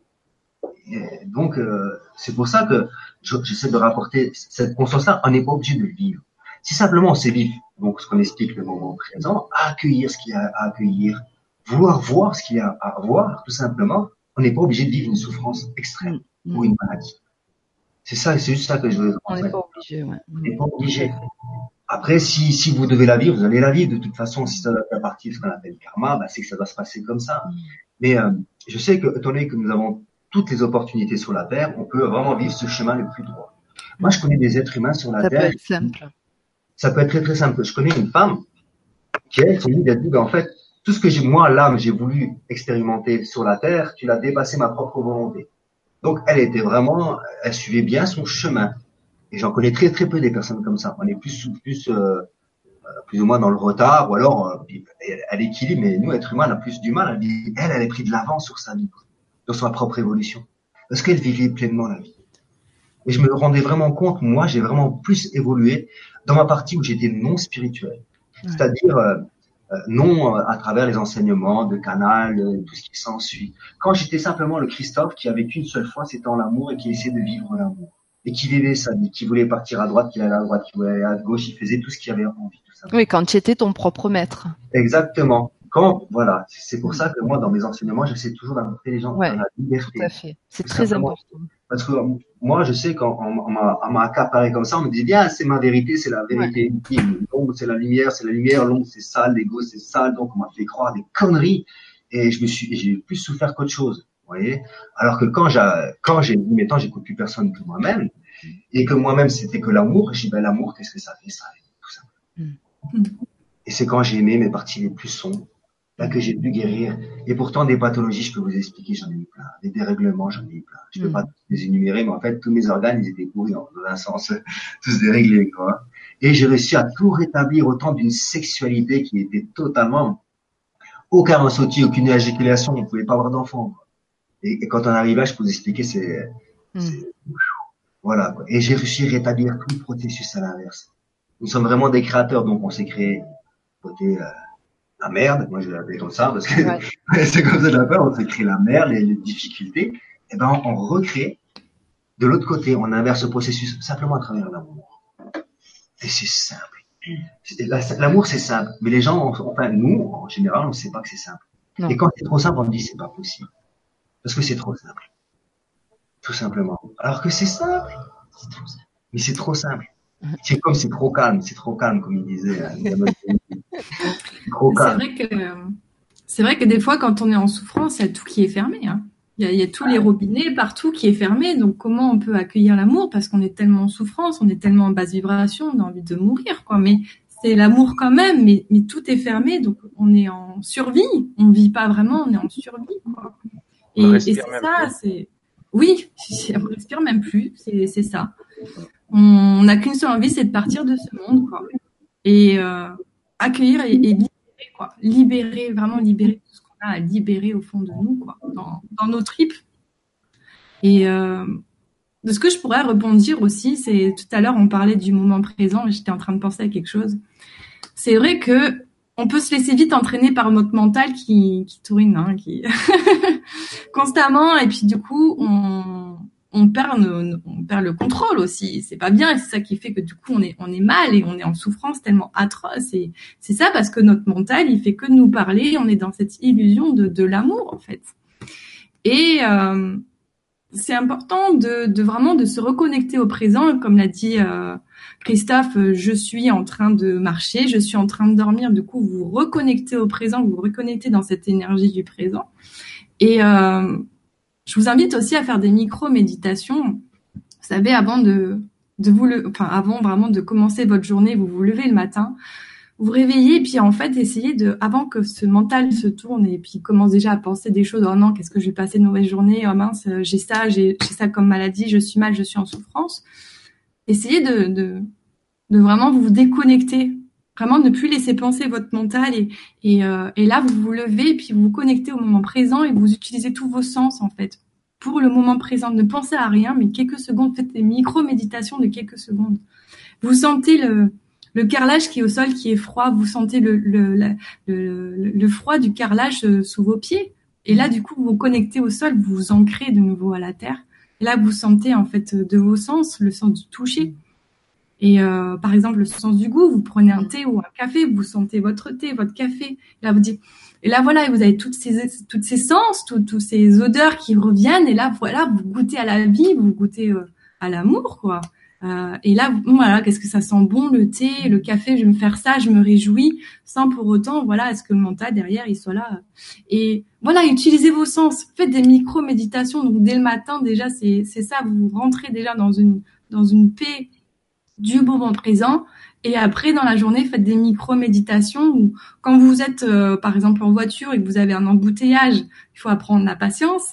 Et donc, euh, c'est pour ça que je, j'essaie de rapporter cette conscience-là. On n'est pas obligé de le vivre. Si simplement on sait vivre, donc ce qu'on explique le moment présent, accueillir ce qu'il y a à accueillir, vouloir voir ce qu'il y a à voir, tout simplement, on n'est pas obligé de vivre une souffrance extrême mmh. ou une maladie. C'est ça, c'est juste ça que je veux dire. On n'est pas obligé, ouais. On n'est pas obligé. Après, si, si vous devez la vivre, vous allez la vivre. De toute façon, si ça doit faire partie de ce qu'on appelle karma, bah, c'est que ça doit se passer comme ça. Mmh. Mais euh, je sais que, étant donné que nous avons toutes les opportunités sur la Terre, on peut vraiment vivre ce chemin le plus droit. Mmh. Moi, je connais des êtres humains sur la ça Terre. Ça peut être simple. Ça peut être très très simple. Je connais une femme qui, elle, s'est dit, ben, en fait, tout ce que j'ai, moi, l'âme, j'ai voulu expérimenter sur la Terre, tu l'as dépassé ma propre volonté. Donc, elle était vraiment, elle suivait bien son chemin. Et j'en connais très très peu des personnes comme ça. On est plus plus euh, plus ou moins dans le retard, ou alors euh, elle équilibre. Mais nous, êtres humains, on a plus du mal. Elle, elle, elle a pris de l'avance sur sa vie, sur sa propre évolution, parce qu'elle vivait pleinement la vie. Et je me rendais vraiment compte, moi, j'ai vraiment plus évolué dans ma partie où j'étais non spirituel, ouais. C'est-à-dire euh, euh, non euh, à travers les enseignements de Canal, euh, tout ce qui s'ensuit. Quand j'étais simplement le Christophe qui avait qu'une seule foi, c'était en l'amour et qui essayait de vivre l'amour. Et qui vivait sa vie, qui voulait partir à droite, qui allait à droite, qui voulait aller à gauche, il faisait tout ce qu'il avait envie, tout ça. Oui, quand tu étais ton propre maître. Exactement. Quand, voilà, c'est pour ça que moi, dans mes enseignements, j'essaie toujours d'apporter les gens ouais, dans la liberté. Tout à fait. C'est très simplement. important. Parce que moi, je sais quand on, on m'a, on m'a accaparé comme ça, on me dit bien, c'est ma vérité, c'est la vérité ultime. Ouais. L'ombre, c'est la lumière, c'est la lumière. L'ombre, c'est sale. L'ego, c'est sale. Donc, on m'a fait croire des conneries. Et je me suis, j'ai plus souffert qu'autre chose. Vous voyez? Alors que quand j'ai, quand j'ai dit, mais tant, j'écoute plus personne que moi-même, et que moi-même c'était que l'amour, je dis ben l'amour, qu'est-ce que ça fait, ça, tout ça. Mm. Et c'est quand j'ai aimé mes parties les plus sombres, là que j'ai pu guérir. Et pourtant, des pathologies, je peux vous expliquer, j'en ai eu plein. Des dérèglements, j'en ai eu plein. Je peux Mm. pas les énumérer, mais en fait, tous mes organes, ils étaient pourris dans un sens, tous déréglés, quoi. Et j'ai réussi à tout rétablir, autant d'une sexualité qui était totalement, aucun ressenti, aucune éjaculation, on pouvait pas avoir d'enfant. Et, et quand on arrive là, je peux vous expliquer, c'est, Mm. c'est voilà, quoi. Et j'ai réussi à rétablir tout le processus à l'inverse. Nous sommes vraiment des créateurs, donc on s'est créé côté euh, la merde, moi je vais l'appeler comme ça, parce que Ouais. c'est comme ça que je l'appelle, on s'est créé la merde, les, les difficultés, et ben on, on recrée de l'autre côté, on inverse le processus simplement à travers l'amour. Et c'est simple. C'est- la- L'amour c'est simple, mais les gens, enfin nous, en général, on ne sait pas que c'est simple. Non. Et quand c'est trop simple, on dit c'est pas possible. Parce que c'est trop simple. Tout simplement. Alors que c'est simple. C'est trop simple. Mais c'est trop simple. C'est comme c'est trop calme, c'est trop calme, comme il disait. Hein, trop C'est calme. vrai que c'est vrai que des fois, quand on est en souffrance, il y a tout qui est fermé. Hein. Il y a, il y a tous les robinets partout qui est fermé. Donc, comment on peut accueillir l'amour parce qu'on est tellement en souffrance, on est tellement en basse vibration, on a envie de mourir, quoi. Mais c'est l'amour quand même. Mais, mais tout est fermé, donc on est en survie. On vit pas vraiment, on est en survie, quoi. Et, On et respire c'est même ça, plus. c'est oui, on respire même plus. C'est c'est ça. On n'a qu'une seule envie, c'est de partir de ce monde, quoi. Et euh, accueillir et, et libérer, quoi. Libérer, vraiment libérer tout ce qu'on a à libérer au fond de nous, quoi, dans, dans nos tripes. Et euh, de ce que je pourrais rebondir aussi, c'est tout à l'heure on parlait du moment présent, et j'étais en train de penser à quelque chose. C'est vrai que on peut se laisser vite entraîner par notre mental qui, qui tourne, hein, qui constamment, et puis du coup on on perd nos, on perd le contrôle aussi. C'est pas bien, et c'est ça qui fait que du coup on est on est mal et on est en souffrance tellement atroce. Et c'est ça parce que notre mental il fait que nous parler. On est dans cette illusion de de l'amour en fait. Et euh, c'est important de de vraiment de se reconnecter au présent, comme l'a dit euh, Christophe. Je suis en train de marcher, je suis en train de dormir. Du coup, vous vous reconnectez au présent, vous vous reconnectez dans cette énergie du présent. Et euh, je vous invite aussi à faire des micro-méditations. Vous savez, avant de, de vous le, enfin, avant vraiment de commencer votre journée, vous vous levez le matin, vous vous réveillez, et puis en fait, essayez de, avant que ce mental se tourne et puis commence déjà à penser des choses, oh non, qu'est-ce que je vais passer une mauvaise journée, oh mince, j'ai ça, j'ai, j'ai ça comme maladie, je suis mal, je suis en souffrance. Essayez de, de, de vraiment vous déconnecter. Vraiment ne plus laisser penser votre mental et, et, euh, et là, vous vous levez et puis vous vous connectez au moment présent et vous utilisez tous vos sens, en fait, pour le moment présent. Ne pensez à rien, mais quelques secondes, faites des micro-méditations de quelques secondes. Vous sentez le, le carrelage qui est au sol, qui est froid. Vous sentez le, le, le, le, le froid du carrelage sous vos pieds. Et là, du coup, vous vous connectez au sol, vous vous ancrez de nouveau à la terre. Et là, vous sentez, en fait, de vos sens, le sens du toucher. Et euh, par exemple, le sens du goût, vous prenez un thé ou un café, vous sentez votre thé, votre café. Et là, vous dites, et là voilà, vous avez toutes ces toutes ces sens, toutes toutes ces odeurs qui reviennent. Et là, voilà, vous goûtez à la vie, vous goûtez euh, à l'amour, quoi. Euh, et là, voilà, qu'est-ce que ça sent bon le thé, le café. Je vais me faire ça, je me réjouis, sans pour autant, voilà, est-ce que le mental derrière il soit là. Et voilà, utilisez vos sens, faites des micro méditations. Donc dès le matin, déjà, c'est c'est ça, vous rentrez déjà dans une dans une paix du moment présent. Et après, dans la journée, faites des micro-méditations où, quand vous êtes, euh, par exemple, en voiture et que vous avez un embouteillage, il faut apprendre la patience.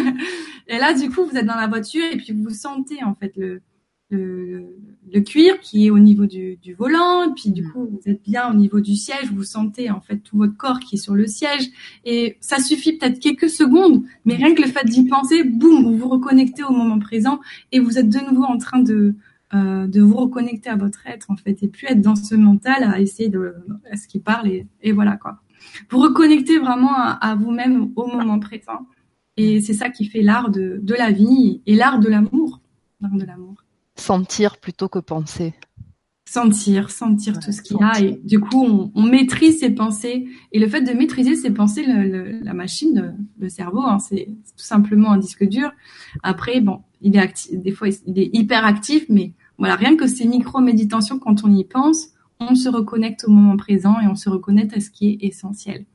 Et là, du coup, vous êtes dans la voiture et puis vous sentez, en fait, le, le, le cuir qui est au niveau du, du volant. Et puis, du coup, vous êtes bien au niveau du siège. Vous sentez, en fait, tout votre corps qui est sur le siège. Et ça suffit peut-être quelques secondes, mais rien que le fait d'y penser, boum, vous vous reconnectez au moment présent et vous êtes de nouveau en train de Euh, de vous reconnecter à votre être en fait et plus être dans ce mental à essayer de à ce qui parle et, et voilà quoi. Vous reconnectez vraiment à, à vous-même au moment présent et c'est ça qui fait l'art de, de la vie et l'art de l'amour, l'art de l'amour. Sentir plutôt que penser. Sentir, sentir Ouais, tout ce qu'il y a sentir. et du coup on, on maîtrise ses pensées et le fait de maîtriser ses pensées, le, le, la machine, le, le cerveau, hein, c'est, c'est tout simplement un disque dur. Après bon, il est actif, des fois il est hyper actif, mais voilà, rien que ces micro-méditations, quand on y pense, on se reconnecte au moment présent et on se reconnecte à ce qui est essentiel.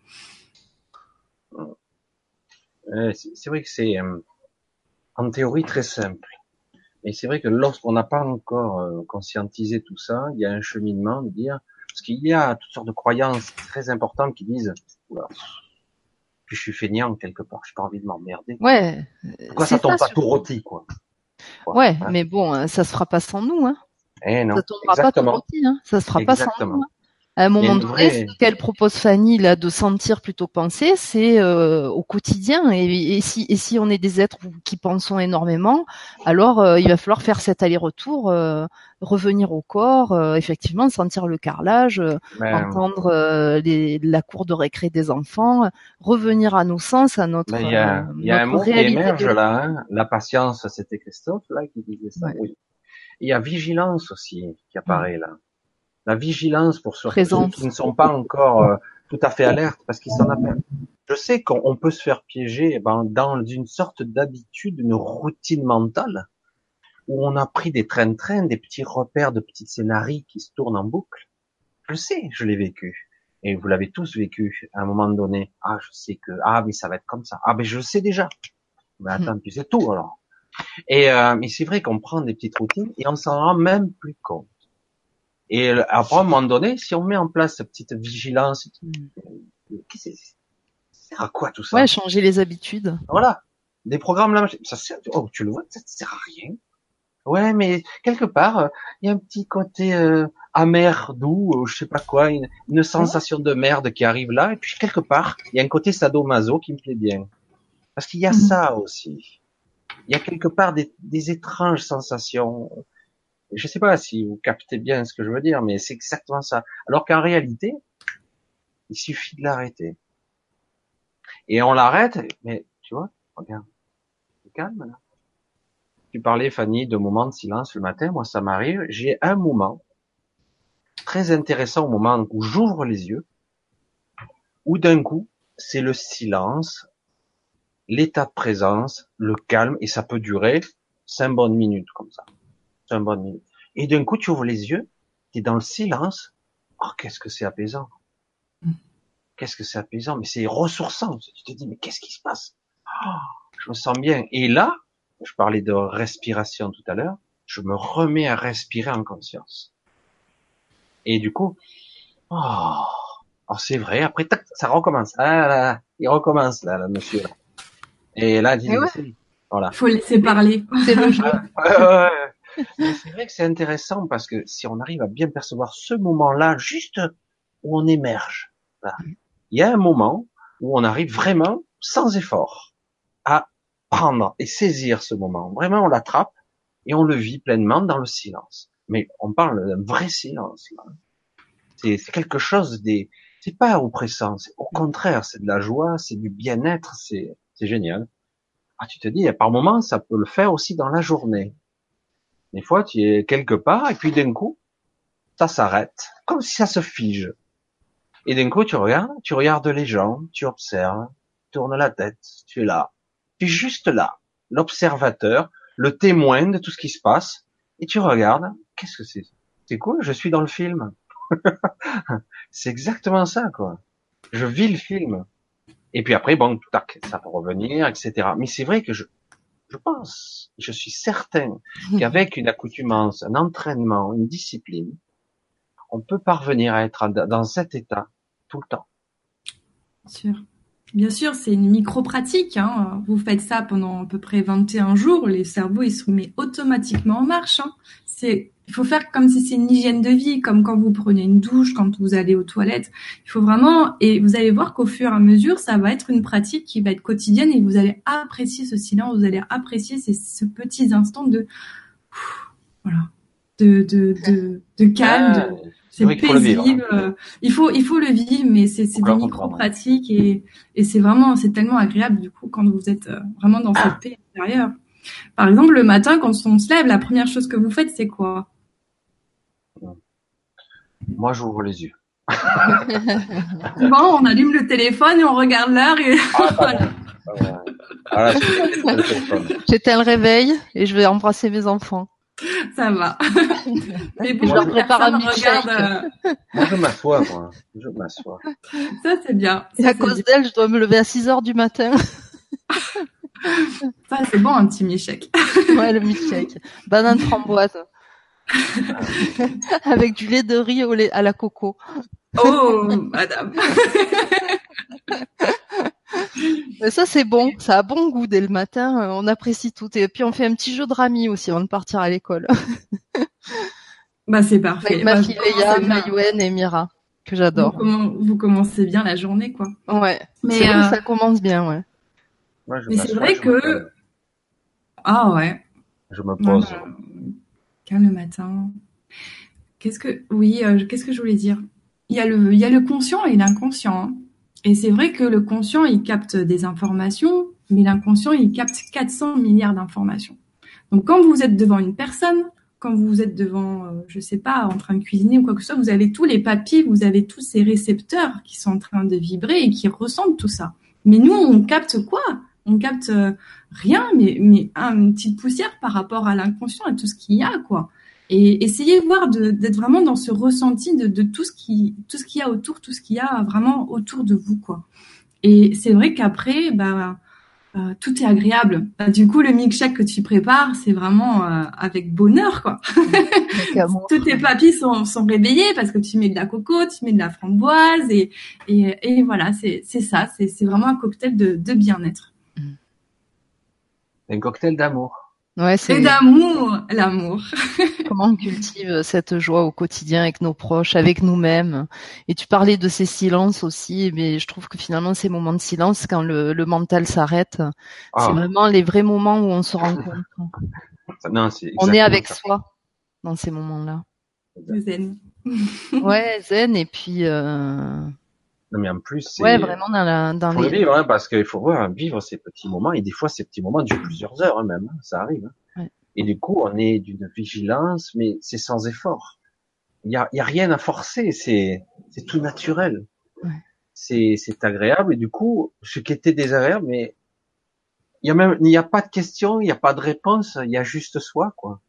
Euh, c'est, c'est vrai que c'est euh, en théorie très simple. Mais c'est vrai que lorsqu'on n'a pas encore euh, conscientisé tout ça, il y a un cheminement de dire, parce qu'il y a toutes sortes de croyances très importantes qui disent, Oula. Puis je suis feignant quelque part, j'ai pas envie de m'emmerder. Ouais. Pourquoi ça tombe pas tout rôti, quoi. quoi ouais, hein. Mais bon, ça se fera pas sans nous, hein. Eh non. Ça tombera Exactement. pas tout rôti, hein. Ça se fera Exactement. pas sans nous. Hein. À un moment donné, vraie... ce qu'elle propose Fanny là de sentir plutôt que penser, c'est euh, au quotidien. Et, et si et si on est des êtres qui pensons énormément, alors euh, il va falloir faire cet aller-retour, euh, revenir au corps, euh, effectivement sentir le carrelage, euh, ben... entendre euh, les, la cour de récré des enfants, revenir à nos sens, à notre. Il y a, euh, y a un mot qui émerge de... là. Hein. La patience, c'était Christophe là qui disait ça. Ouais. Oui. Il y a vigilance aussi qui apparaît mmh. là. La vigilance pour ceux qui ne sont pas encore euh, tout à fait alertes parce qu'ils s'en aperçoivent. Je sais qu'on peut se faire piéger ben, dans une sorte d'habitude, une routine mentale où on a pris des trains-trains, des petits repères de petits scénarios qui se tournent en boucle. Je sais, je l'ai vécu. Et vous l'avez tous vécu à un moment donné. Ah, je sais que, ah, mais ça va être comme ça. Ah, mais je le sais déjà. Mais attends, tu sais tout alors. Et euh, mais c'est vrai qu'on prend des petites routines et on s'en rend même plus compte. Et après, à un moment donné, si on met en place cette petite vigilance, qu'est-ce que c'est, ça sert à quoi tout ça? Ouais, changer les habitudes. Voilà. Des programmes là, ça sert, oh, tu le vois, ça sert à rien. Ouais, mais quelque part, il y a un petit côté euh, amer, doux, euh, je sais pas quoi, une, une sensation de merde qui arrive là, et puis quelque part, il y a un côté sadomaso qui me plaît bien. Parce qu'il y a mmh. ça aussi. Il y a quelque part des, des étranges sensations. Je sais pas si vous captez bien ce que je veux dire, mais c'est exactement ça. Alors qu'en réalité, il suffit de l'arrêter. Et on l'arrête, mais tu vois, regarde, c'est calme là. Tu parlais, Fanny, de moments de silence le matin. Moi, ça m'arrive. J'ai un moment très intéressant au moment où j'ouvre les yeux, où d'un coup, c'est le silence, l'état de présence, le calme, et ça peut durer cinq bonnes minutes comme ça. Cinq bonnes minutes. Et d'un coup, tu ouvres les yeux, tu es dans le silence. Oh, qu'est-ce que c'est apaisant. Qu'est-ce que c'est apaisant. Mais c'est ressourçant. Tu te dis, mais qu'est-ce qui se passe? Oh, je me sens bien. Et là, je parlais de respiration tout à l'heure, je me remets à respirer en conscience. Et du coup, oh, oh c'est vrai. Après, tac, ça recommence. Ah là, là, il recommence là, le monsieur. Là. Et là, il dit, ouais. voilà. Faut laisser parler. C'est le jeu. Ah, ouais, ouais. Mais c'est vrai que c'est intéressant parce que si on arrive à bien percevoir ce moment-là, juste où on émerge, là, il y a un moment où on arrive vraiment, sans effort, à prendre et saisir ce moment. Vraiment, on l'attrape et on le vit pleinement dans le silence. Mais on parle d'un vrai silence. Là. C'est, c'est quelque chose des, c'est pas oppressant. C'est, au contraire, c'est de la joie, c'est du bien-être, c'est, c'est génial. Ah, tu te dis, par moments, ça peut le faire aussi dans la journée. Des fois, tu es quelque part, et puis d'un coup, ça s'arrête, comme si ça se fige. Et d'un coup, tu regardes, tu regardes les gens, tu observes, tu tournes la tête, tu es là. Tu es juste là, l'observateur, le témoin de tout ce qui se passe, et tu regardes, qu'est-ce que c'est? C'est cool, je suis dans le film. C'est exactement ça, quoi. Je vis le film. Et puis après, bon, tac, ça peut revenir, et cetera. Mais c'est vrai que je, je pense, je suis certain qu'avec une accoutumance, un entraînement, une discipline, on peut parvenir à être dans cet état tout le temps. Bien sûr. Bien sûr, c'est une micro-pratique. Hein. Vous faites ça pendant à peu près vingt et un jours, les cerveaux ils se remettent automatiquement en marche. Hein. C'est, il faut faire comme si c'est une hygiène de vie, comme quand vous prenez une douche, quand vous allez aux toilettes. Il faut vraiment, et vous allez voir qu'au fur et à mesure, ça va être une pratique qui va être quotidienne et vous allez apprécier ce silence, vous allez apprécier ces, ce petits instants de, voilà, de, de, de, de calme. Ah, de, c'est paisible. Faut il faut, il faut le vivre, mais c'est, c'est des micro-pratiques et, et c'est vraiment, c'est tellement agréable du coup quand vous êtes vraiment dans cette paix intérieure. Par exemple, le matin, quand on se lève, la première chose que vous faites, c'est quoi? Moi, j'ouvre les yeux. Bon, on allume le téléphone et on regarde l'heure et ah, voilà. Voilà. Voilà, j'éteins le réveil et je vais embrasser mes enfants. Ça va. Mais bon, je leur prépare un milkshake. Euh... Moi, je m'assois, moi. Je m'assois. Ça, c'est bien. Et ça, à cause bien. d'elle, je dois me lever à six heures du matin. Ça, c'est bon, un petit milkshake. Ouais, le milkshake. Banane framboise. Avec du lait de riz au lait à la coco. Oh, madame. Mais ça c'est bon, ça a bon goût dès le matin, on apprécie tout. Et puis on fait un petit jeu de rami aussi avant de partir à l'école. Bah c'est parfait. Avec ma Bah, fille Leia, Maïwen et Mira, que j'adore. Vous, comment, vous commencez bien la journée, quoi. Ouais. Mais c'est vrai euh, que ça commence bien, ouais. Moi, je mais c'est m'assois, vrai je que me, ah ouais. je me Non, pose. non, calme le matin. Qu'est-ce que oui, euh, qu'est-ce que je voulais dire? Il y a le il y a le conscient et l'inconscient. Hein. Et c'est vrai que le conscient, il capte des informations, mais l'inconscient, il capte quatre cents milliards d'informations. Donc quand vous êtes devant une personne, quand vous êtes devant, euh, je sais pas, en train de cuisiner ou quoi que ce soit, vous avez tous les papilles, vous avez tous ces récepteurs qui sont en train de vibrer et qui ressentent tout ça. Mais nous, on capte quoi? On capte euh, rien, mais, mais une petite poussière par rapport à l'inconscient, à tout ce qu'il y a, quoi. Et essayez de voir de, d'être vraiment dans ce ressenti de, de tout ce qui, tout ce qu'il y a autour, tout ce qu'il y a vraiment autour de vous, quoi. Et c'est vrai qu'après, bah, euh, tout est agréable. Bah, du coup, le milkshake que tu prépares, c'est vraiment euh, avec bonheur, quoi. Tous tes papilles sont, sont réveillés parce que tu mets de la coco, tu mets de la framboise et, et, et voilà, c'est, c'est ça, c'est, c'est vraiment un cocktail de, de bien-être. Un cocktail d'amour. Ouais, c'est... Et d'amour, l'amour. Comment on cultive cette joie au quotidien avec nos proches, avec nous-mêmes. Et tu parlais de ces silences aussi, mais je trouve que finalement ces moments de silence, quand le, le mental s'arrête, ah. c'est vraiment les vrais moments où on se rencontre. Non, c'est on est avec ça. soi dans ces moments-là. Zen. Ouais, zen et puis. Euh... Non mais en plus, c'est. Ouais, vraiment dans la dans faut les. le vivre, hein, parce qu'il faut voir vivre ces petits moments et des fois ces petits moments durent plusieurs heures hein, même, hein, ça arrive. Hein. Ouais. Et du coup, on est d'une vigilance, mais c'est sans effort. Il y a, il y a rien à forcer, c'est c'est tout naturel. Ouais. C'est c'est agréable et du coup, ce qui était désagréable, mais il y a même il n'y a pas de question, il n'y a pas de réponse, il y a juste soi quoi.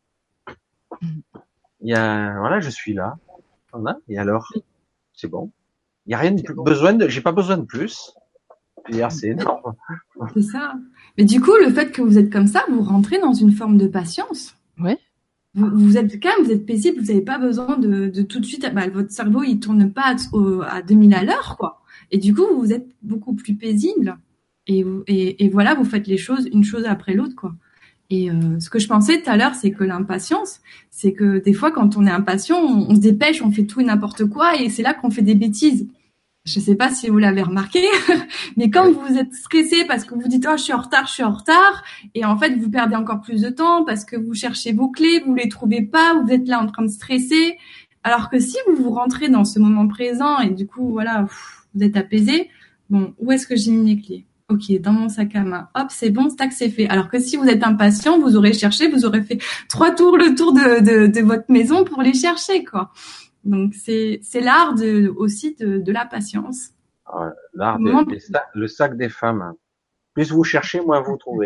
Il y a voilà, je suis là, voilà, et alors c'est bon. Il y a rien de plus, bon. besoin de, j'ai pas besoin de plus. Hier, c'est énorme. C'est ça. Mais du coup, le fait que vous êtes comme ça, vous rentrez dans une forme de patience. Oui. Vous, vous êtes calme, vous êtes paisible, vous n'avez pas besoin de, de tout de suite. Bah, votre cerveau, il tourne pas à, à deux mille à l'heure, quoi. Et du coup, vous êtes beaucoup plus paisible. Et, et, et voilà, vous faites les choses une chose après l'autre, quoi. Et euh, ce que je pensais tout à l'heure, c'est que l'impatience, c'est que des fois, quand on est impatient, on, on se dépêche, on fait tout et n'importe quoi, et c'est là qu'on fait des bêtises. Je sais pas si vous l'avez remarqué, mais quand oui. vous êtes stressé parce que vous dites oh je suis en retard, je suis en retard, et en fait vous perdez encore plus de temps parce que vous cherchez vos clés, vous les trouvez pas, vous êtes là en train de stresser. Alors que si vous vous rentrez dans ce moment présent et du coup voilà vous êtes apaisé, bon où est-ce que j'ai mis mes clés? Ok, dans mon sac à main. Hop, c'est bon, tac, c'est fait. Alors que si vous êtes impatient, vous aurez cherché, vous aurez fait trois tours le tour de, de, de votre maison pour les chercher, quoi. Donc c'est c'est l'art de aussi de, de la patience. Ah, l'art de, moment... sacs, le sac des femmes. Plus vous cherchez, moins vous trouvez.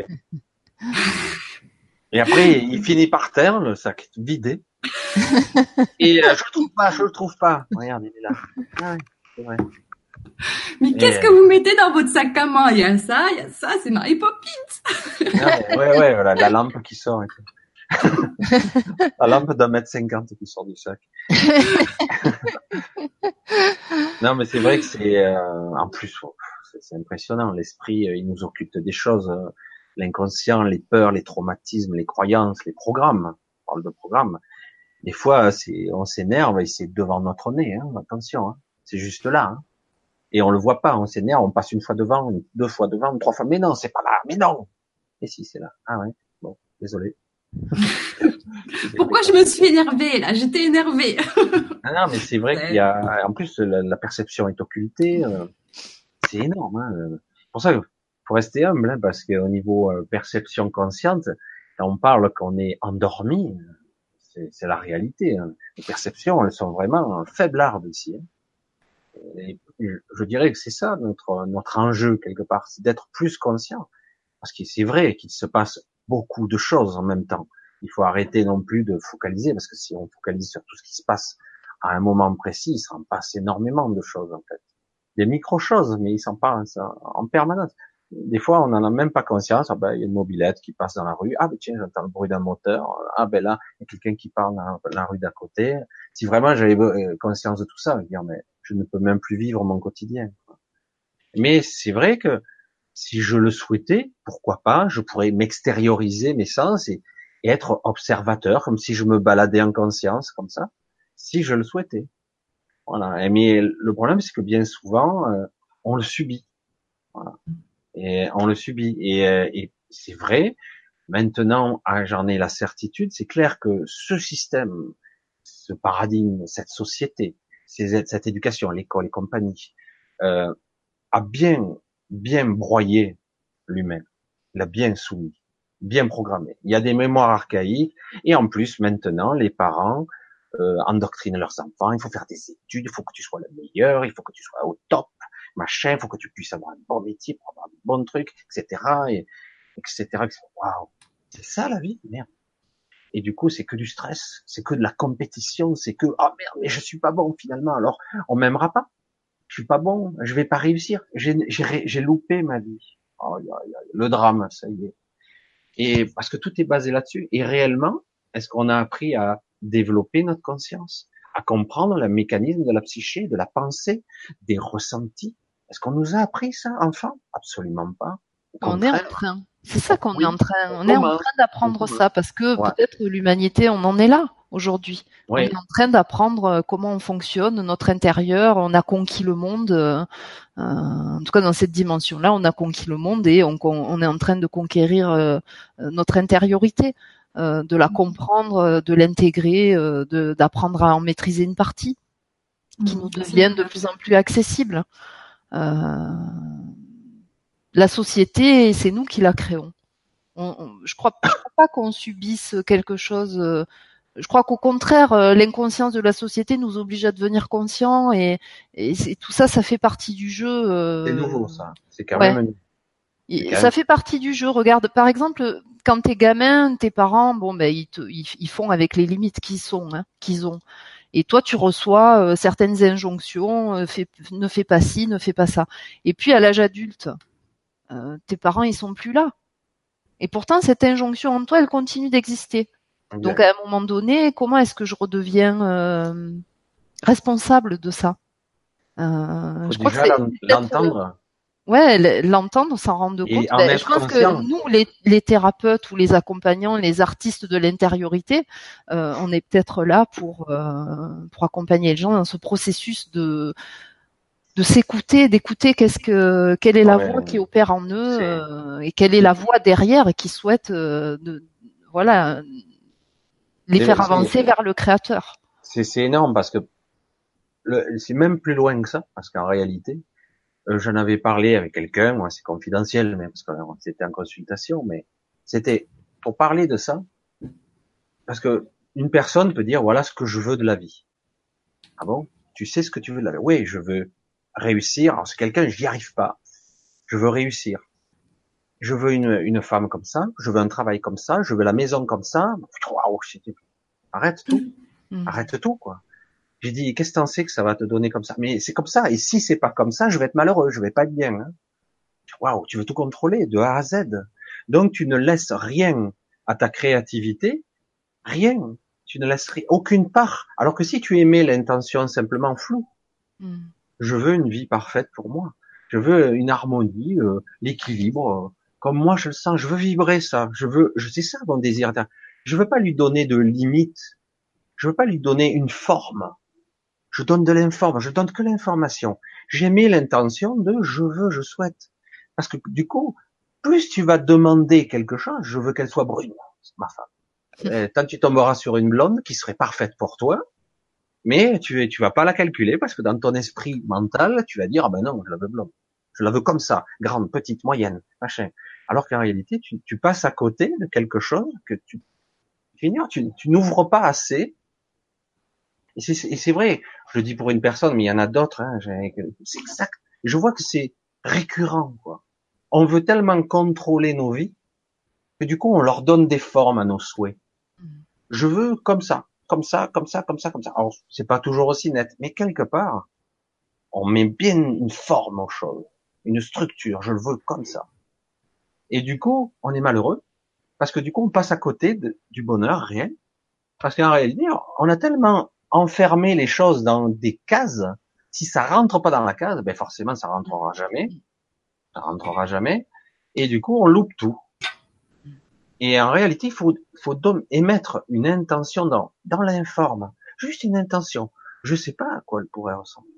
Et après, il finit par terre, le sac vidé. Et euh, je le trouve pas, je le trouve pas. Regarde, il est là. Ah, ouais, c'est vrai. Mais et qu'est-ce euh... que vous mettez dans votre sac à main? Il y a ça, il y a ça, c'est Mary Poppins. Ouais, ouais, ouais, voilà, la lampe qui sort. Et tout. La lampe d'un mètre cinquante qui sort du sac. Non, mais c'est vrai que c'est euh, en plus c'est, c'est impressionnant. L'esprit, il nous occulte des choses, euh, l'inconscient, les peurs, les traumatismes, les croyances, les programmes. On parle de programmes. Des fois, c'est on s'énerve et c'est devant notre nez. Hein, attention, hein, c'est juste là. Hein. Et on le voit pas. On s'énerve, on passe une fois devant, deux fois devant, trois fois. Mais non, c'est pas là. Mais non. Et si, c'est là. Ah ouais. Bon, désolé. Pourquoi je me suis énervée là? J'étais énervée. Ah non, mais c'est vrai ouais. qu'il y a, en plus, la, la perception est occultée. Euh, c'est énorme. Hein. C'est pour ça qu'il faut rester humble, hein, parce qu'au niveau euh, perception consciente, quand on parle qu'on est endormi, c'est, c'est la réalité. Hein. Les perceptions, elles sont vraiment faiblardes ici. Hein. Et je, je dirais que c'est ça notre notre enjeu quelque part, c'est d'être plus conscient, parce que c'est vrai qu'il se passe beaucoup de choses en même temps. Il faut arrêter non plus de focaliser, parce que si on focalise sur tout ce qui se passe à un moment précis, il s'en passe énormément de choses en fait. Des micro-choses, mais il s'en passe en permanence. Des fois, on n'en a même pas conscience. Ah ben, il y a une mobilette qui passe dans la rue. Ah ben tiens, j'entends le bruit d'un moteur. Ah ben là, il y a quelqu'un qui parle dans la rue d'à côté. Si vraiment j'avais conscience de tout ça, je veux dire, mais je ne peux même plus vivre mon quotidien. Mais c'est vrai que si je le souhaitais, pourquoi pas, je pourrais m'extérioriser mes sens et, et être observateur, comme si je me baladais en conscience, comme ça, si je le souhaitais. Voilà. Mais le problème, c'est que bien souvent, euh, on le subit. Voilà. Et on le subit. Et, euh, et c'est vrai. Maintenant, ah, j'en ai la certitude. C'est clair que ce système, ce paradigme, cette société, ces, cette éducation, l'école et compagnie, euh, a bien, bien broyé l'humain. Il a bien soumis, bien programmé. Il y a des mémoires archaïques. Et en plus, maintenant, les parents euh, endoctrinent leurs enfants. Il faut faire des études. Il faut que tu sois le meilleur. Il faut que tu sois au top. Machin. Il faut que tu puisses avoir un bon métier pour avoir un bon truc, et cetera. Et, etc. Waouh, c'est ça la vie, merde. Et du coup, c'est que du stress, c'est que de la compétition, c'est que ah oh, merde, mais je suis pas bon finalement. Alors, on m'aimera pas. Je suis pas bon, je vais pas réussir. J'ai, j'ai, j'ai loupé ma vie. Oh, y a, y a, le drame, ça y est. Et parce que tout est basé là-dessus. Et réellement, est-ce qu'on a appris à développer notre conscience, à comprendre le mécanisme de la psyché, de la pensée, des ressentis? Est-ce qu'on nous a appris ça, enfant? Absolument pas. On est en train. C'est ça qu'on oui. est en train. On est en train d'apprendre ça parce que ouais. peut-être l'humanité, on en est là aujourd'hui. Oui. On est en train d'apprendre comment on fonctionne, notre intérieur. On a conquis le monde. Euh, en tout cas, dans cette dimension-là, on a conquis le monde et on, on est en train de conquérir euh, notre intériorité, euh, de la comprendre, de l'intégrer, euh, de, d'apprendre à en maîtriser une partie qui mmh, nous devient de plus en plus accessible. Euh, La société, c'est nous qui la créons. On, on, je crois, je crois pas qu'on subisse quelque chose. Euh, je crois qu'au contraire, euh, l'inconscience de la société nous oblige à devenir conscients et, et c'est, tout ça, ça fait partie du jeu. Euh, c'est nouveau, ça. C'est quand ouais. même. C'est quand ça même... fait partie du jeu. Regarde, par exemple, quand t'es gamin, tes parents, bon ben ils, te, ils, ils font avec les limites qu'ils sont, hein, qu'ils ont. Et toi, tu reçois euh, certaines injonctions. Euh, fais, ne fais pas ci, ne fais pas ça. Et puis à l'âge adulte. Euh, tes parents ils sont plus là et pourtant cette injonction en toi elle continue d'exister. Okay. Donc à un moment donné comment est-ce que je redeviens euh, responsable de ça? euh, Faut je déjà crois que c'est l'entendre euh, ouais l'entendre, s'en rendre compte. Ben, je pense conscient. Que nous les, les thérapeutes ou les accompagnants, les artistes de l'intériorité, euh, on est peut-être là pour euh, pour accompagner les gens dans ce processus de de s'écouter, d'écouter qu'est-ce que, quelle est la ouais, voix qui opère en eux euh, et quelle est la voix derrière et qui souhaite, euh, de, voilà, les faire avancer vers le créateur. C'est, c'est énorme parce que le, c'est même plus loin que ça parce qu'en réalité, euh, j'en avais parlé avec quelqu'un, moi c'est confidentiel, mais parce que c'était en consultation, mais c'était pour parler de ça parce que une personne peut dire voilà ce que je veux de la vie. Ah bon? Tu sais ce que tu veux de la vie? Oui, je veux réussir. Alors c'est quelqu'un, j'y arrive pas. Je veux réussir. Je veux une, une femme comme ça. Je veux un travail comme ça. Je veux la maison comme ça. Waouh, arrête tout. Mmh. Arrête tout, quoi. J'ai dit, qu'est-ce que t'en sais que ça va te donner comme ça? Mais c'est comme ça. Et si c'est pas comme ça, je vais être malheureux. Je vais pas être bien. Hein. Waouh, tu veux tout contrôler de A à Z. Donc tu ne laisses rien à ta créativité. Rien. Tu ne laisses aucune part. Alors que si tu aimais l'intention simplement floue, mmh. Je veux une vie parfaite pour moi. Je veux une harmonie, euh, l'équilibre, euh, comme moi je le sens. Je veux vibrer ça. Je veux, je sais ça mon désir. Je veux pas lui donner de limites. Je veux pas lui donner une forme. Je donne de l'informe. Je donne que l'information. J'aimais l'intention de je veux, je souhaite. Parce que du coup, plus tu vas demander quelque chose, je veux qu'elle soit brune, ma femme. Et tant tu tomberas sur une blonde qui serait parfaite pour toi. Mais tu tu vas pas la calculer parce que dans ton esprit mental, tu vas dire ah ben non, je la veux blonde, je la veux comme ça, grande, petite, moyenne, machin. Alors qu'en réalité, tu, tu passes à côté de quelque chose que tu finir, tu, tu n'ouvres pas assez. Et c'est, et c'est vrai, je le dis pour une personne, mais il y en a d'autres. Hein, c'est exact. Je vois que c'est récurrent, quoi. On veut tellement contrôler nos vies que du coup, on leur donne des formes à nos souhaits. Je veux comme ça. Comme ça, comme ça, comme ça, comme ça. Alors, c'est pas toujours aussi net, mais quelque part, on met bien une forme aux choses, une structure. Je le veux comme ça. Et du coup, on est malheureux, parce que du coup, on passe à côté de, du bonheur réel. Parce qu'en réalité, on a tellement enfermé les choses dans des cases. Si ça rentre pas dans la case, ben forcément, ça rentrera jamais. Ça rentrera jamais. Et du coup, on loupe tout. Et en réalité, il faut, faut donc émettre une intention dans, dans l'informe. Juste une intention. Je sais pas à quoi elle pourrait ressembler.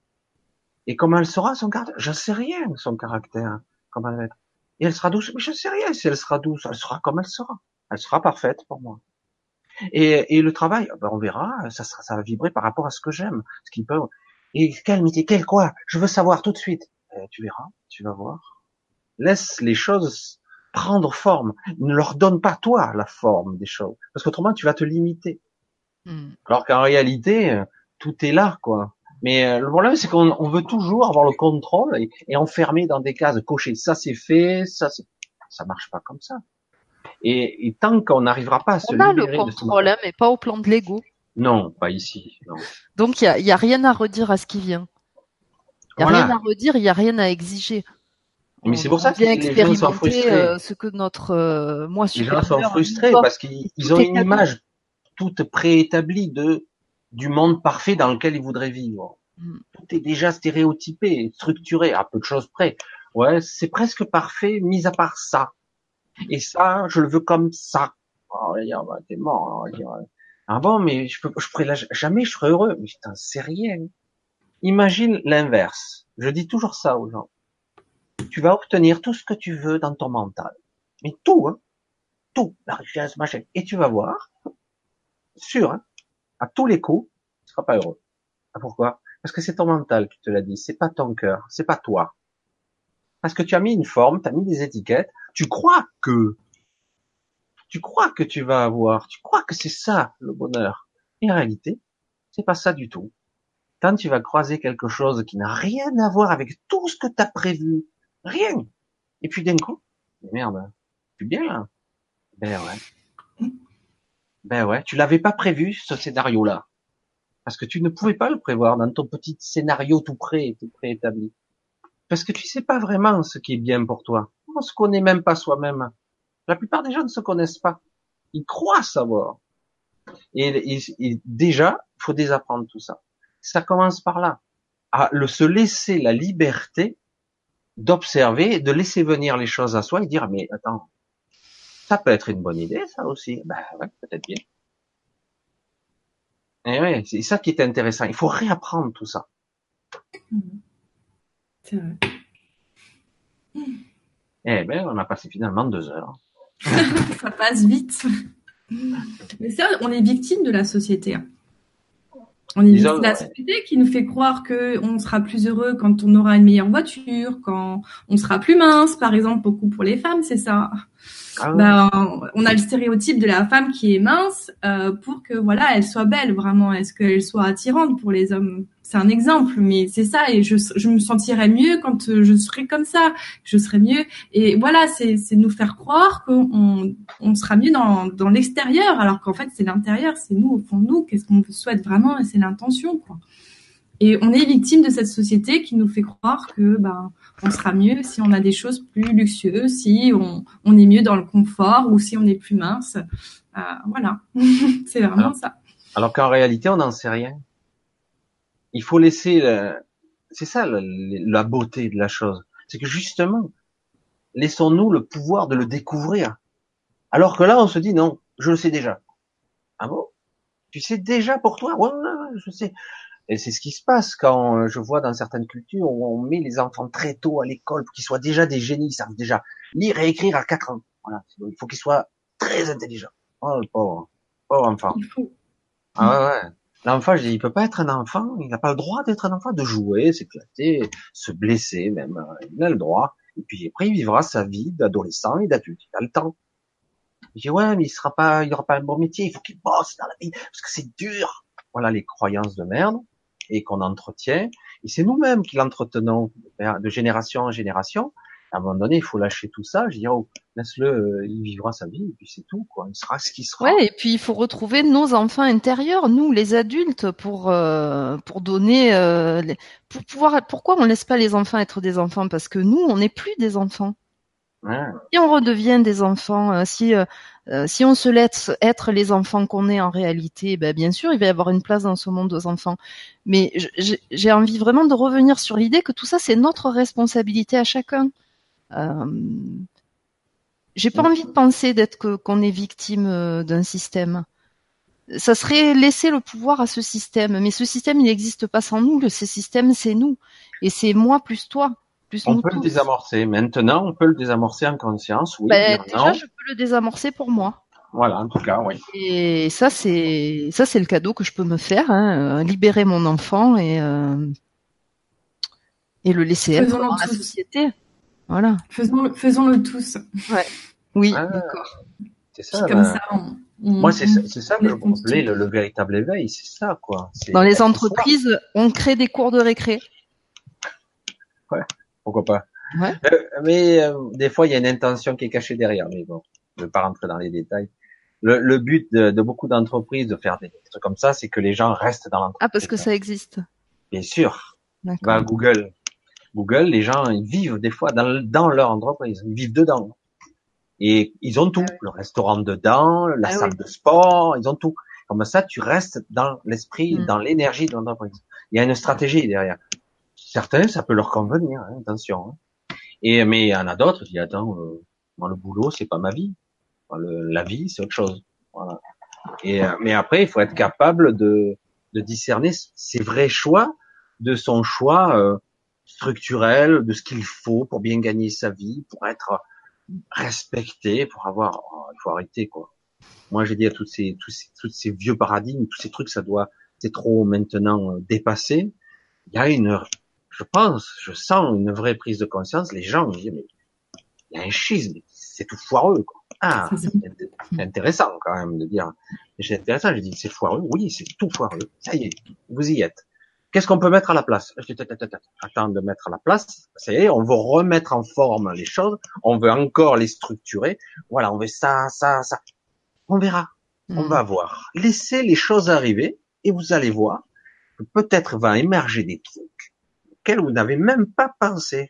Et comment elle sera, son caractère? Je sais rien, son caractère. Comment elle va être. Et elle sera douce. Mais je sais rien si elle sera douce. Elle sera comme elle sera. Elle sera parfaite pour moi. Et, et le travail, ben on verra, ça sera, ça va vibrer par rapport à ce que j'aime, ce qui peut. Et quel métier, quel quoi? Je veux savoir tout de suite. Eh, tu verras, tu vas voir. Laisse les choses prendre forme. Ne leur donne pas toi la forme des choses, parce qu'autrement tu vas te limiter. Mm. Alors qu'en réalité, tout est là, quoi. Mais le problème, c'est qu'on on veut toujours avoir le contrôle et, et enfermer dans des cases, cocher. Ça c'est fait, ça c'est, ça marche pas comme ça. Et, et tant qu'on n'arrivera pas à se on a libérer le contrôle, hein, mais pas au plan de l'ego. Non, pas ici. Non. Donc il y a, y a rien à redire à ce qui vient. Il y a voilà. rien à redire, il y a rien à exiger. Mais on, c'est pour ça que les gens sont frustrés. Euh, ce que notre euh, moi les gens sont frustrés parce qu'ils ont une image toute préétablie de du monde parfait dans lequel ils voudraient vivre. Mm. Tout est déjà stéréotypé, structuré, à peu de choses près. Ouais, c'est presque parfait, mis à part ça. Et ça, je le veux comme ça. Oh, dire, bah, t'es mort. Dire, ah bon, mais je peux, je pourrais la, jamais je serais heureux. Mais putain, c'est rien. Imagine l'inverse. Je dis toujours ça aux gens. Tu vas obtenir tout ce que tu veux dans ton mental. Mais tout, hein. Tout. La richesse, machin. Et tu vas voir. Sûr, hein. À tous les coups, tu seras pas heureux. Ah, pourquoi? Parce que c'est ton mental qui te l'a dit. C'est pas ton cœur. C'est pas toi. Parce que tu as mis une forme, tu as mis des étiquettes. Tu crois que, tu crois que tu vas avoir, tu crois que c'est ça, le bonheur. Et en réalité, c'est pas ça du tout. Quand tu vas croiser quelque chose qui n'a rien à voir avec tout ce que tu as prévu, rien. Et puis d'un coup, merde, tu es bien là? Ben ouais. Ben ouais, tu l'avais pas prévu, ce scénario-là. Parce que tu ne pouvais pas le prévoir dans ton petit scénario tout prêt, tout préétabli. Parce que tu sais pas vraiment ce qui est bien pour toi. On se connaît même pas soi-même. La plupart des gens ne se connaissent pas. Ils croient savoir. Et, et, et déjà, il faut désapprendre tout ça. Ça commence par là. À le, se laisser la liberté d'observer, de laisser venir les choses à soi et dire, mais attends, ça peut être une bonne idée, ça aussi. Ben ouais, peut-être bien. Et ouais, c'est ça qui est intéressant. Il faut réapprendre tout ça. C'est vrai. Eh ben, on a passé finalement deux heures. Ça passe vite. Mais ça, on est victime de la société. On est victime de la société qui nous fait croire que on sera plus heureux quand on aura une meilleure voiture, quand on sera plus mince, par exemple, beaucoup pour les femmes, c'est ça. Ah ouais. Ben, on a le stéréotype de la femme qui est mince euh, pour que voilà, elle soit belle vraiment, est-ce qu'elle soit attirante pour les hommes. C'est un exemple, mais c'est ça. Et je, je me sentirais mieux quand je serais comme ça. Je serais mieux. Et voilà, c'est, c'est nous faire croire qu'on on sera mieux dans, dans l'extérieur, alors qu'en fait c'est l'intérieur, c'est nous au fond de nous. Qu'est-ce qu'on souhaite vraiment, et c'est l'intention, quoi. Et on est victime de cette société qui nous fait croire que ben on sera mieux si on a des choses plus luxueuses, si on, on est mieux dans le confort ou si on est plus mince. Euh, voilà, c'est vraiment alors, ça. Alors qu'en réalité, on n'en sait rien. Il faut laisser, le... c'est ça la, la beauté de la chose, c'est que justement, laissons-nous le pouvoir de le découvrir. Alors que là, on se dit non, je le sais déjà. Ah bon? Tu sais déjà pour toi? Ouais, je sais. Et c'est ce qui se passe quand je vois dans certaines cultures où on met les enfants très tôt à l'école pour qu'ils soient déjà des génies, ils savent déjà lire et écrire à quatre ans. Voilà, il faut qu'ils soient très intelligents. Oh, le pauvre, pauvre enfant. Ah ouais, ouais. L'enfant, je dis, il peut pas être un enfant, il n'a pas le droit d'être un enfant, de jouer, s'éclater, se blesser même, il a le droit. Et puis après, il vivra sa vie d'adolescent et d'adulte, il a le temps. Je dis, ouais, mais il sera pas, il aura pas un bon métier, il faut qu'il bosse dans la vie, parce que c'est dur. Voilà les croyances de merde, et qu'on entretient, et c'est nous-mêmes qui l'entretenons de génération en génération. À un moment donné, il faut lâcher tout ça. Je dis, oh, laisse-le, il vivra sa vie, et puis c'est tout, quoi. Il sera ce qu'il sera. Ouais, et puis il faut retrouver nos enfants intérieurs, nous, les adultes, pour euh, pour donner, euh, les, pour pouvoir. Pourquoi on laisse pas les enfants être des enfants? Parce que nous, on n'est plus des enfants. Ouais. Si on redevient des enfants, euh, si euh, euh, si on se laisse être les enfants qu'on est en réalité, ben bien sûr, il va y avoir une place dans ce monde aux enfants. Mais je- j'ai j'ai envie vraiment de revenir sur l'idée que tout ça, c'est notre responsabilité à chacun. Euh, j'ai pas Mm. envie de penser d'être que qu'on est victime euh, d'un système. Ça serait laisser le pouvoir à ce système, mais ce système, il n'existe pas sans nous. Le ce système, c'est nous, et c'est moi plus toi, plus On nous peut le tous. désamorcer. Maintenant, on peut le désamorcer en conscience, oui, Ben, dire déjà, non. je peux le désamorcer pour moi. Voilà, en tout cas, oui. Et ça, c'est ça, c'est le cadeau que je peux me faire, hein, euh, libérer mon enfant et euh, et le laisser être Faisons-le dans la tous. société. Voilà. Faisons-le, faisons-le tous. Ouais. Oui, Ah, d'accord. c'est Puis ça. comme Ben, ça, on, on, moi, c'est on, c'est ça on que je est me rappelais, construit. le, le véritable éveil, c'est ça, quoi. C'est Dans les être soi. entreprises, on crée des cours de récré. Ouais, pourquoi pas. Ouais. Euh, mais euh, des fois, il y a une intention qui est cachée derrière. Mais bon, je ne vais pas rentrer dans les détails. Le, le but de, de beaucoup d'entreprises de faire des trucs comme ça, c'est que les gens restent dans Ah, parce l'entreprise. que ça existe. Bien sûr. Va à D'accord. Google. Google, les gens, ils vivent des fois dans, dans leur entreprise. Ils vivent dedans. Et ils ont tout. Ah oui. Le restaurant dedans, la Ah salle oui. de sport, ils ont tout. Comme ça, tu restes dans l'esprit, Hmm. dans l'énergie de l'entreprise. Il y a une stratégie derrière. Certains, ça peut leur convenir, hein, attention. Hein. Et mais il y en a d'autres qui disent attends, euh, moi le boulot c'est pas ma vie, Enfin, le, la vie c'est autre chose. Voilà. Et euh, mais après il faut être capable de de discerner ses vrais choix de son choix euh, structurel, de ce qu'il faut pour bien gagner sa vie, pour être respecté, pour avoir. Oh, il faut arrêter quoi. Moi j'ai dit à tous ces tous ces, tous ces vieux paradigmes, tous ces trucs ça doit c'est trop maintenant euh, dépassé. Il y a une je pense, je sens une vraie prise de conscience. Les gens me disent, mais il y a un schisme, c'est tout foireux, quoi. Ah, C'est ça. c'est intéressant quand même de dire. C'est intéressant, je dis, c'est foireux. Oui, c'est tout foireux. Ça y est, vous y êtes. Qu'est-ce qu'on peut mettre à la place? Je dis, attends de mettre à la place. Ça y est, on veut remettre en forme les choses. On veut encore les structurer. Voilà, on veut ça, ça, ça. On verra. On Hmm. va voir. Laissez les choses arriver et vous allez voir que peut-être va émerger des trucs auxquels vous n'avez même pas pensé.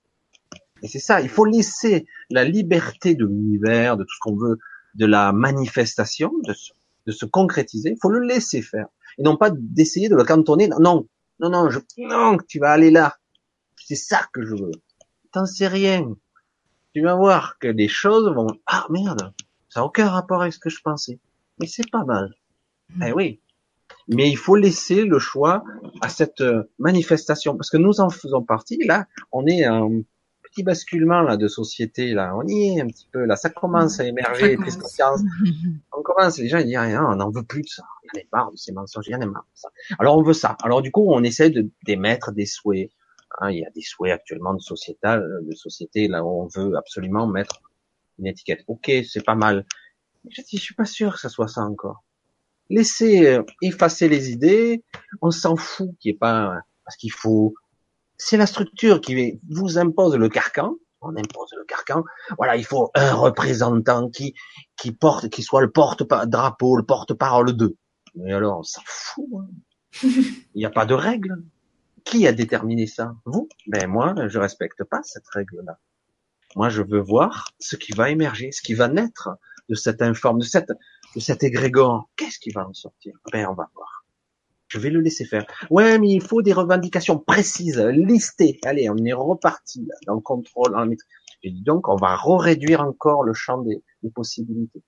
Et c'est ça, il faut laisser la liberté de l'univers, de tout ce qu'on veut, de la manifestation, de se, de se concrétiser. Il faut le laisser faire. Et non pas d'essayer de le cantonner. Non, non, non, je, non, tu vas aller là. C'est ça que je veux. T'en sais rien. Tu vas voir que les choses vont, ah merde, ça n'a aucun rapport avec ce que je pensais. Mais c'est pas mal. Hmm. Eh oui. Mais il faut laisser le choix à cette manifestation. Parce que nous en faisons partie. Là, on est un petit basculement là de société. Là, on y est un petit peu. Là, ça commence à émerger, Ça les prises de commence. conscience. On commence, les gens ils disent, ah, on n'en veut plus de ça. Il y en a marre de ces mensonges, il y en a marre de ça. Alors on veut ça. Alors du coup, on essaie de d'émettre des souhaits. Hein, il y a des souhaits actuellement de sociétal, de société, là où on veut absolument mettre une étiquette. Ok, c'est pas mal. Mais je dis, je suis pas sûr que ça soit ça encore. Laissez euh, effacer les idées. On s'en fout qu'il n'y ait pas, parce qu'il faut. C'est la structure qui vous impose le carcan. On impose le carcan. Voilà, il faut un représentant qui qui porte, qui soit le porte-drapeau, le porte-parole d'eux. Mais alors, on s'en fout. Hein. Il n'y a pas de règle. Qui a déterminé ça? Vous? Ben moi, je respecte pas cette règle-là. Moi, je veux voir ce qui va émerger, ce qui va naître de cette informe, de cette, de cet égrégore. Qu'est-ce qui va en sortir? Ben, on va voir. Je vais le laisser faire. Ouais, mais il faut des revendications précises, listées. Allez, on est reparti là, dans le contrôle. Dans le... J'ai dit donc, on va réduire encore le champ des, des possibilités.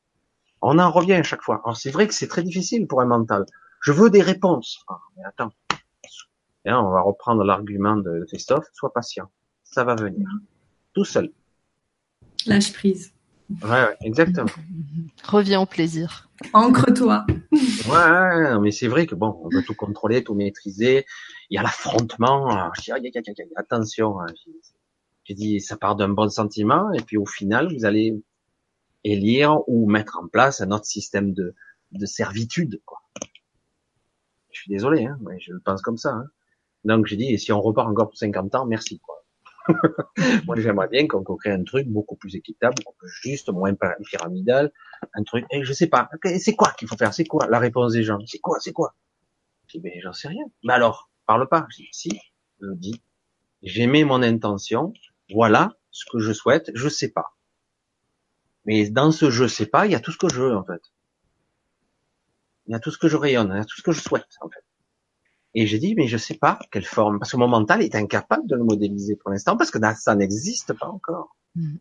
On en revient à chaque fois. Alors c'est vrai que c'est très difficile pour un mental. Je veux des réponses. Ah, mais attends. Et là, on va reprendre l'argument de Christophe. Sois patient. Ça va venir. Tout seul. Lâche prise. Ouais, ouais, exactement. Reviens au plaisir. Ancre-toi. Ouais, mais c'est vrai que bon, on veut tout contrôler, tout maîtriser. Il y a l'affrontement. Alors, je dis, aïe, aïe, aïe, aïe, attention. Hein. J'ai dit, ça part d'un bon sentiment, et puis au final, vous allez élire ou mettre en place un autre système de, de servitude, quoi. Je suis désolé, hein, mais je le pense comme ça. Hein. Donc j'ai dit, et si on repart encore pour cinquante ans, merci, quoi. Moi, j'aimerais bien qu'on crée un truc beaucoup plus équitable, beaucoup plus juste, moins pyramidal, un truc, et je sais pas, c'est quoi qu'il faut faire, c'est quoi la réponse des gens, c'est quoi, c'est quoi? Je dis, ben, j'en sais rien. Mais alors, parle pas. Je dis, si, je dis, j'ai mis mon intention, voilà, ce que je souhaite, je sais pas. Mais dans ce je sais pas, il y a tout ce que je veux, en fait. Il y a tout ce que je rayonne, il y a tout ce que je souhaite, en fait. Et j'ai dit, mais je sais pas quelle forme, parce que mon mental est incapable de le modéliser pour l'instant, parce que ça n'existe pas encore. Mmh.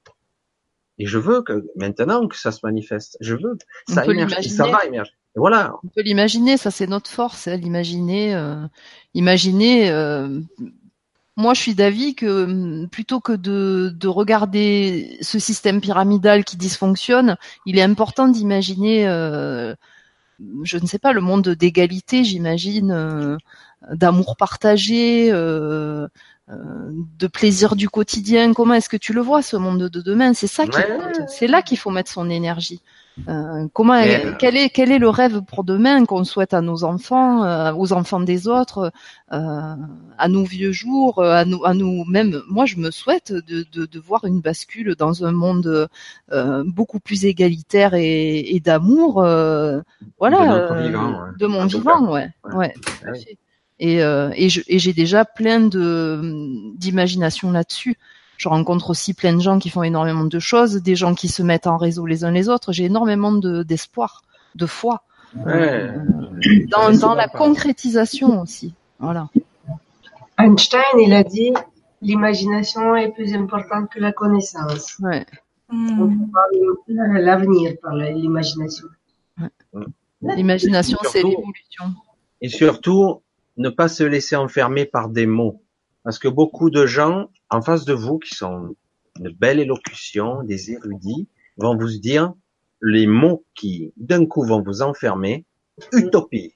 Et je veux que, maintenant, que ça se manifeste. Je veux que ça émerge. Et ça va émerger. Et voilà. On peut l'imaginer, ça c'est notre force, hein, l'imaginer, euh, imaginer, euh, moi je suis d'avis que plutôt que de, de regarder ce système pyramidal qui dysfonctionne, il est important d'imaginer, euh, je ne sais pas, le monde d'égalité, j'imagine, euh, d'amour partagé, euh, euh, de plaisir du quotidien. Comment est-ce que tu le vois, ce monde de demain? C'est ça qui ouais. compte. C'est là qu'il faut mettre son énergie. Euh, comment, est, quel est, quel est le rêve pour demain qu'on souhaite à nos enfants, euh, aux enfants des autres, euh, à nos vieux jours, à nous, à nous même. Moi, je me souhaite de, de, de voir une bascule dans un monde euh, beaucoup plus égalitaire et, et d'amour. Euh, voilà, de notre vivant, ouais. de mon vivant, ouais, ouais. ouais ah oui. Et, euh, et, je, et j'ai déjà plein de d'imagination là-dessus. Je rencontre aussi plein de gens qui font énormément de choses, des gens qui se mettent en réseau les uns les autres. J'ai énormément de, d'espoir, de foi, ouais. euh, dans, dans la concrétisation aussi. Voilà. Einstein, il a dit, l'imagination est plus importante que la connaissance. Ouais. On peut voir l'avenir par l'imagination. Ouais. L'imagination, surtout, c'est l'évolution. Et surtout, ne pas se laisser enfermer par des mots. Parce que beaucoup de gens en face de vous, qui sont de belles élocutions, des érudits, vont vous dire les mots qui, d'un coup, vont vous enfermer. Utopie.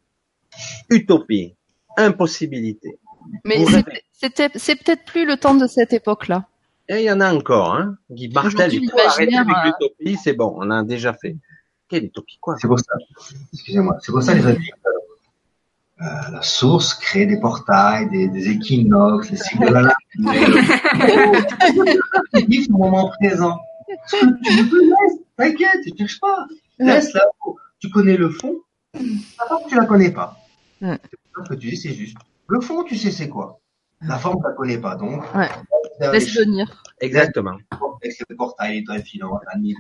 Utopie. Impossibilité. Mais c'était, c'était, c'est peut-être plus le temps de cette époque-là. Et il y en a encore, hein, qui martèlent. Il faut arrêter avec euh... l'utopie, c'est bon, on a déjà fait. Quelle utopie, quoi? C'est pour ça. Excusez-moi. C'est pour ça, les amis. Euh, la source crée des portails, des, des équinoxes, les cycles de la lune. Vivre le moment présent. Ce que tu veux, laisse, t'inquiète, tu cherches pas. Laisse là, tu connais le fond, la forme, tu la connais pas. Ouais. Ce que tu dis, c'est juste. Le fond, tu sais c'est quoi. La forme, tu la connais pas, donc. Ouais. Laisse venir. Exactement. Avec les portails, les traits filants, la nuit.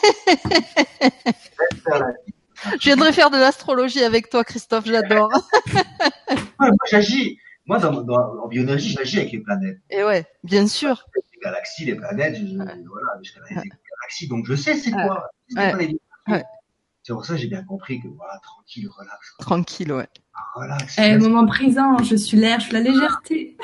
Je viendrai faire de l'astrologie avec toi, Christophe, j'adore. Ouais, moi, j'agis. Moi, dans, dans, en bioénergie, j'agis avec les planètes. Et ouais, bien sûr. Les galaxies, les planètes, je, ouais. voilà, je connais les galaxies, donc je sais c'est ouais. quoi. Ouais. Pas les ouais. C'est pour ça que j'ai bien compris que, voilà, tranquille, relax. Quoi. Tranquille, ouais. Relax. Eh, moment présent, je suis l'air, je suis la légèreté.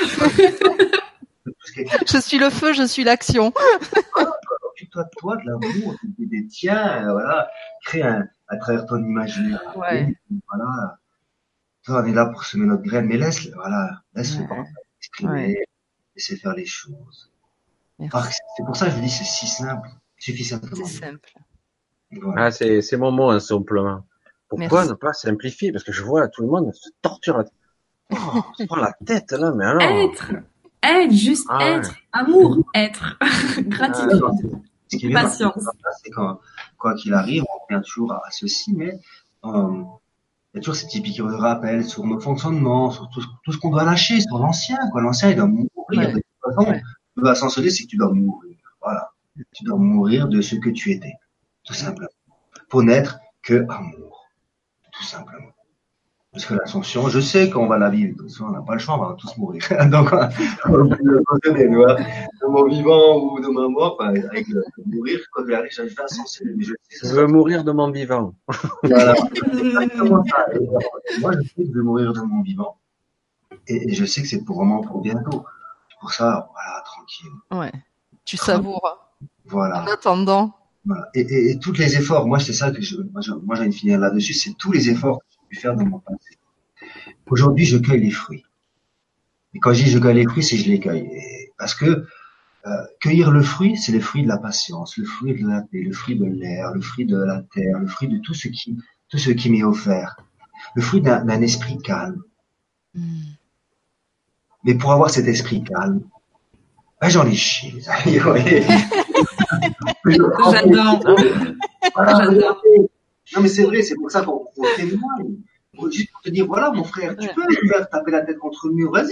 Je suis le feu, je suis l'action. Voilà, occupe-toi de toi, de l'amour, des tiens, euh, voilà, crée un, à travers ton imaginaire. Ouais. Voilà. Toi, on est là pour semer notre graine, mais laisse, voilà, laisse ouais. le temps exprimer, ouais. laisser faire les choses. Alors, c'est pour ça que je dis c'est si simple. Il suffit simplement. C'est simple. Voilà. Ah, c'est, c'est mon mot, hein, simplement. Pourquoi Merci. ne pas simplifier? Parce que je vois tout le monde se torture la tête. Oh, on se prend la tête, là, mais alors. Être. Être, juste ah, être. Ouais. Amour, être. Gratitude. Ah, ce qui est patience. C'est quand, quoi qu'il arrive, on revient toujours à ceci, mais, euh, il y a toujours ces petits piqûres de rappel sur nos fonctionnements, sur tout, tout ce qu'on doit lâcher, sur l'ancien, quoi. L'ancien, il doit mourir. Ouais. De toute façon, ouais. Le ascensionner, c'est que tu dois mourir. Voilà. Tu dois mourir de ce que tu étais. Tout simplement. Pour n'être que amour. Tout simplement. Parce que l'ascension, je sais qu'on va la vivre. De toute façon, on n'a pas le choix, on va tous mourir. Donc, on va le contenir, tu vois. De mon vivant ou de ma mort, enfin, avec le, le mourir, quand je vais ascensionner. Je, je veux mourir de mon vivant. Voilà. Exactement ça. Et moi, je sais que je vais mourir de mon vivant. Et, et je sais que c'est pour vraiment pour bientôt. Pour ça, voilà, tranquille. Ouais. Tu savoures. Voilà. En attendant. Voilà. Et, et, et tous les efforts, moi, c'est ça que je, moi, je, moi, j'ai envie de finir là-dessus, c'est tous les efforts que j'ai pu faire dans mon passé. Aujourd'hui, je cueille les fruits. Et quand je dis je cueille les fruits, c'est je les cueille. Et parce que, euh, cueillir le fruit, c'est le fruit de la patience, le fruit de la paix, le fruit de l'air, le fruit de la terre, le fruit de tout ce qui, tout ce qui m'est offert. Le fruit d'un, d'un esprit calme. Mm. Mais pour avoir cet esprit calme, ben, j'en ai chié, les amis, vous voyez. J'adore. Voilà, J'adore. Non, mais c'est vrai, c'est pour ça qu'on, qu'on témoigne. Juste pour te dire, voilà, mon frère, tu peux faire taper la tête contre le mur, vas-y.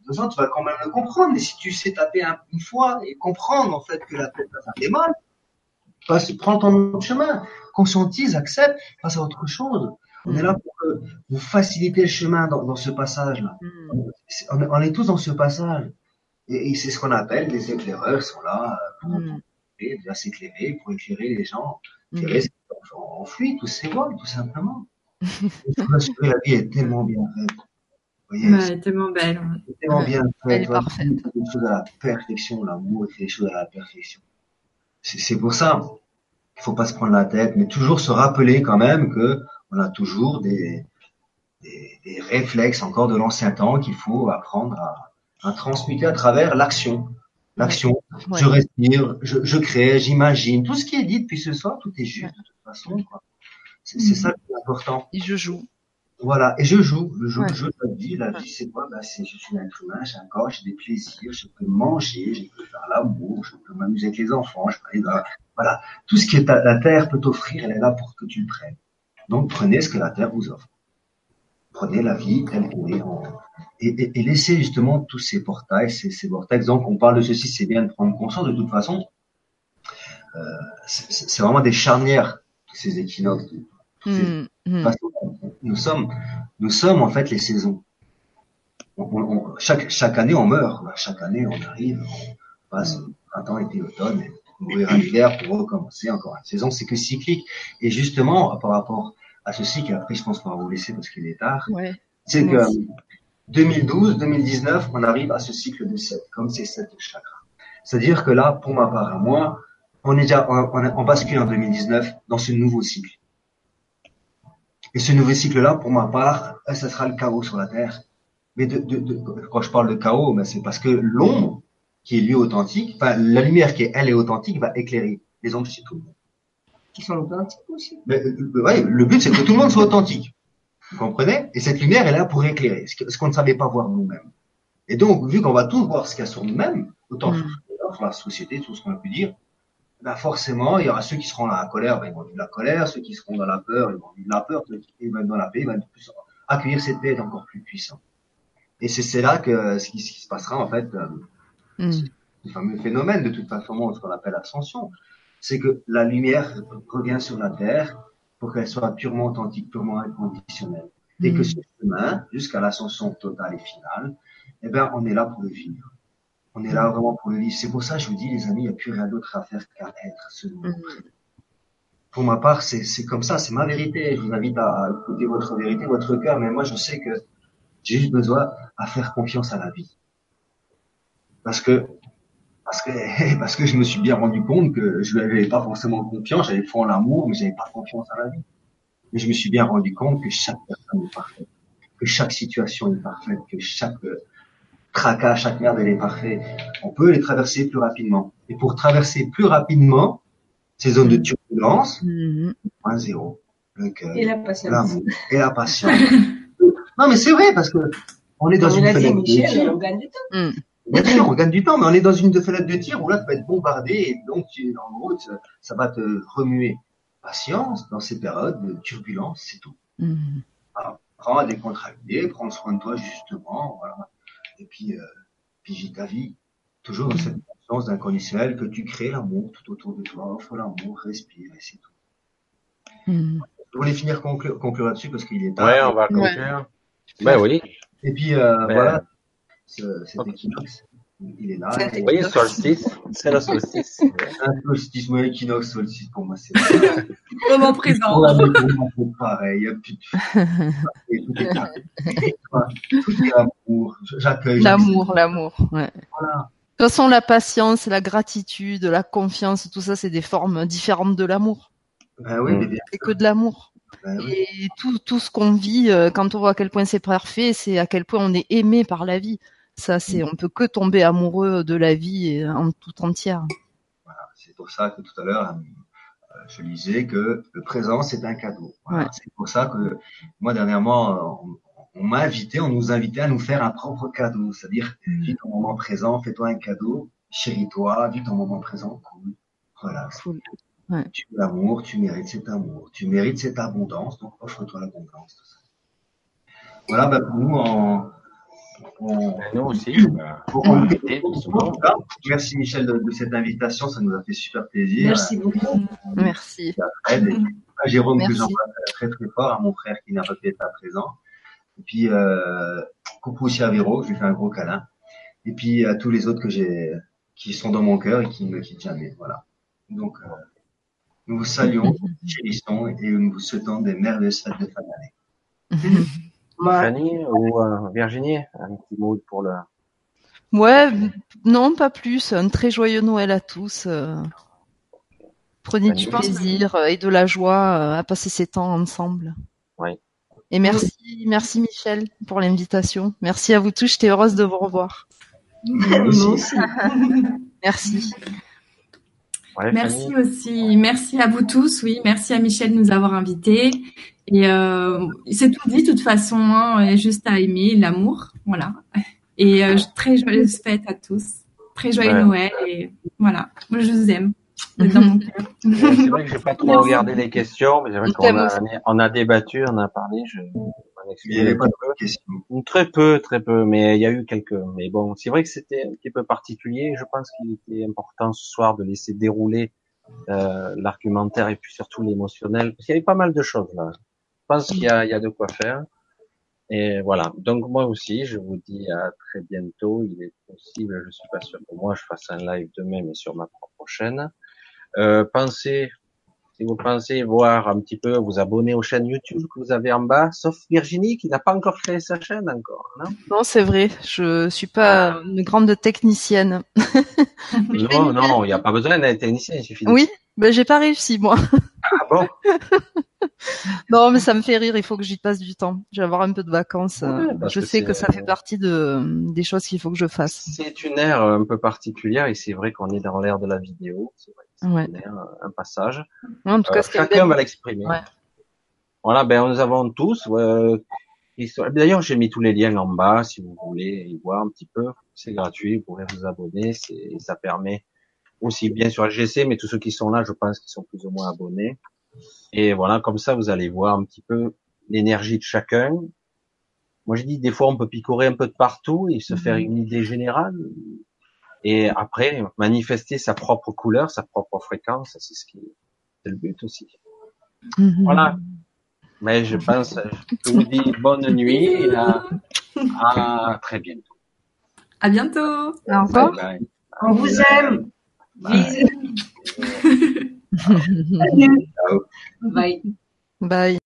deux ans, tu vas quand même le comprendre. Mais si tu sais taper un, une fois et comprendre, en fait, que la tête, ça fait mal, passe, prends ton autre chemin. Conscientise, accepte, passe à autre chose. On mmh. est là pour que vous faciliter le chemin dans, dans ce passage-là. Mmh. On, on est tous dans ce passage. Et, et c'est ce qu'on appelle les éclaireurs sont là pour mmh. déjà s'éclairer, pour éclairer les gens, éclairer ces enfants en fuite, tous ces vols, tout simplement. La vie est tellement bien faite. Vous voyez, ouais, elle est tellement belle. C'est tellement ouais. bien faite. Elle est parfaite. Les choses à la perfection, l'amour fait les choses à la perfection. C'est, c'est pour ça qu'il faut pas se prendre la tête, mais toujours se rappeler quand même que on a toujours des, des, des réflexes encore de l'ancien temps qu'il faut apprendre à, à transmuter à travers l'action. L'action, ouais. je respire, je, je crée, j'imagine. Tout ce qui est dit depuis ce soir, tout est juste de toute façon. Quoi. C'est, c'est ça qui est important. Et je joue. Voilà, et je joue, je joue, ouais. je joue la vie. La vie, c'est quoi? Bah, c'est, je suis un être humain, j'ai un corps, j'ai des plaisirs, je peux manger, je peux faire l'amour, je peux m'amuser avec les enfants, je peux aller dans, voilà. Tout ce que la terre peut t'offrir, elle est là pour que tu le prennes. Donc, prenez ce que la terre vous offre. Prenez la vie telle qu'elle est en, et, et, et laissez justement tous ces portails, ces, ces vortex. Donc, on parle de ceci, c'est bien de prendre conscience. De toute façon, euh, c'est, c'est vraiment des charnières, ces équinoxes. Mmh, mmh. Nous sommes, nous sommes en fait les saisons. On, on, chaque, chaque année, on meurt. Chaque année, on arrive, on passe printemps, été, automne, et mourir à l'hiver pour recommencer encore une saison. C'est que cyclique. Et justement, par rapport à ce cycle, après, je pense qu'on va vous laisser parce qu'il est tard. Ouais. C'est que deux mille douze, deux mille dix-neuf, on arrive à ce cycle de sept, comme c'est sept chakras. C'est-à-dire que là, pour ma part, à moi, on est déjà, on, on, on bascule en deux mille dix-neuf dans ce nouveau cycle. Et ce nouveau cycle-là, pour ma part, ça sera le chaos sur la Terre. Mais de, de, de, quand je parle de chaos, ben c'est parce que l'ombre, qui est lui authentique, enfin, la lumière qui est, elle est authentique, va éclairer les ombres chez tout le monde. Qui sont authentiques aussi. Mais, euh, ouais, le but, c'est que tout le monde soit authentique. Vous comprenez? Et cette lumière est là pour éclairer, ce, que, ce qu'on ne savait pas voir nous-mêmes. Et donc, vu qu'on va tous voir ce qu'il y a sur nous-mêmes, autant mmh. sur, sur la société, tout ce qu'on a pu dire, ben forcément, il y aura ceux qui seront dans la colère, ben ils vont vivre la colère, ceux qui seront dans la peur, ils vont vivre la peur, ceux qui vont dans la paix, ils vont plus accueillir cette paix encore plus puissante. Et c'est, c'est là que ce qui, ce qui se passera, en fait, euh, mmh. le fameux phénomène, de toute façon, ce qu'on appelle ascension, c'est que la lumière revient sur la Terre pour qu'elle soit purement authentique, purement inconditionnelle. Et mmh. que ce chemin, jusqu'à l'ascension totale et finale, eh ben, on est là pour le vivre. On est là vraiment pour le vivre. C'est pour ça que je vous dis, les amis, il n'y a plus rien d'autre à faire qu'à être ce nouveau. Mmh. Pour ma part, c'est, c'est comme ça, c'est ma vérité. Je vous invite à écouter votre vérité, votre cœur, mais moi, je sais que j'ai juste besoin à faire confiance à la vie. Parce que, parce que, parce que je me suis bien rendu compte que je n'avais pas forcément confiance, j'avais foi en l'amour, mais j'avais pas confiance à la vie. Mais je me suis bien rendu compte que chaque personne est parfaite, que chaque situation est parfaite, que chaque tracas, chaque merde, elle est parfaite. On peut les traverser plus rapidement. Et pour traverser plus rapidement ces zones de turbulence, mmh. point zéro, le cœur, et la patience, l'amour, et la patience. Non, mais c'est vrai, parce que on est dans Comme une fenêtre de tir. On gagne du temps. Mmh. Bien sûr, on gagne du temps, mais on est dans une fenêtre de tir où là, tu vas être bombardé, et donc, tu, en gros, ça, ça va te remuer. Patience dans ces périodes de turbulence, c'est tout. Mmh. Alors, prends à décontracter, prends soin de toi, justement, voilà. Et puis, euh, puis vis ta vie. Toujours dans cette conscience d'inconditionnel que tu crées l'amour tout autour de toi, offre l'amour, respire, et c'est tout. Mmh. Je voulais finir conclure, conclure là-dessus parce qu'il est tard. Ouais, on va conclure. Ouais. Ben oui. Et puis, euh, ben... voilà. Ce, cet équinoxe, il est là. Vous voyez, solstice, c'est le solstice. Un solstice, moi, équinoxe, solstice, pour moi, c'est moment présent. C'est pareil, il n'y a plus de... Tout est là. Tout est amour. J'accueille. L'amour, l'amour, ouais. Voilà. De toute façon, la patience, la gratitude, la confiance, tout ça, c'est des formes différentes de l'amour. Ben oui, mais bien. C'est que de l'amour. Ben oui. Et tout, tout ce qu'on vit, quand on voit à quel point c'est parfait, c'est à quel point on est aimé par la vie. Ça, c'est, on peut que tomber amoureux de la vie en toute entière. Voilà, c'est pour ça que tout à l'heure, je disais que le présent, c'est un cadeau. Voilà, ouais. C'est pour ça que moi, dernièrement, on, on m'a invité, on nous invitait à nous faire un propre cadeau. C'est-à-dire, mmh. vis ton moment présent, fais-toi un cadeau, chéris-toi, vis ton moment présent, cool, relax. Cool. Ouais. Tu veux l'amour, tu mérites cet amour, tu mérites cette abondance, donc offre-toi l'abondance. Tout ça. Voilà, ben pour nous, en On, Nous aussi. Bah, on- on on- l'a été, justement. Merci Michel de, de cette invitation, ça nous a fait super plaisir. Merci beaucoup. Merci. À Fred et à Jérôme que Merci. j'embrasse très très fort, à mon frère qui n'a pas pu être là présent. Et puis euh, coucou aussi à Véro, je lui fais un gros câlin. Et puis à tous les autres que j'ai, qui sont dans mon cœur et qui ne me quittent jamais. Voilà. Donc euh, nous vous saluons, nous vous chérissons et nous vous souhaitons des merveilleuses fêtes de fin d'année. Moi, Fanny ou euh, Virginie, un petit mot pour le. Ouais, non, pas plus. Un très joyeux Noël à tous. euh, Prenez du Je pense que- plaisir euh, et de la joie euh, à passer ces temps ensemble. Oui. Et merci, merci Michel pour l'invitation. Merci à vous tous. J'étais heureuse de vous revoir. nous aussi. Merci. Ouais, Merci Fanny. aussi. Merci à vous tous. Oui, merci à Michel de nous avoir invités. Et euh, c'est tout dit, de toute façon, hein, et juste à aimer l'amour. Voilà. Et euh, très joyeuse fête à tous. Très joyeux Ouais. Noël. Et voilà. Moi, je vous aime. Vous êtes dans mon cœur. Euh, C'est vrai que j'ai pas trop Merci. regardé les questions, mais c'est vrai Je qu'on t'aime a, aussi. on a débattu, on a parlé, je m'en Il n'y excuse avait un pas petit de questions. peu. Très peu, très peu, mais il y a eu quelques. Mais bon, c'est vrai que c'était un petit peu particulier. Je pense qu'il était important ce soir de laisser dérouler euh, l'argumentaire et puis surtout l'émotionnel, parce qu'il y avait pas mal de choses là. Je pense qu'il y a, il y a de quoi faire. Et voilà. Donc moi aussi, je vous dis à très bientôt. Il est possible, je suis pas sûr que moi je fasse un live demain, mais sur ma propre chaîne. Euh, pensez, si vous pensez voir un petit peu, vous abonner aux chaînes YouTube que vous avez en bas, sauf Virginie qui n'a pas encore créé sa chaîne encore, non? Non, c'est vrai. Je suis pas une grande technicienne. Non, non, il n'y a pas besoin d'un technicien, il suffit de... Oui, ben j'ai pas réussi moi. Ah bon? Non, mais ça me fait rire. Il faut que j'y passe du temps. Je vais avoir un peu de vacances. Ouais, parce je que sais c'est- que ça fait partie de des choses qu'il faut que je fasse. C'est une ère un peu particulière et c'est vrai qu'on est dans l'ère de la vidéo. C'est vrai que c'est Ouais. une ère, un passage. En tout Euh, cas, c'était une chacun belle- va l'exprimer. Ouais. Voilà, ben nous avons tous. Euh, histoire- D'ailleurs, j'ai mis tous les liens en bas si vous voulez y voir un petit peu. C'est gratuit, vous pourrez vous abonner. C'est, ça permet aussi bien sur L G C, mais tous ceux qui sont là, je pense qu'ils sont plus ou moins abonnés. Et voilà, comme ça, vous allez voir un petit peu l'énergie de chacun. Moi, je dis des fois, on peut picorer un peu de partout et se faire une idée générale. Et après, manifester sa propre couleur, sa propre fréquence, c'est ce qui, c'est le but aussi. Mhm. Voilà. Mais je pense, je vous dis bonne nuit et à, à très bientôt. À bientôt. Au revoir. Bye bye. On vous aime. Bye. Bisous. Ciao. Bye. Bye.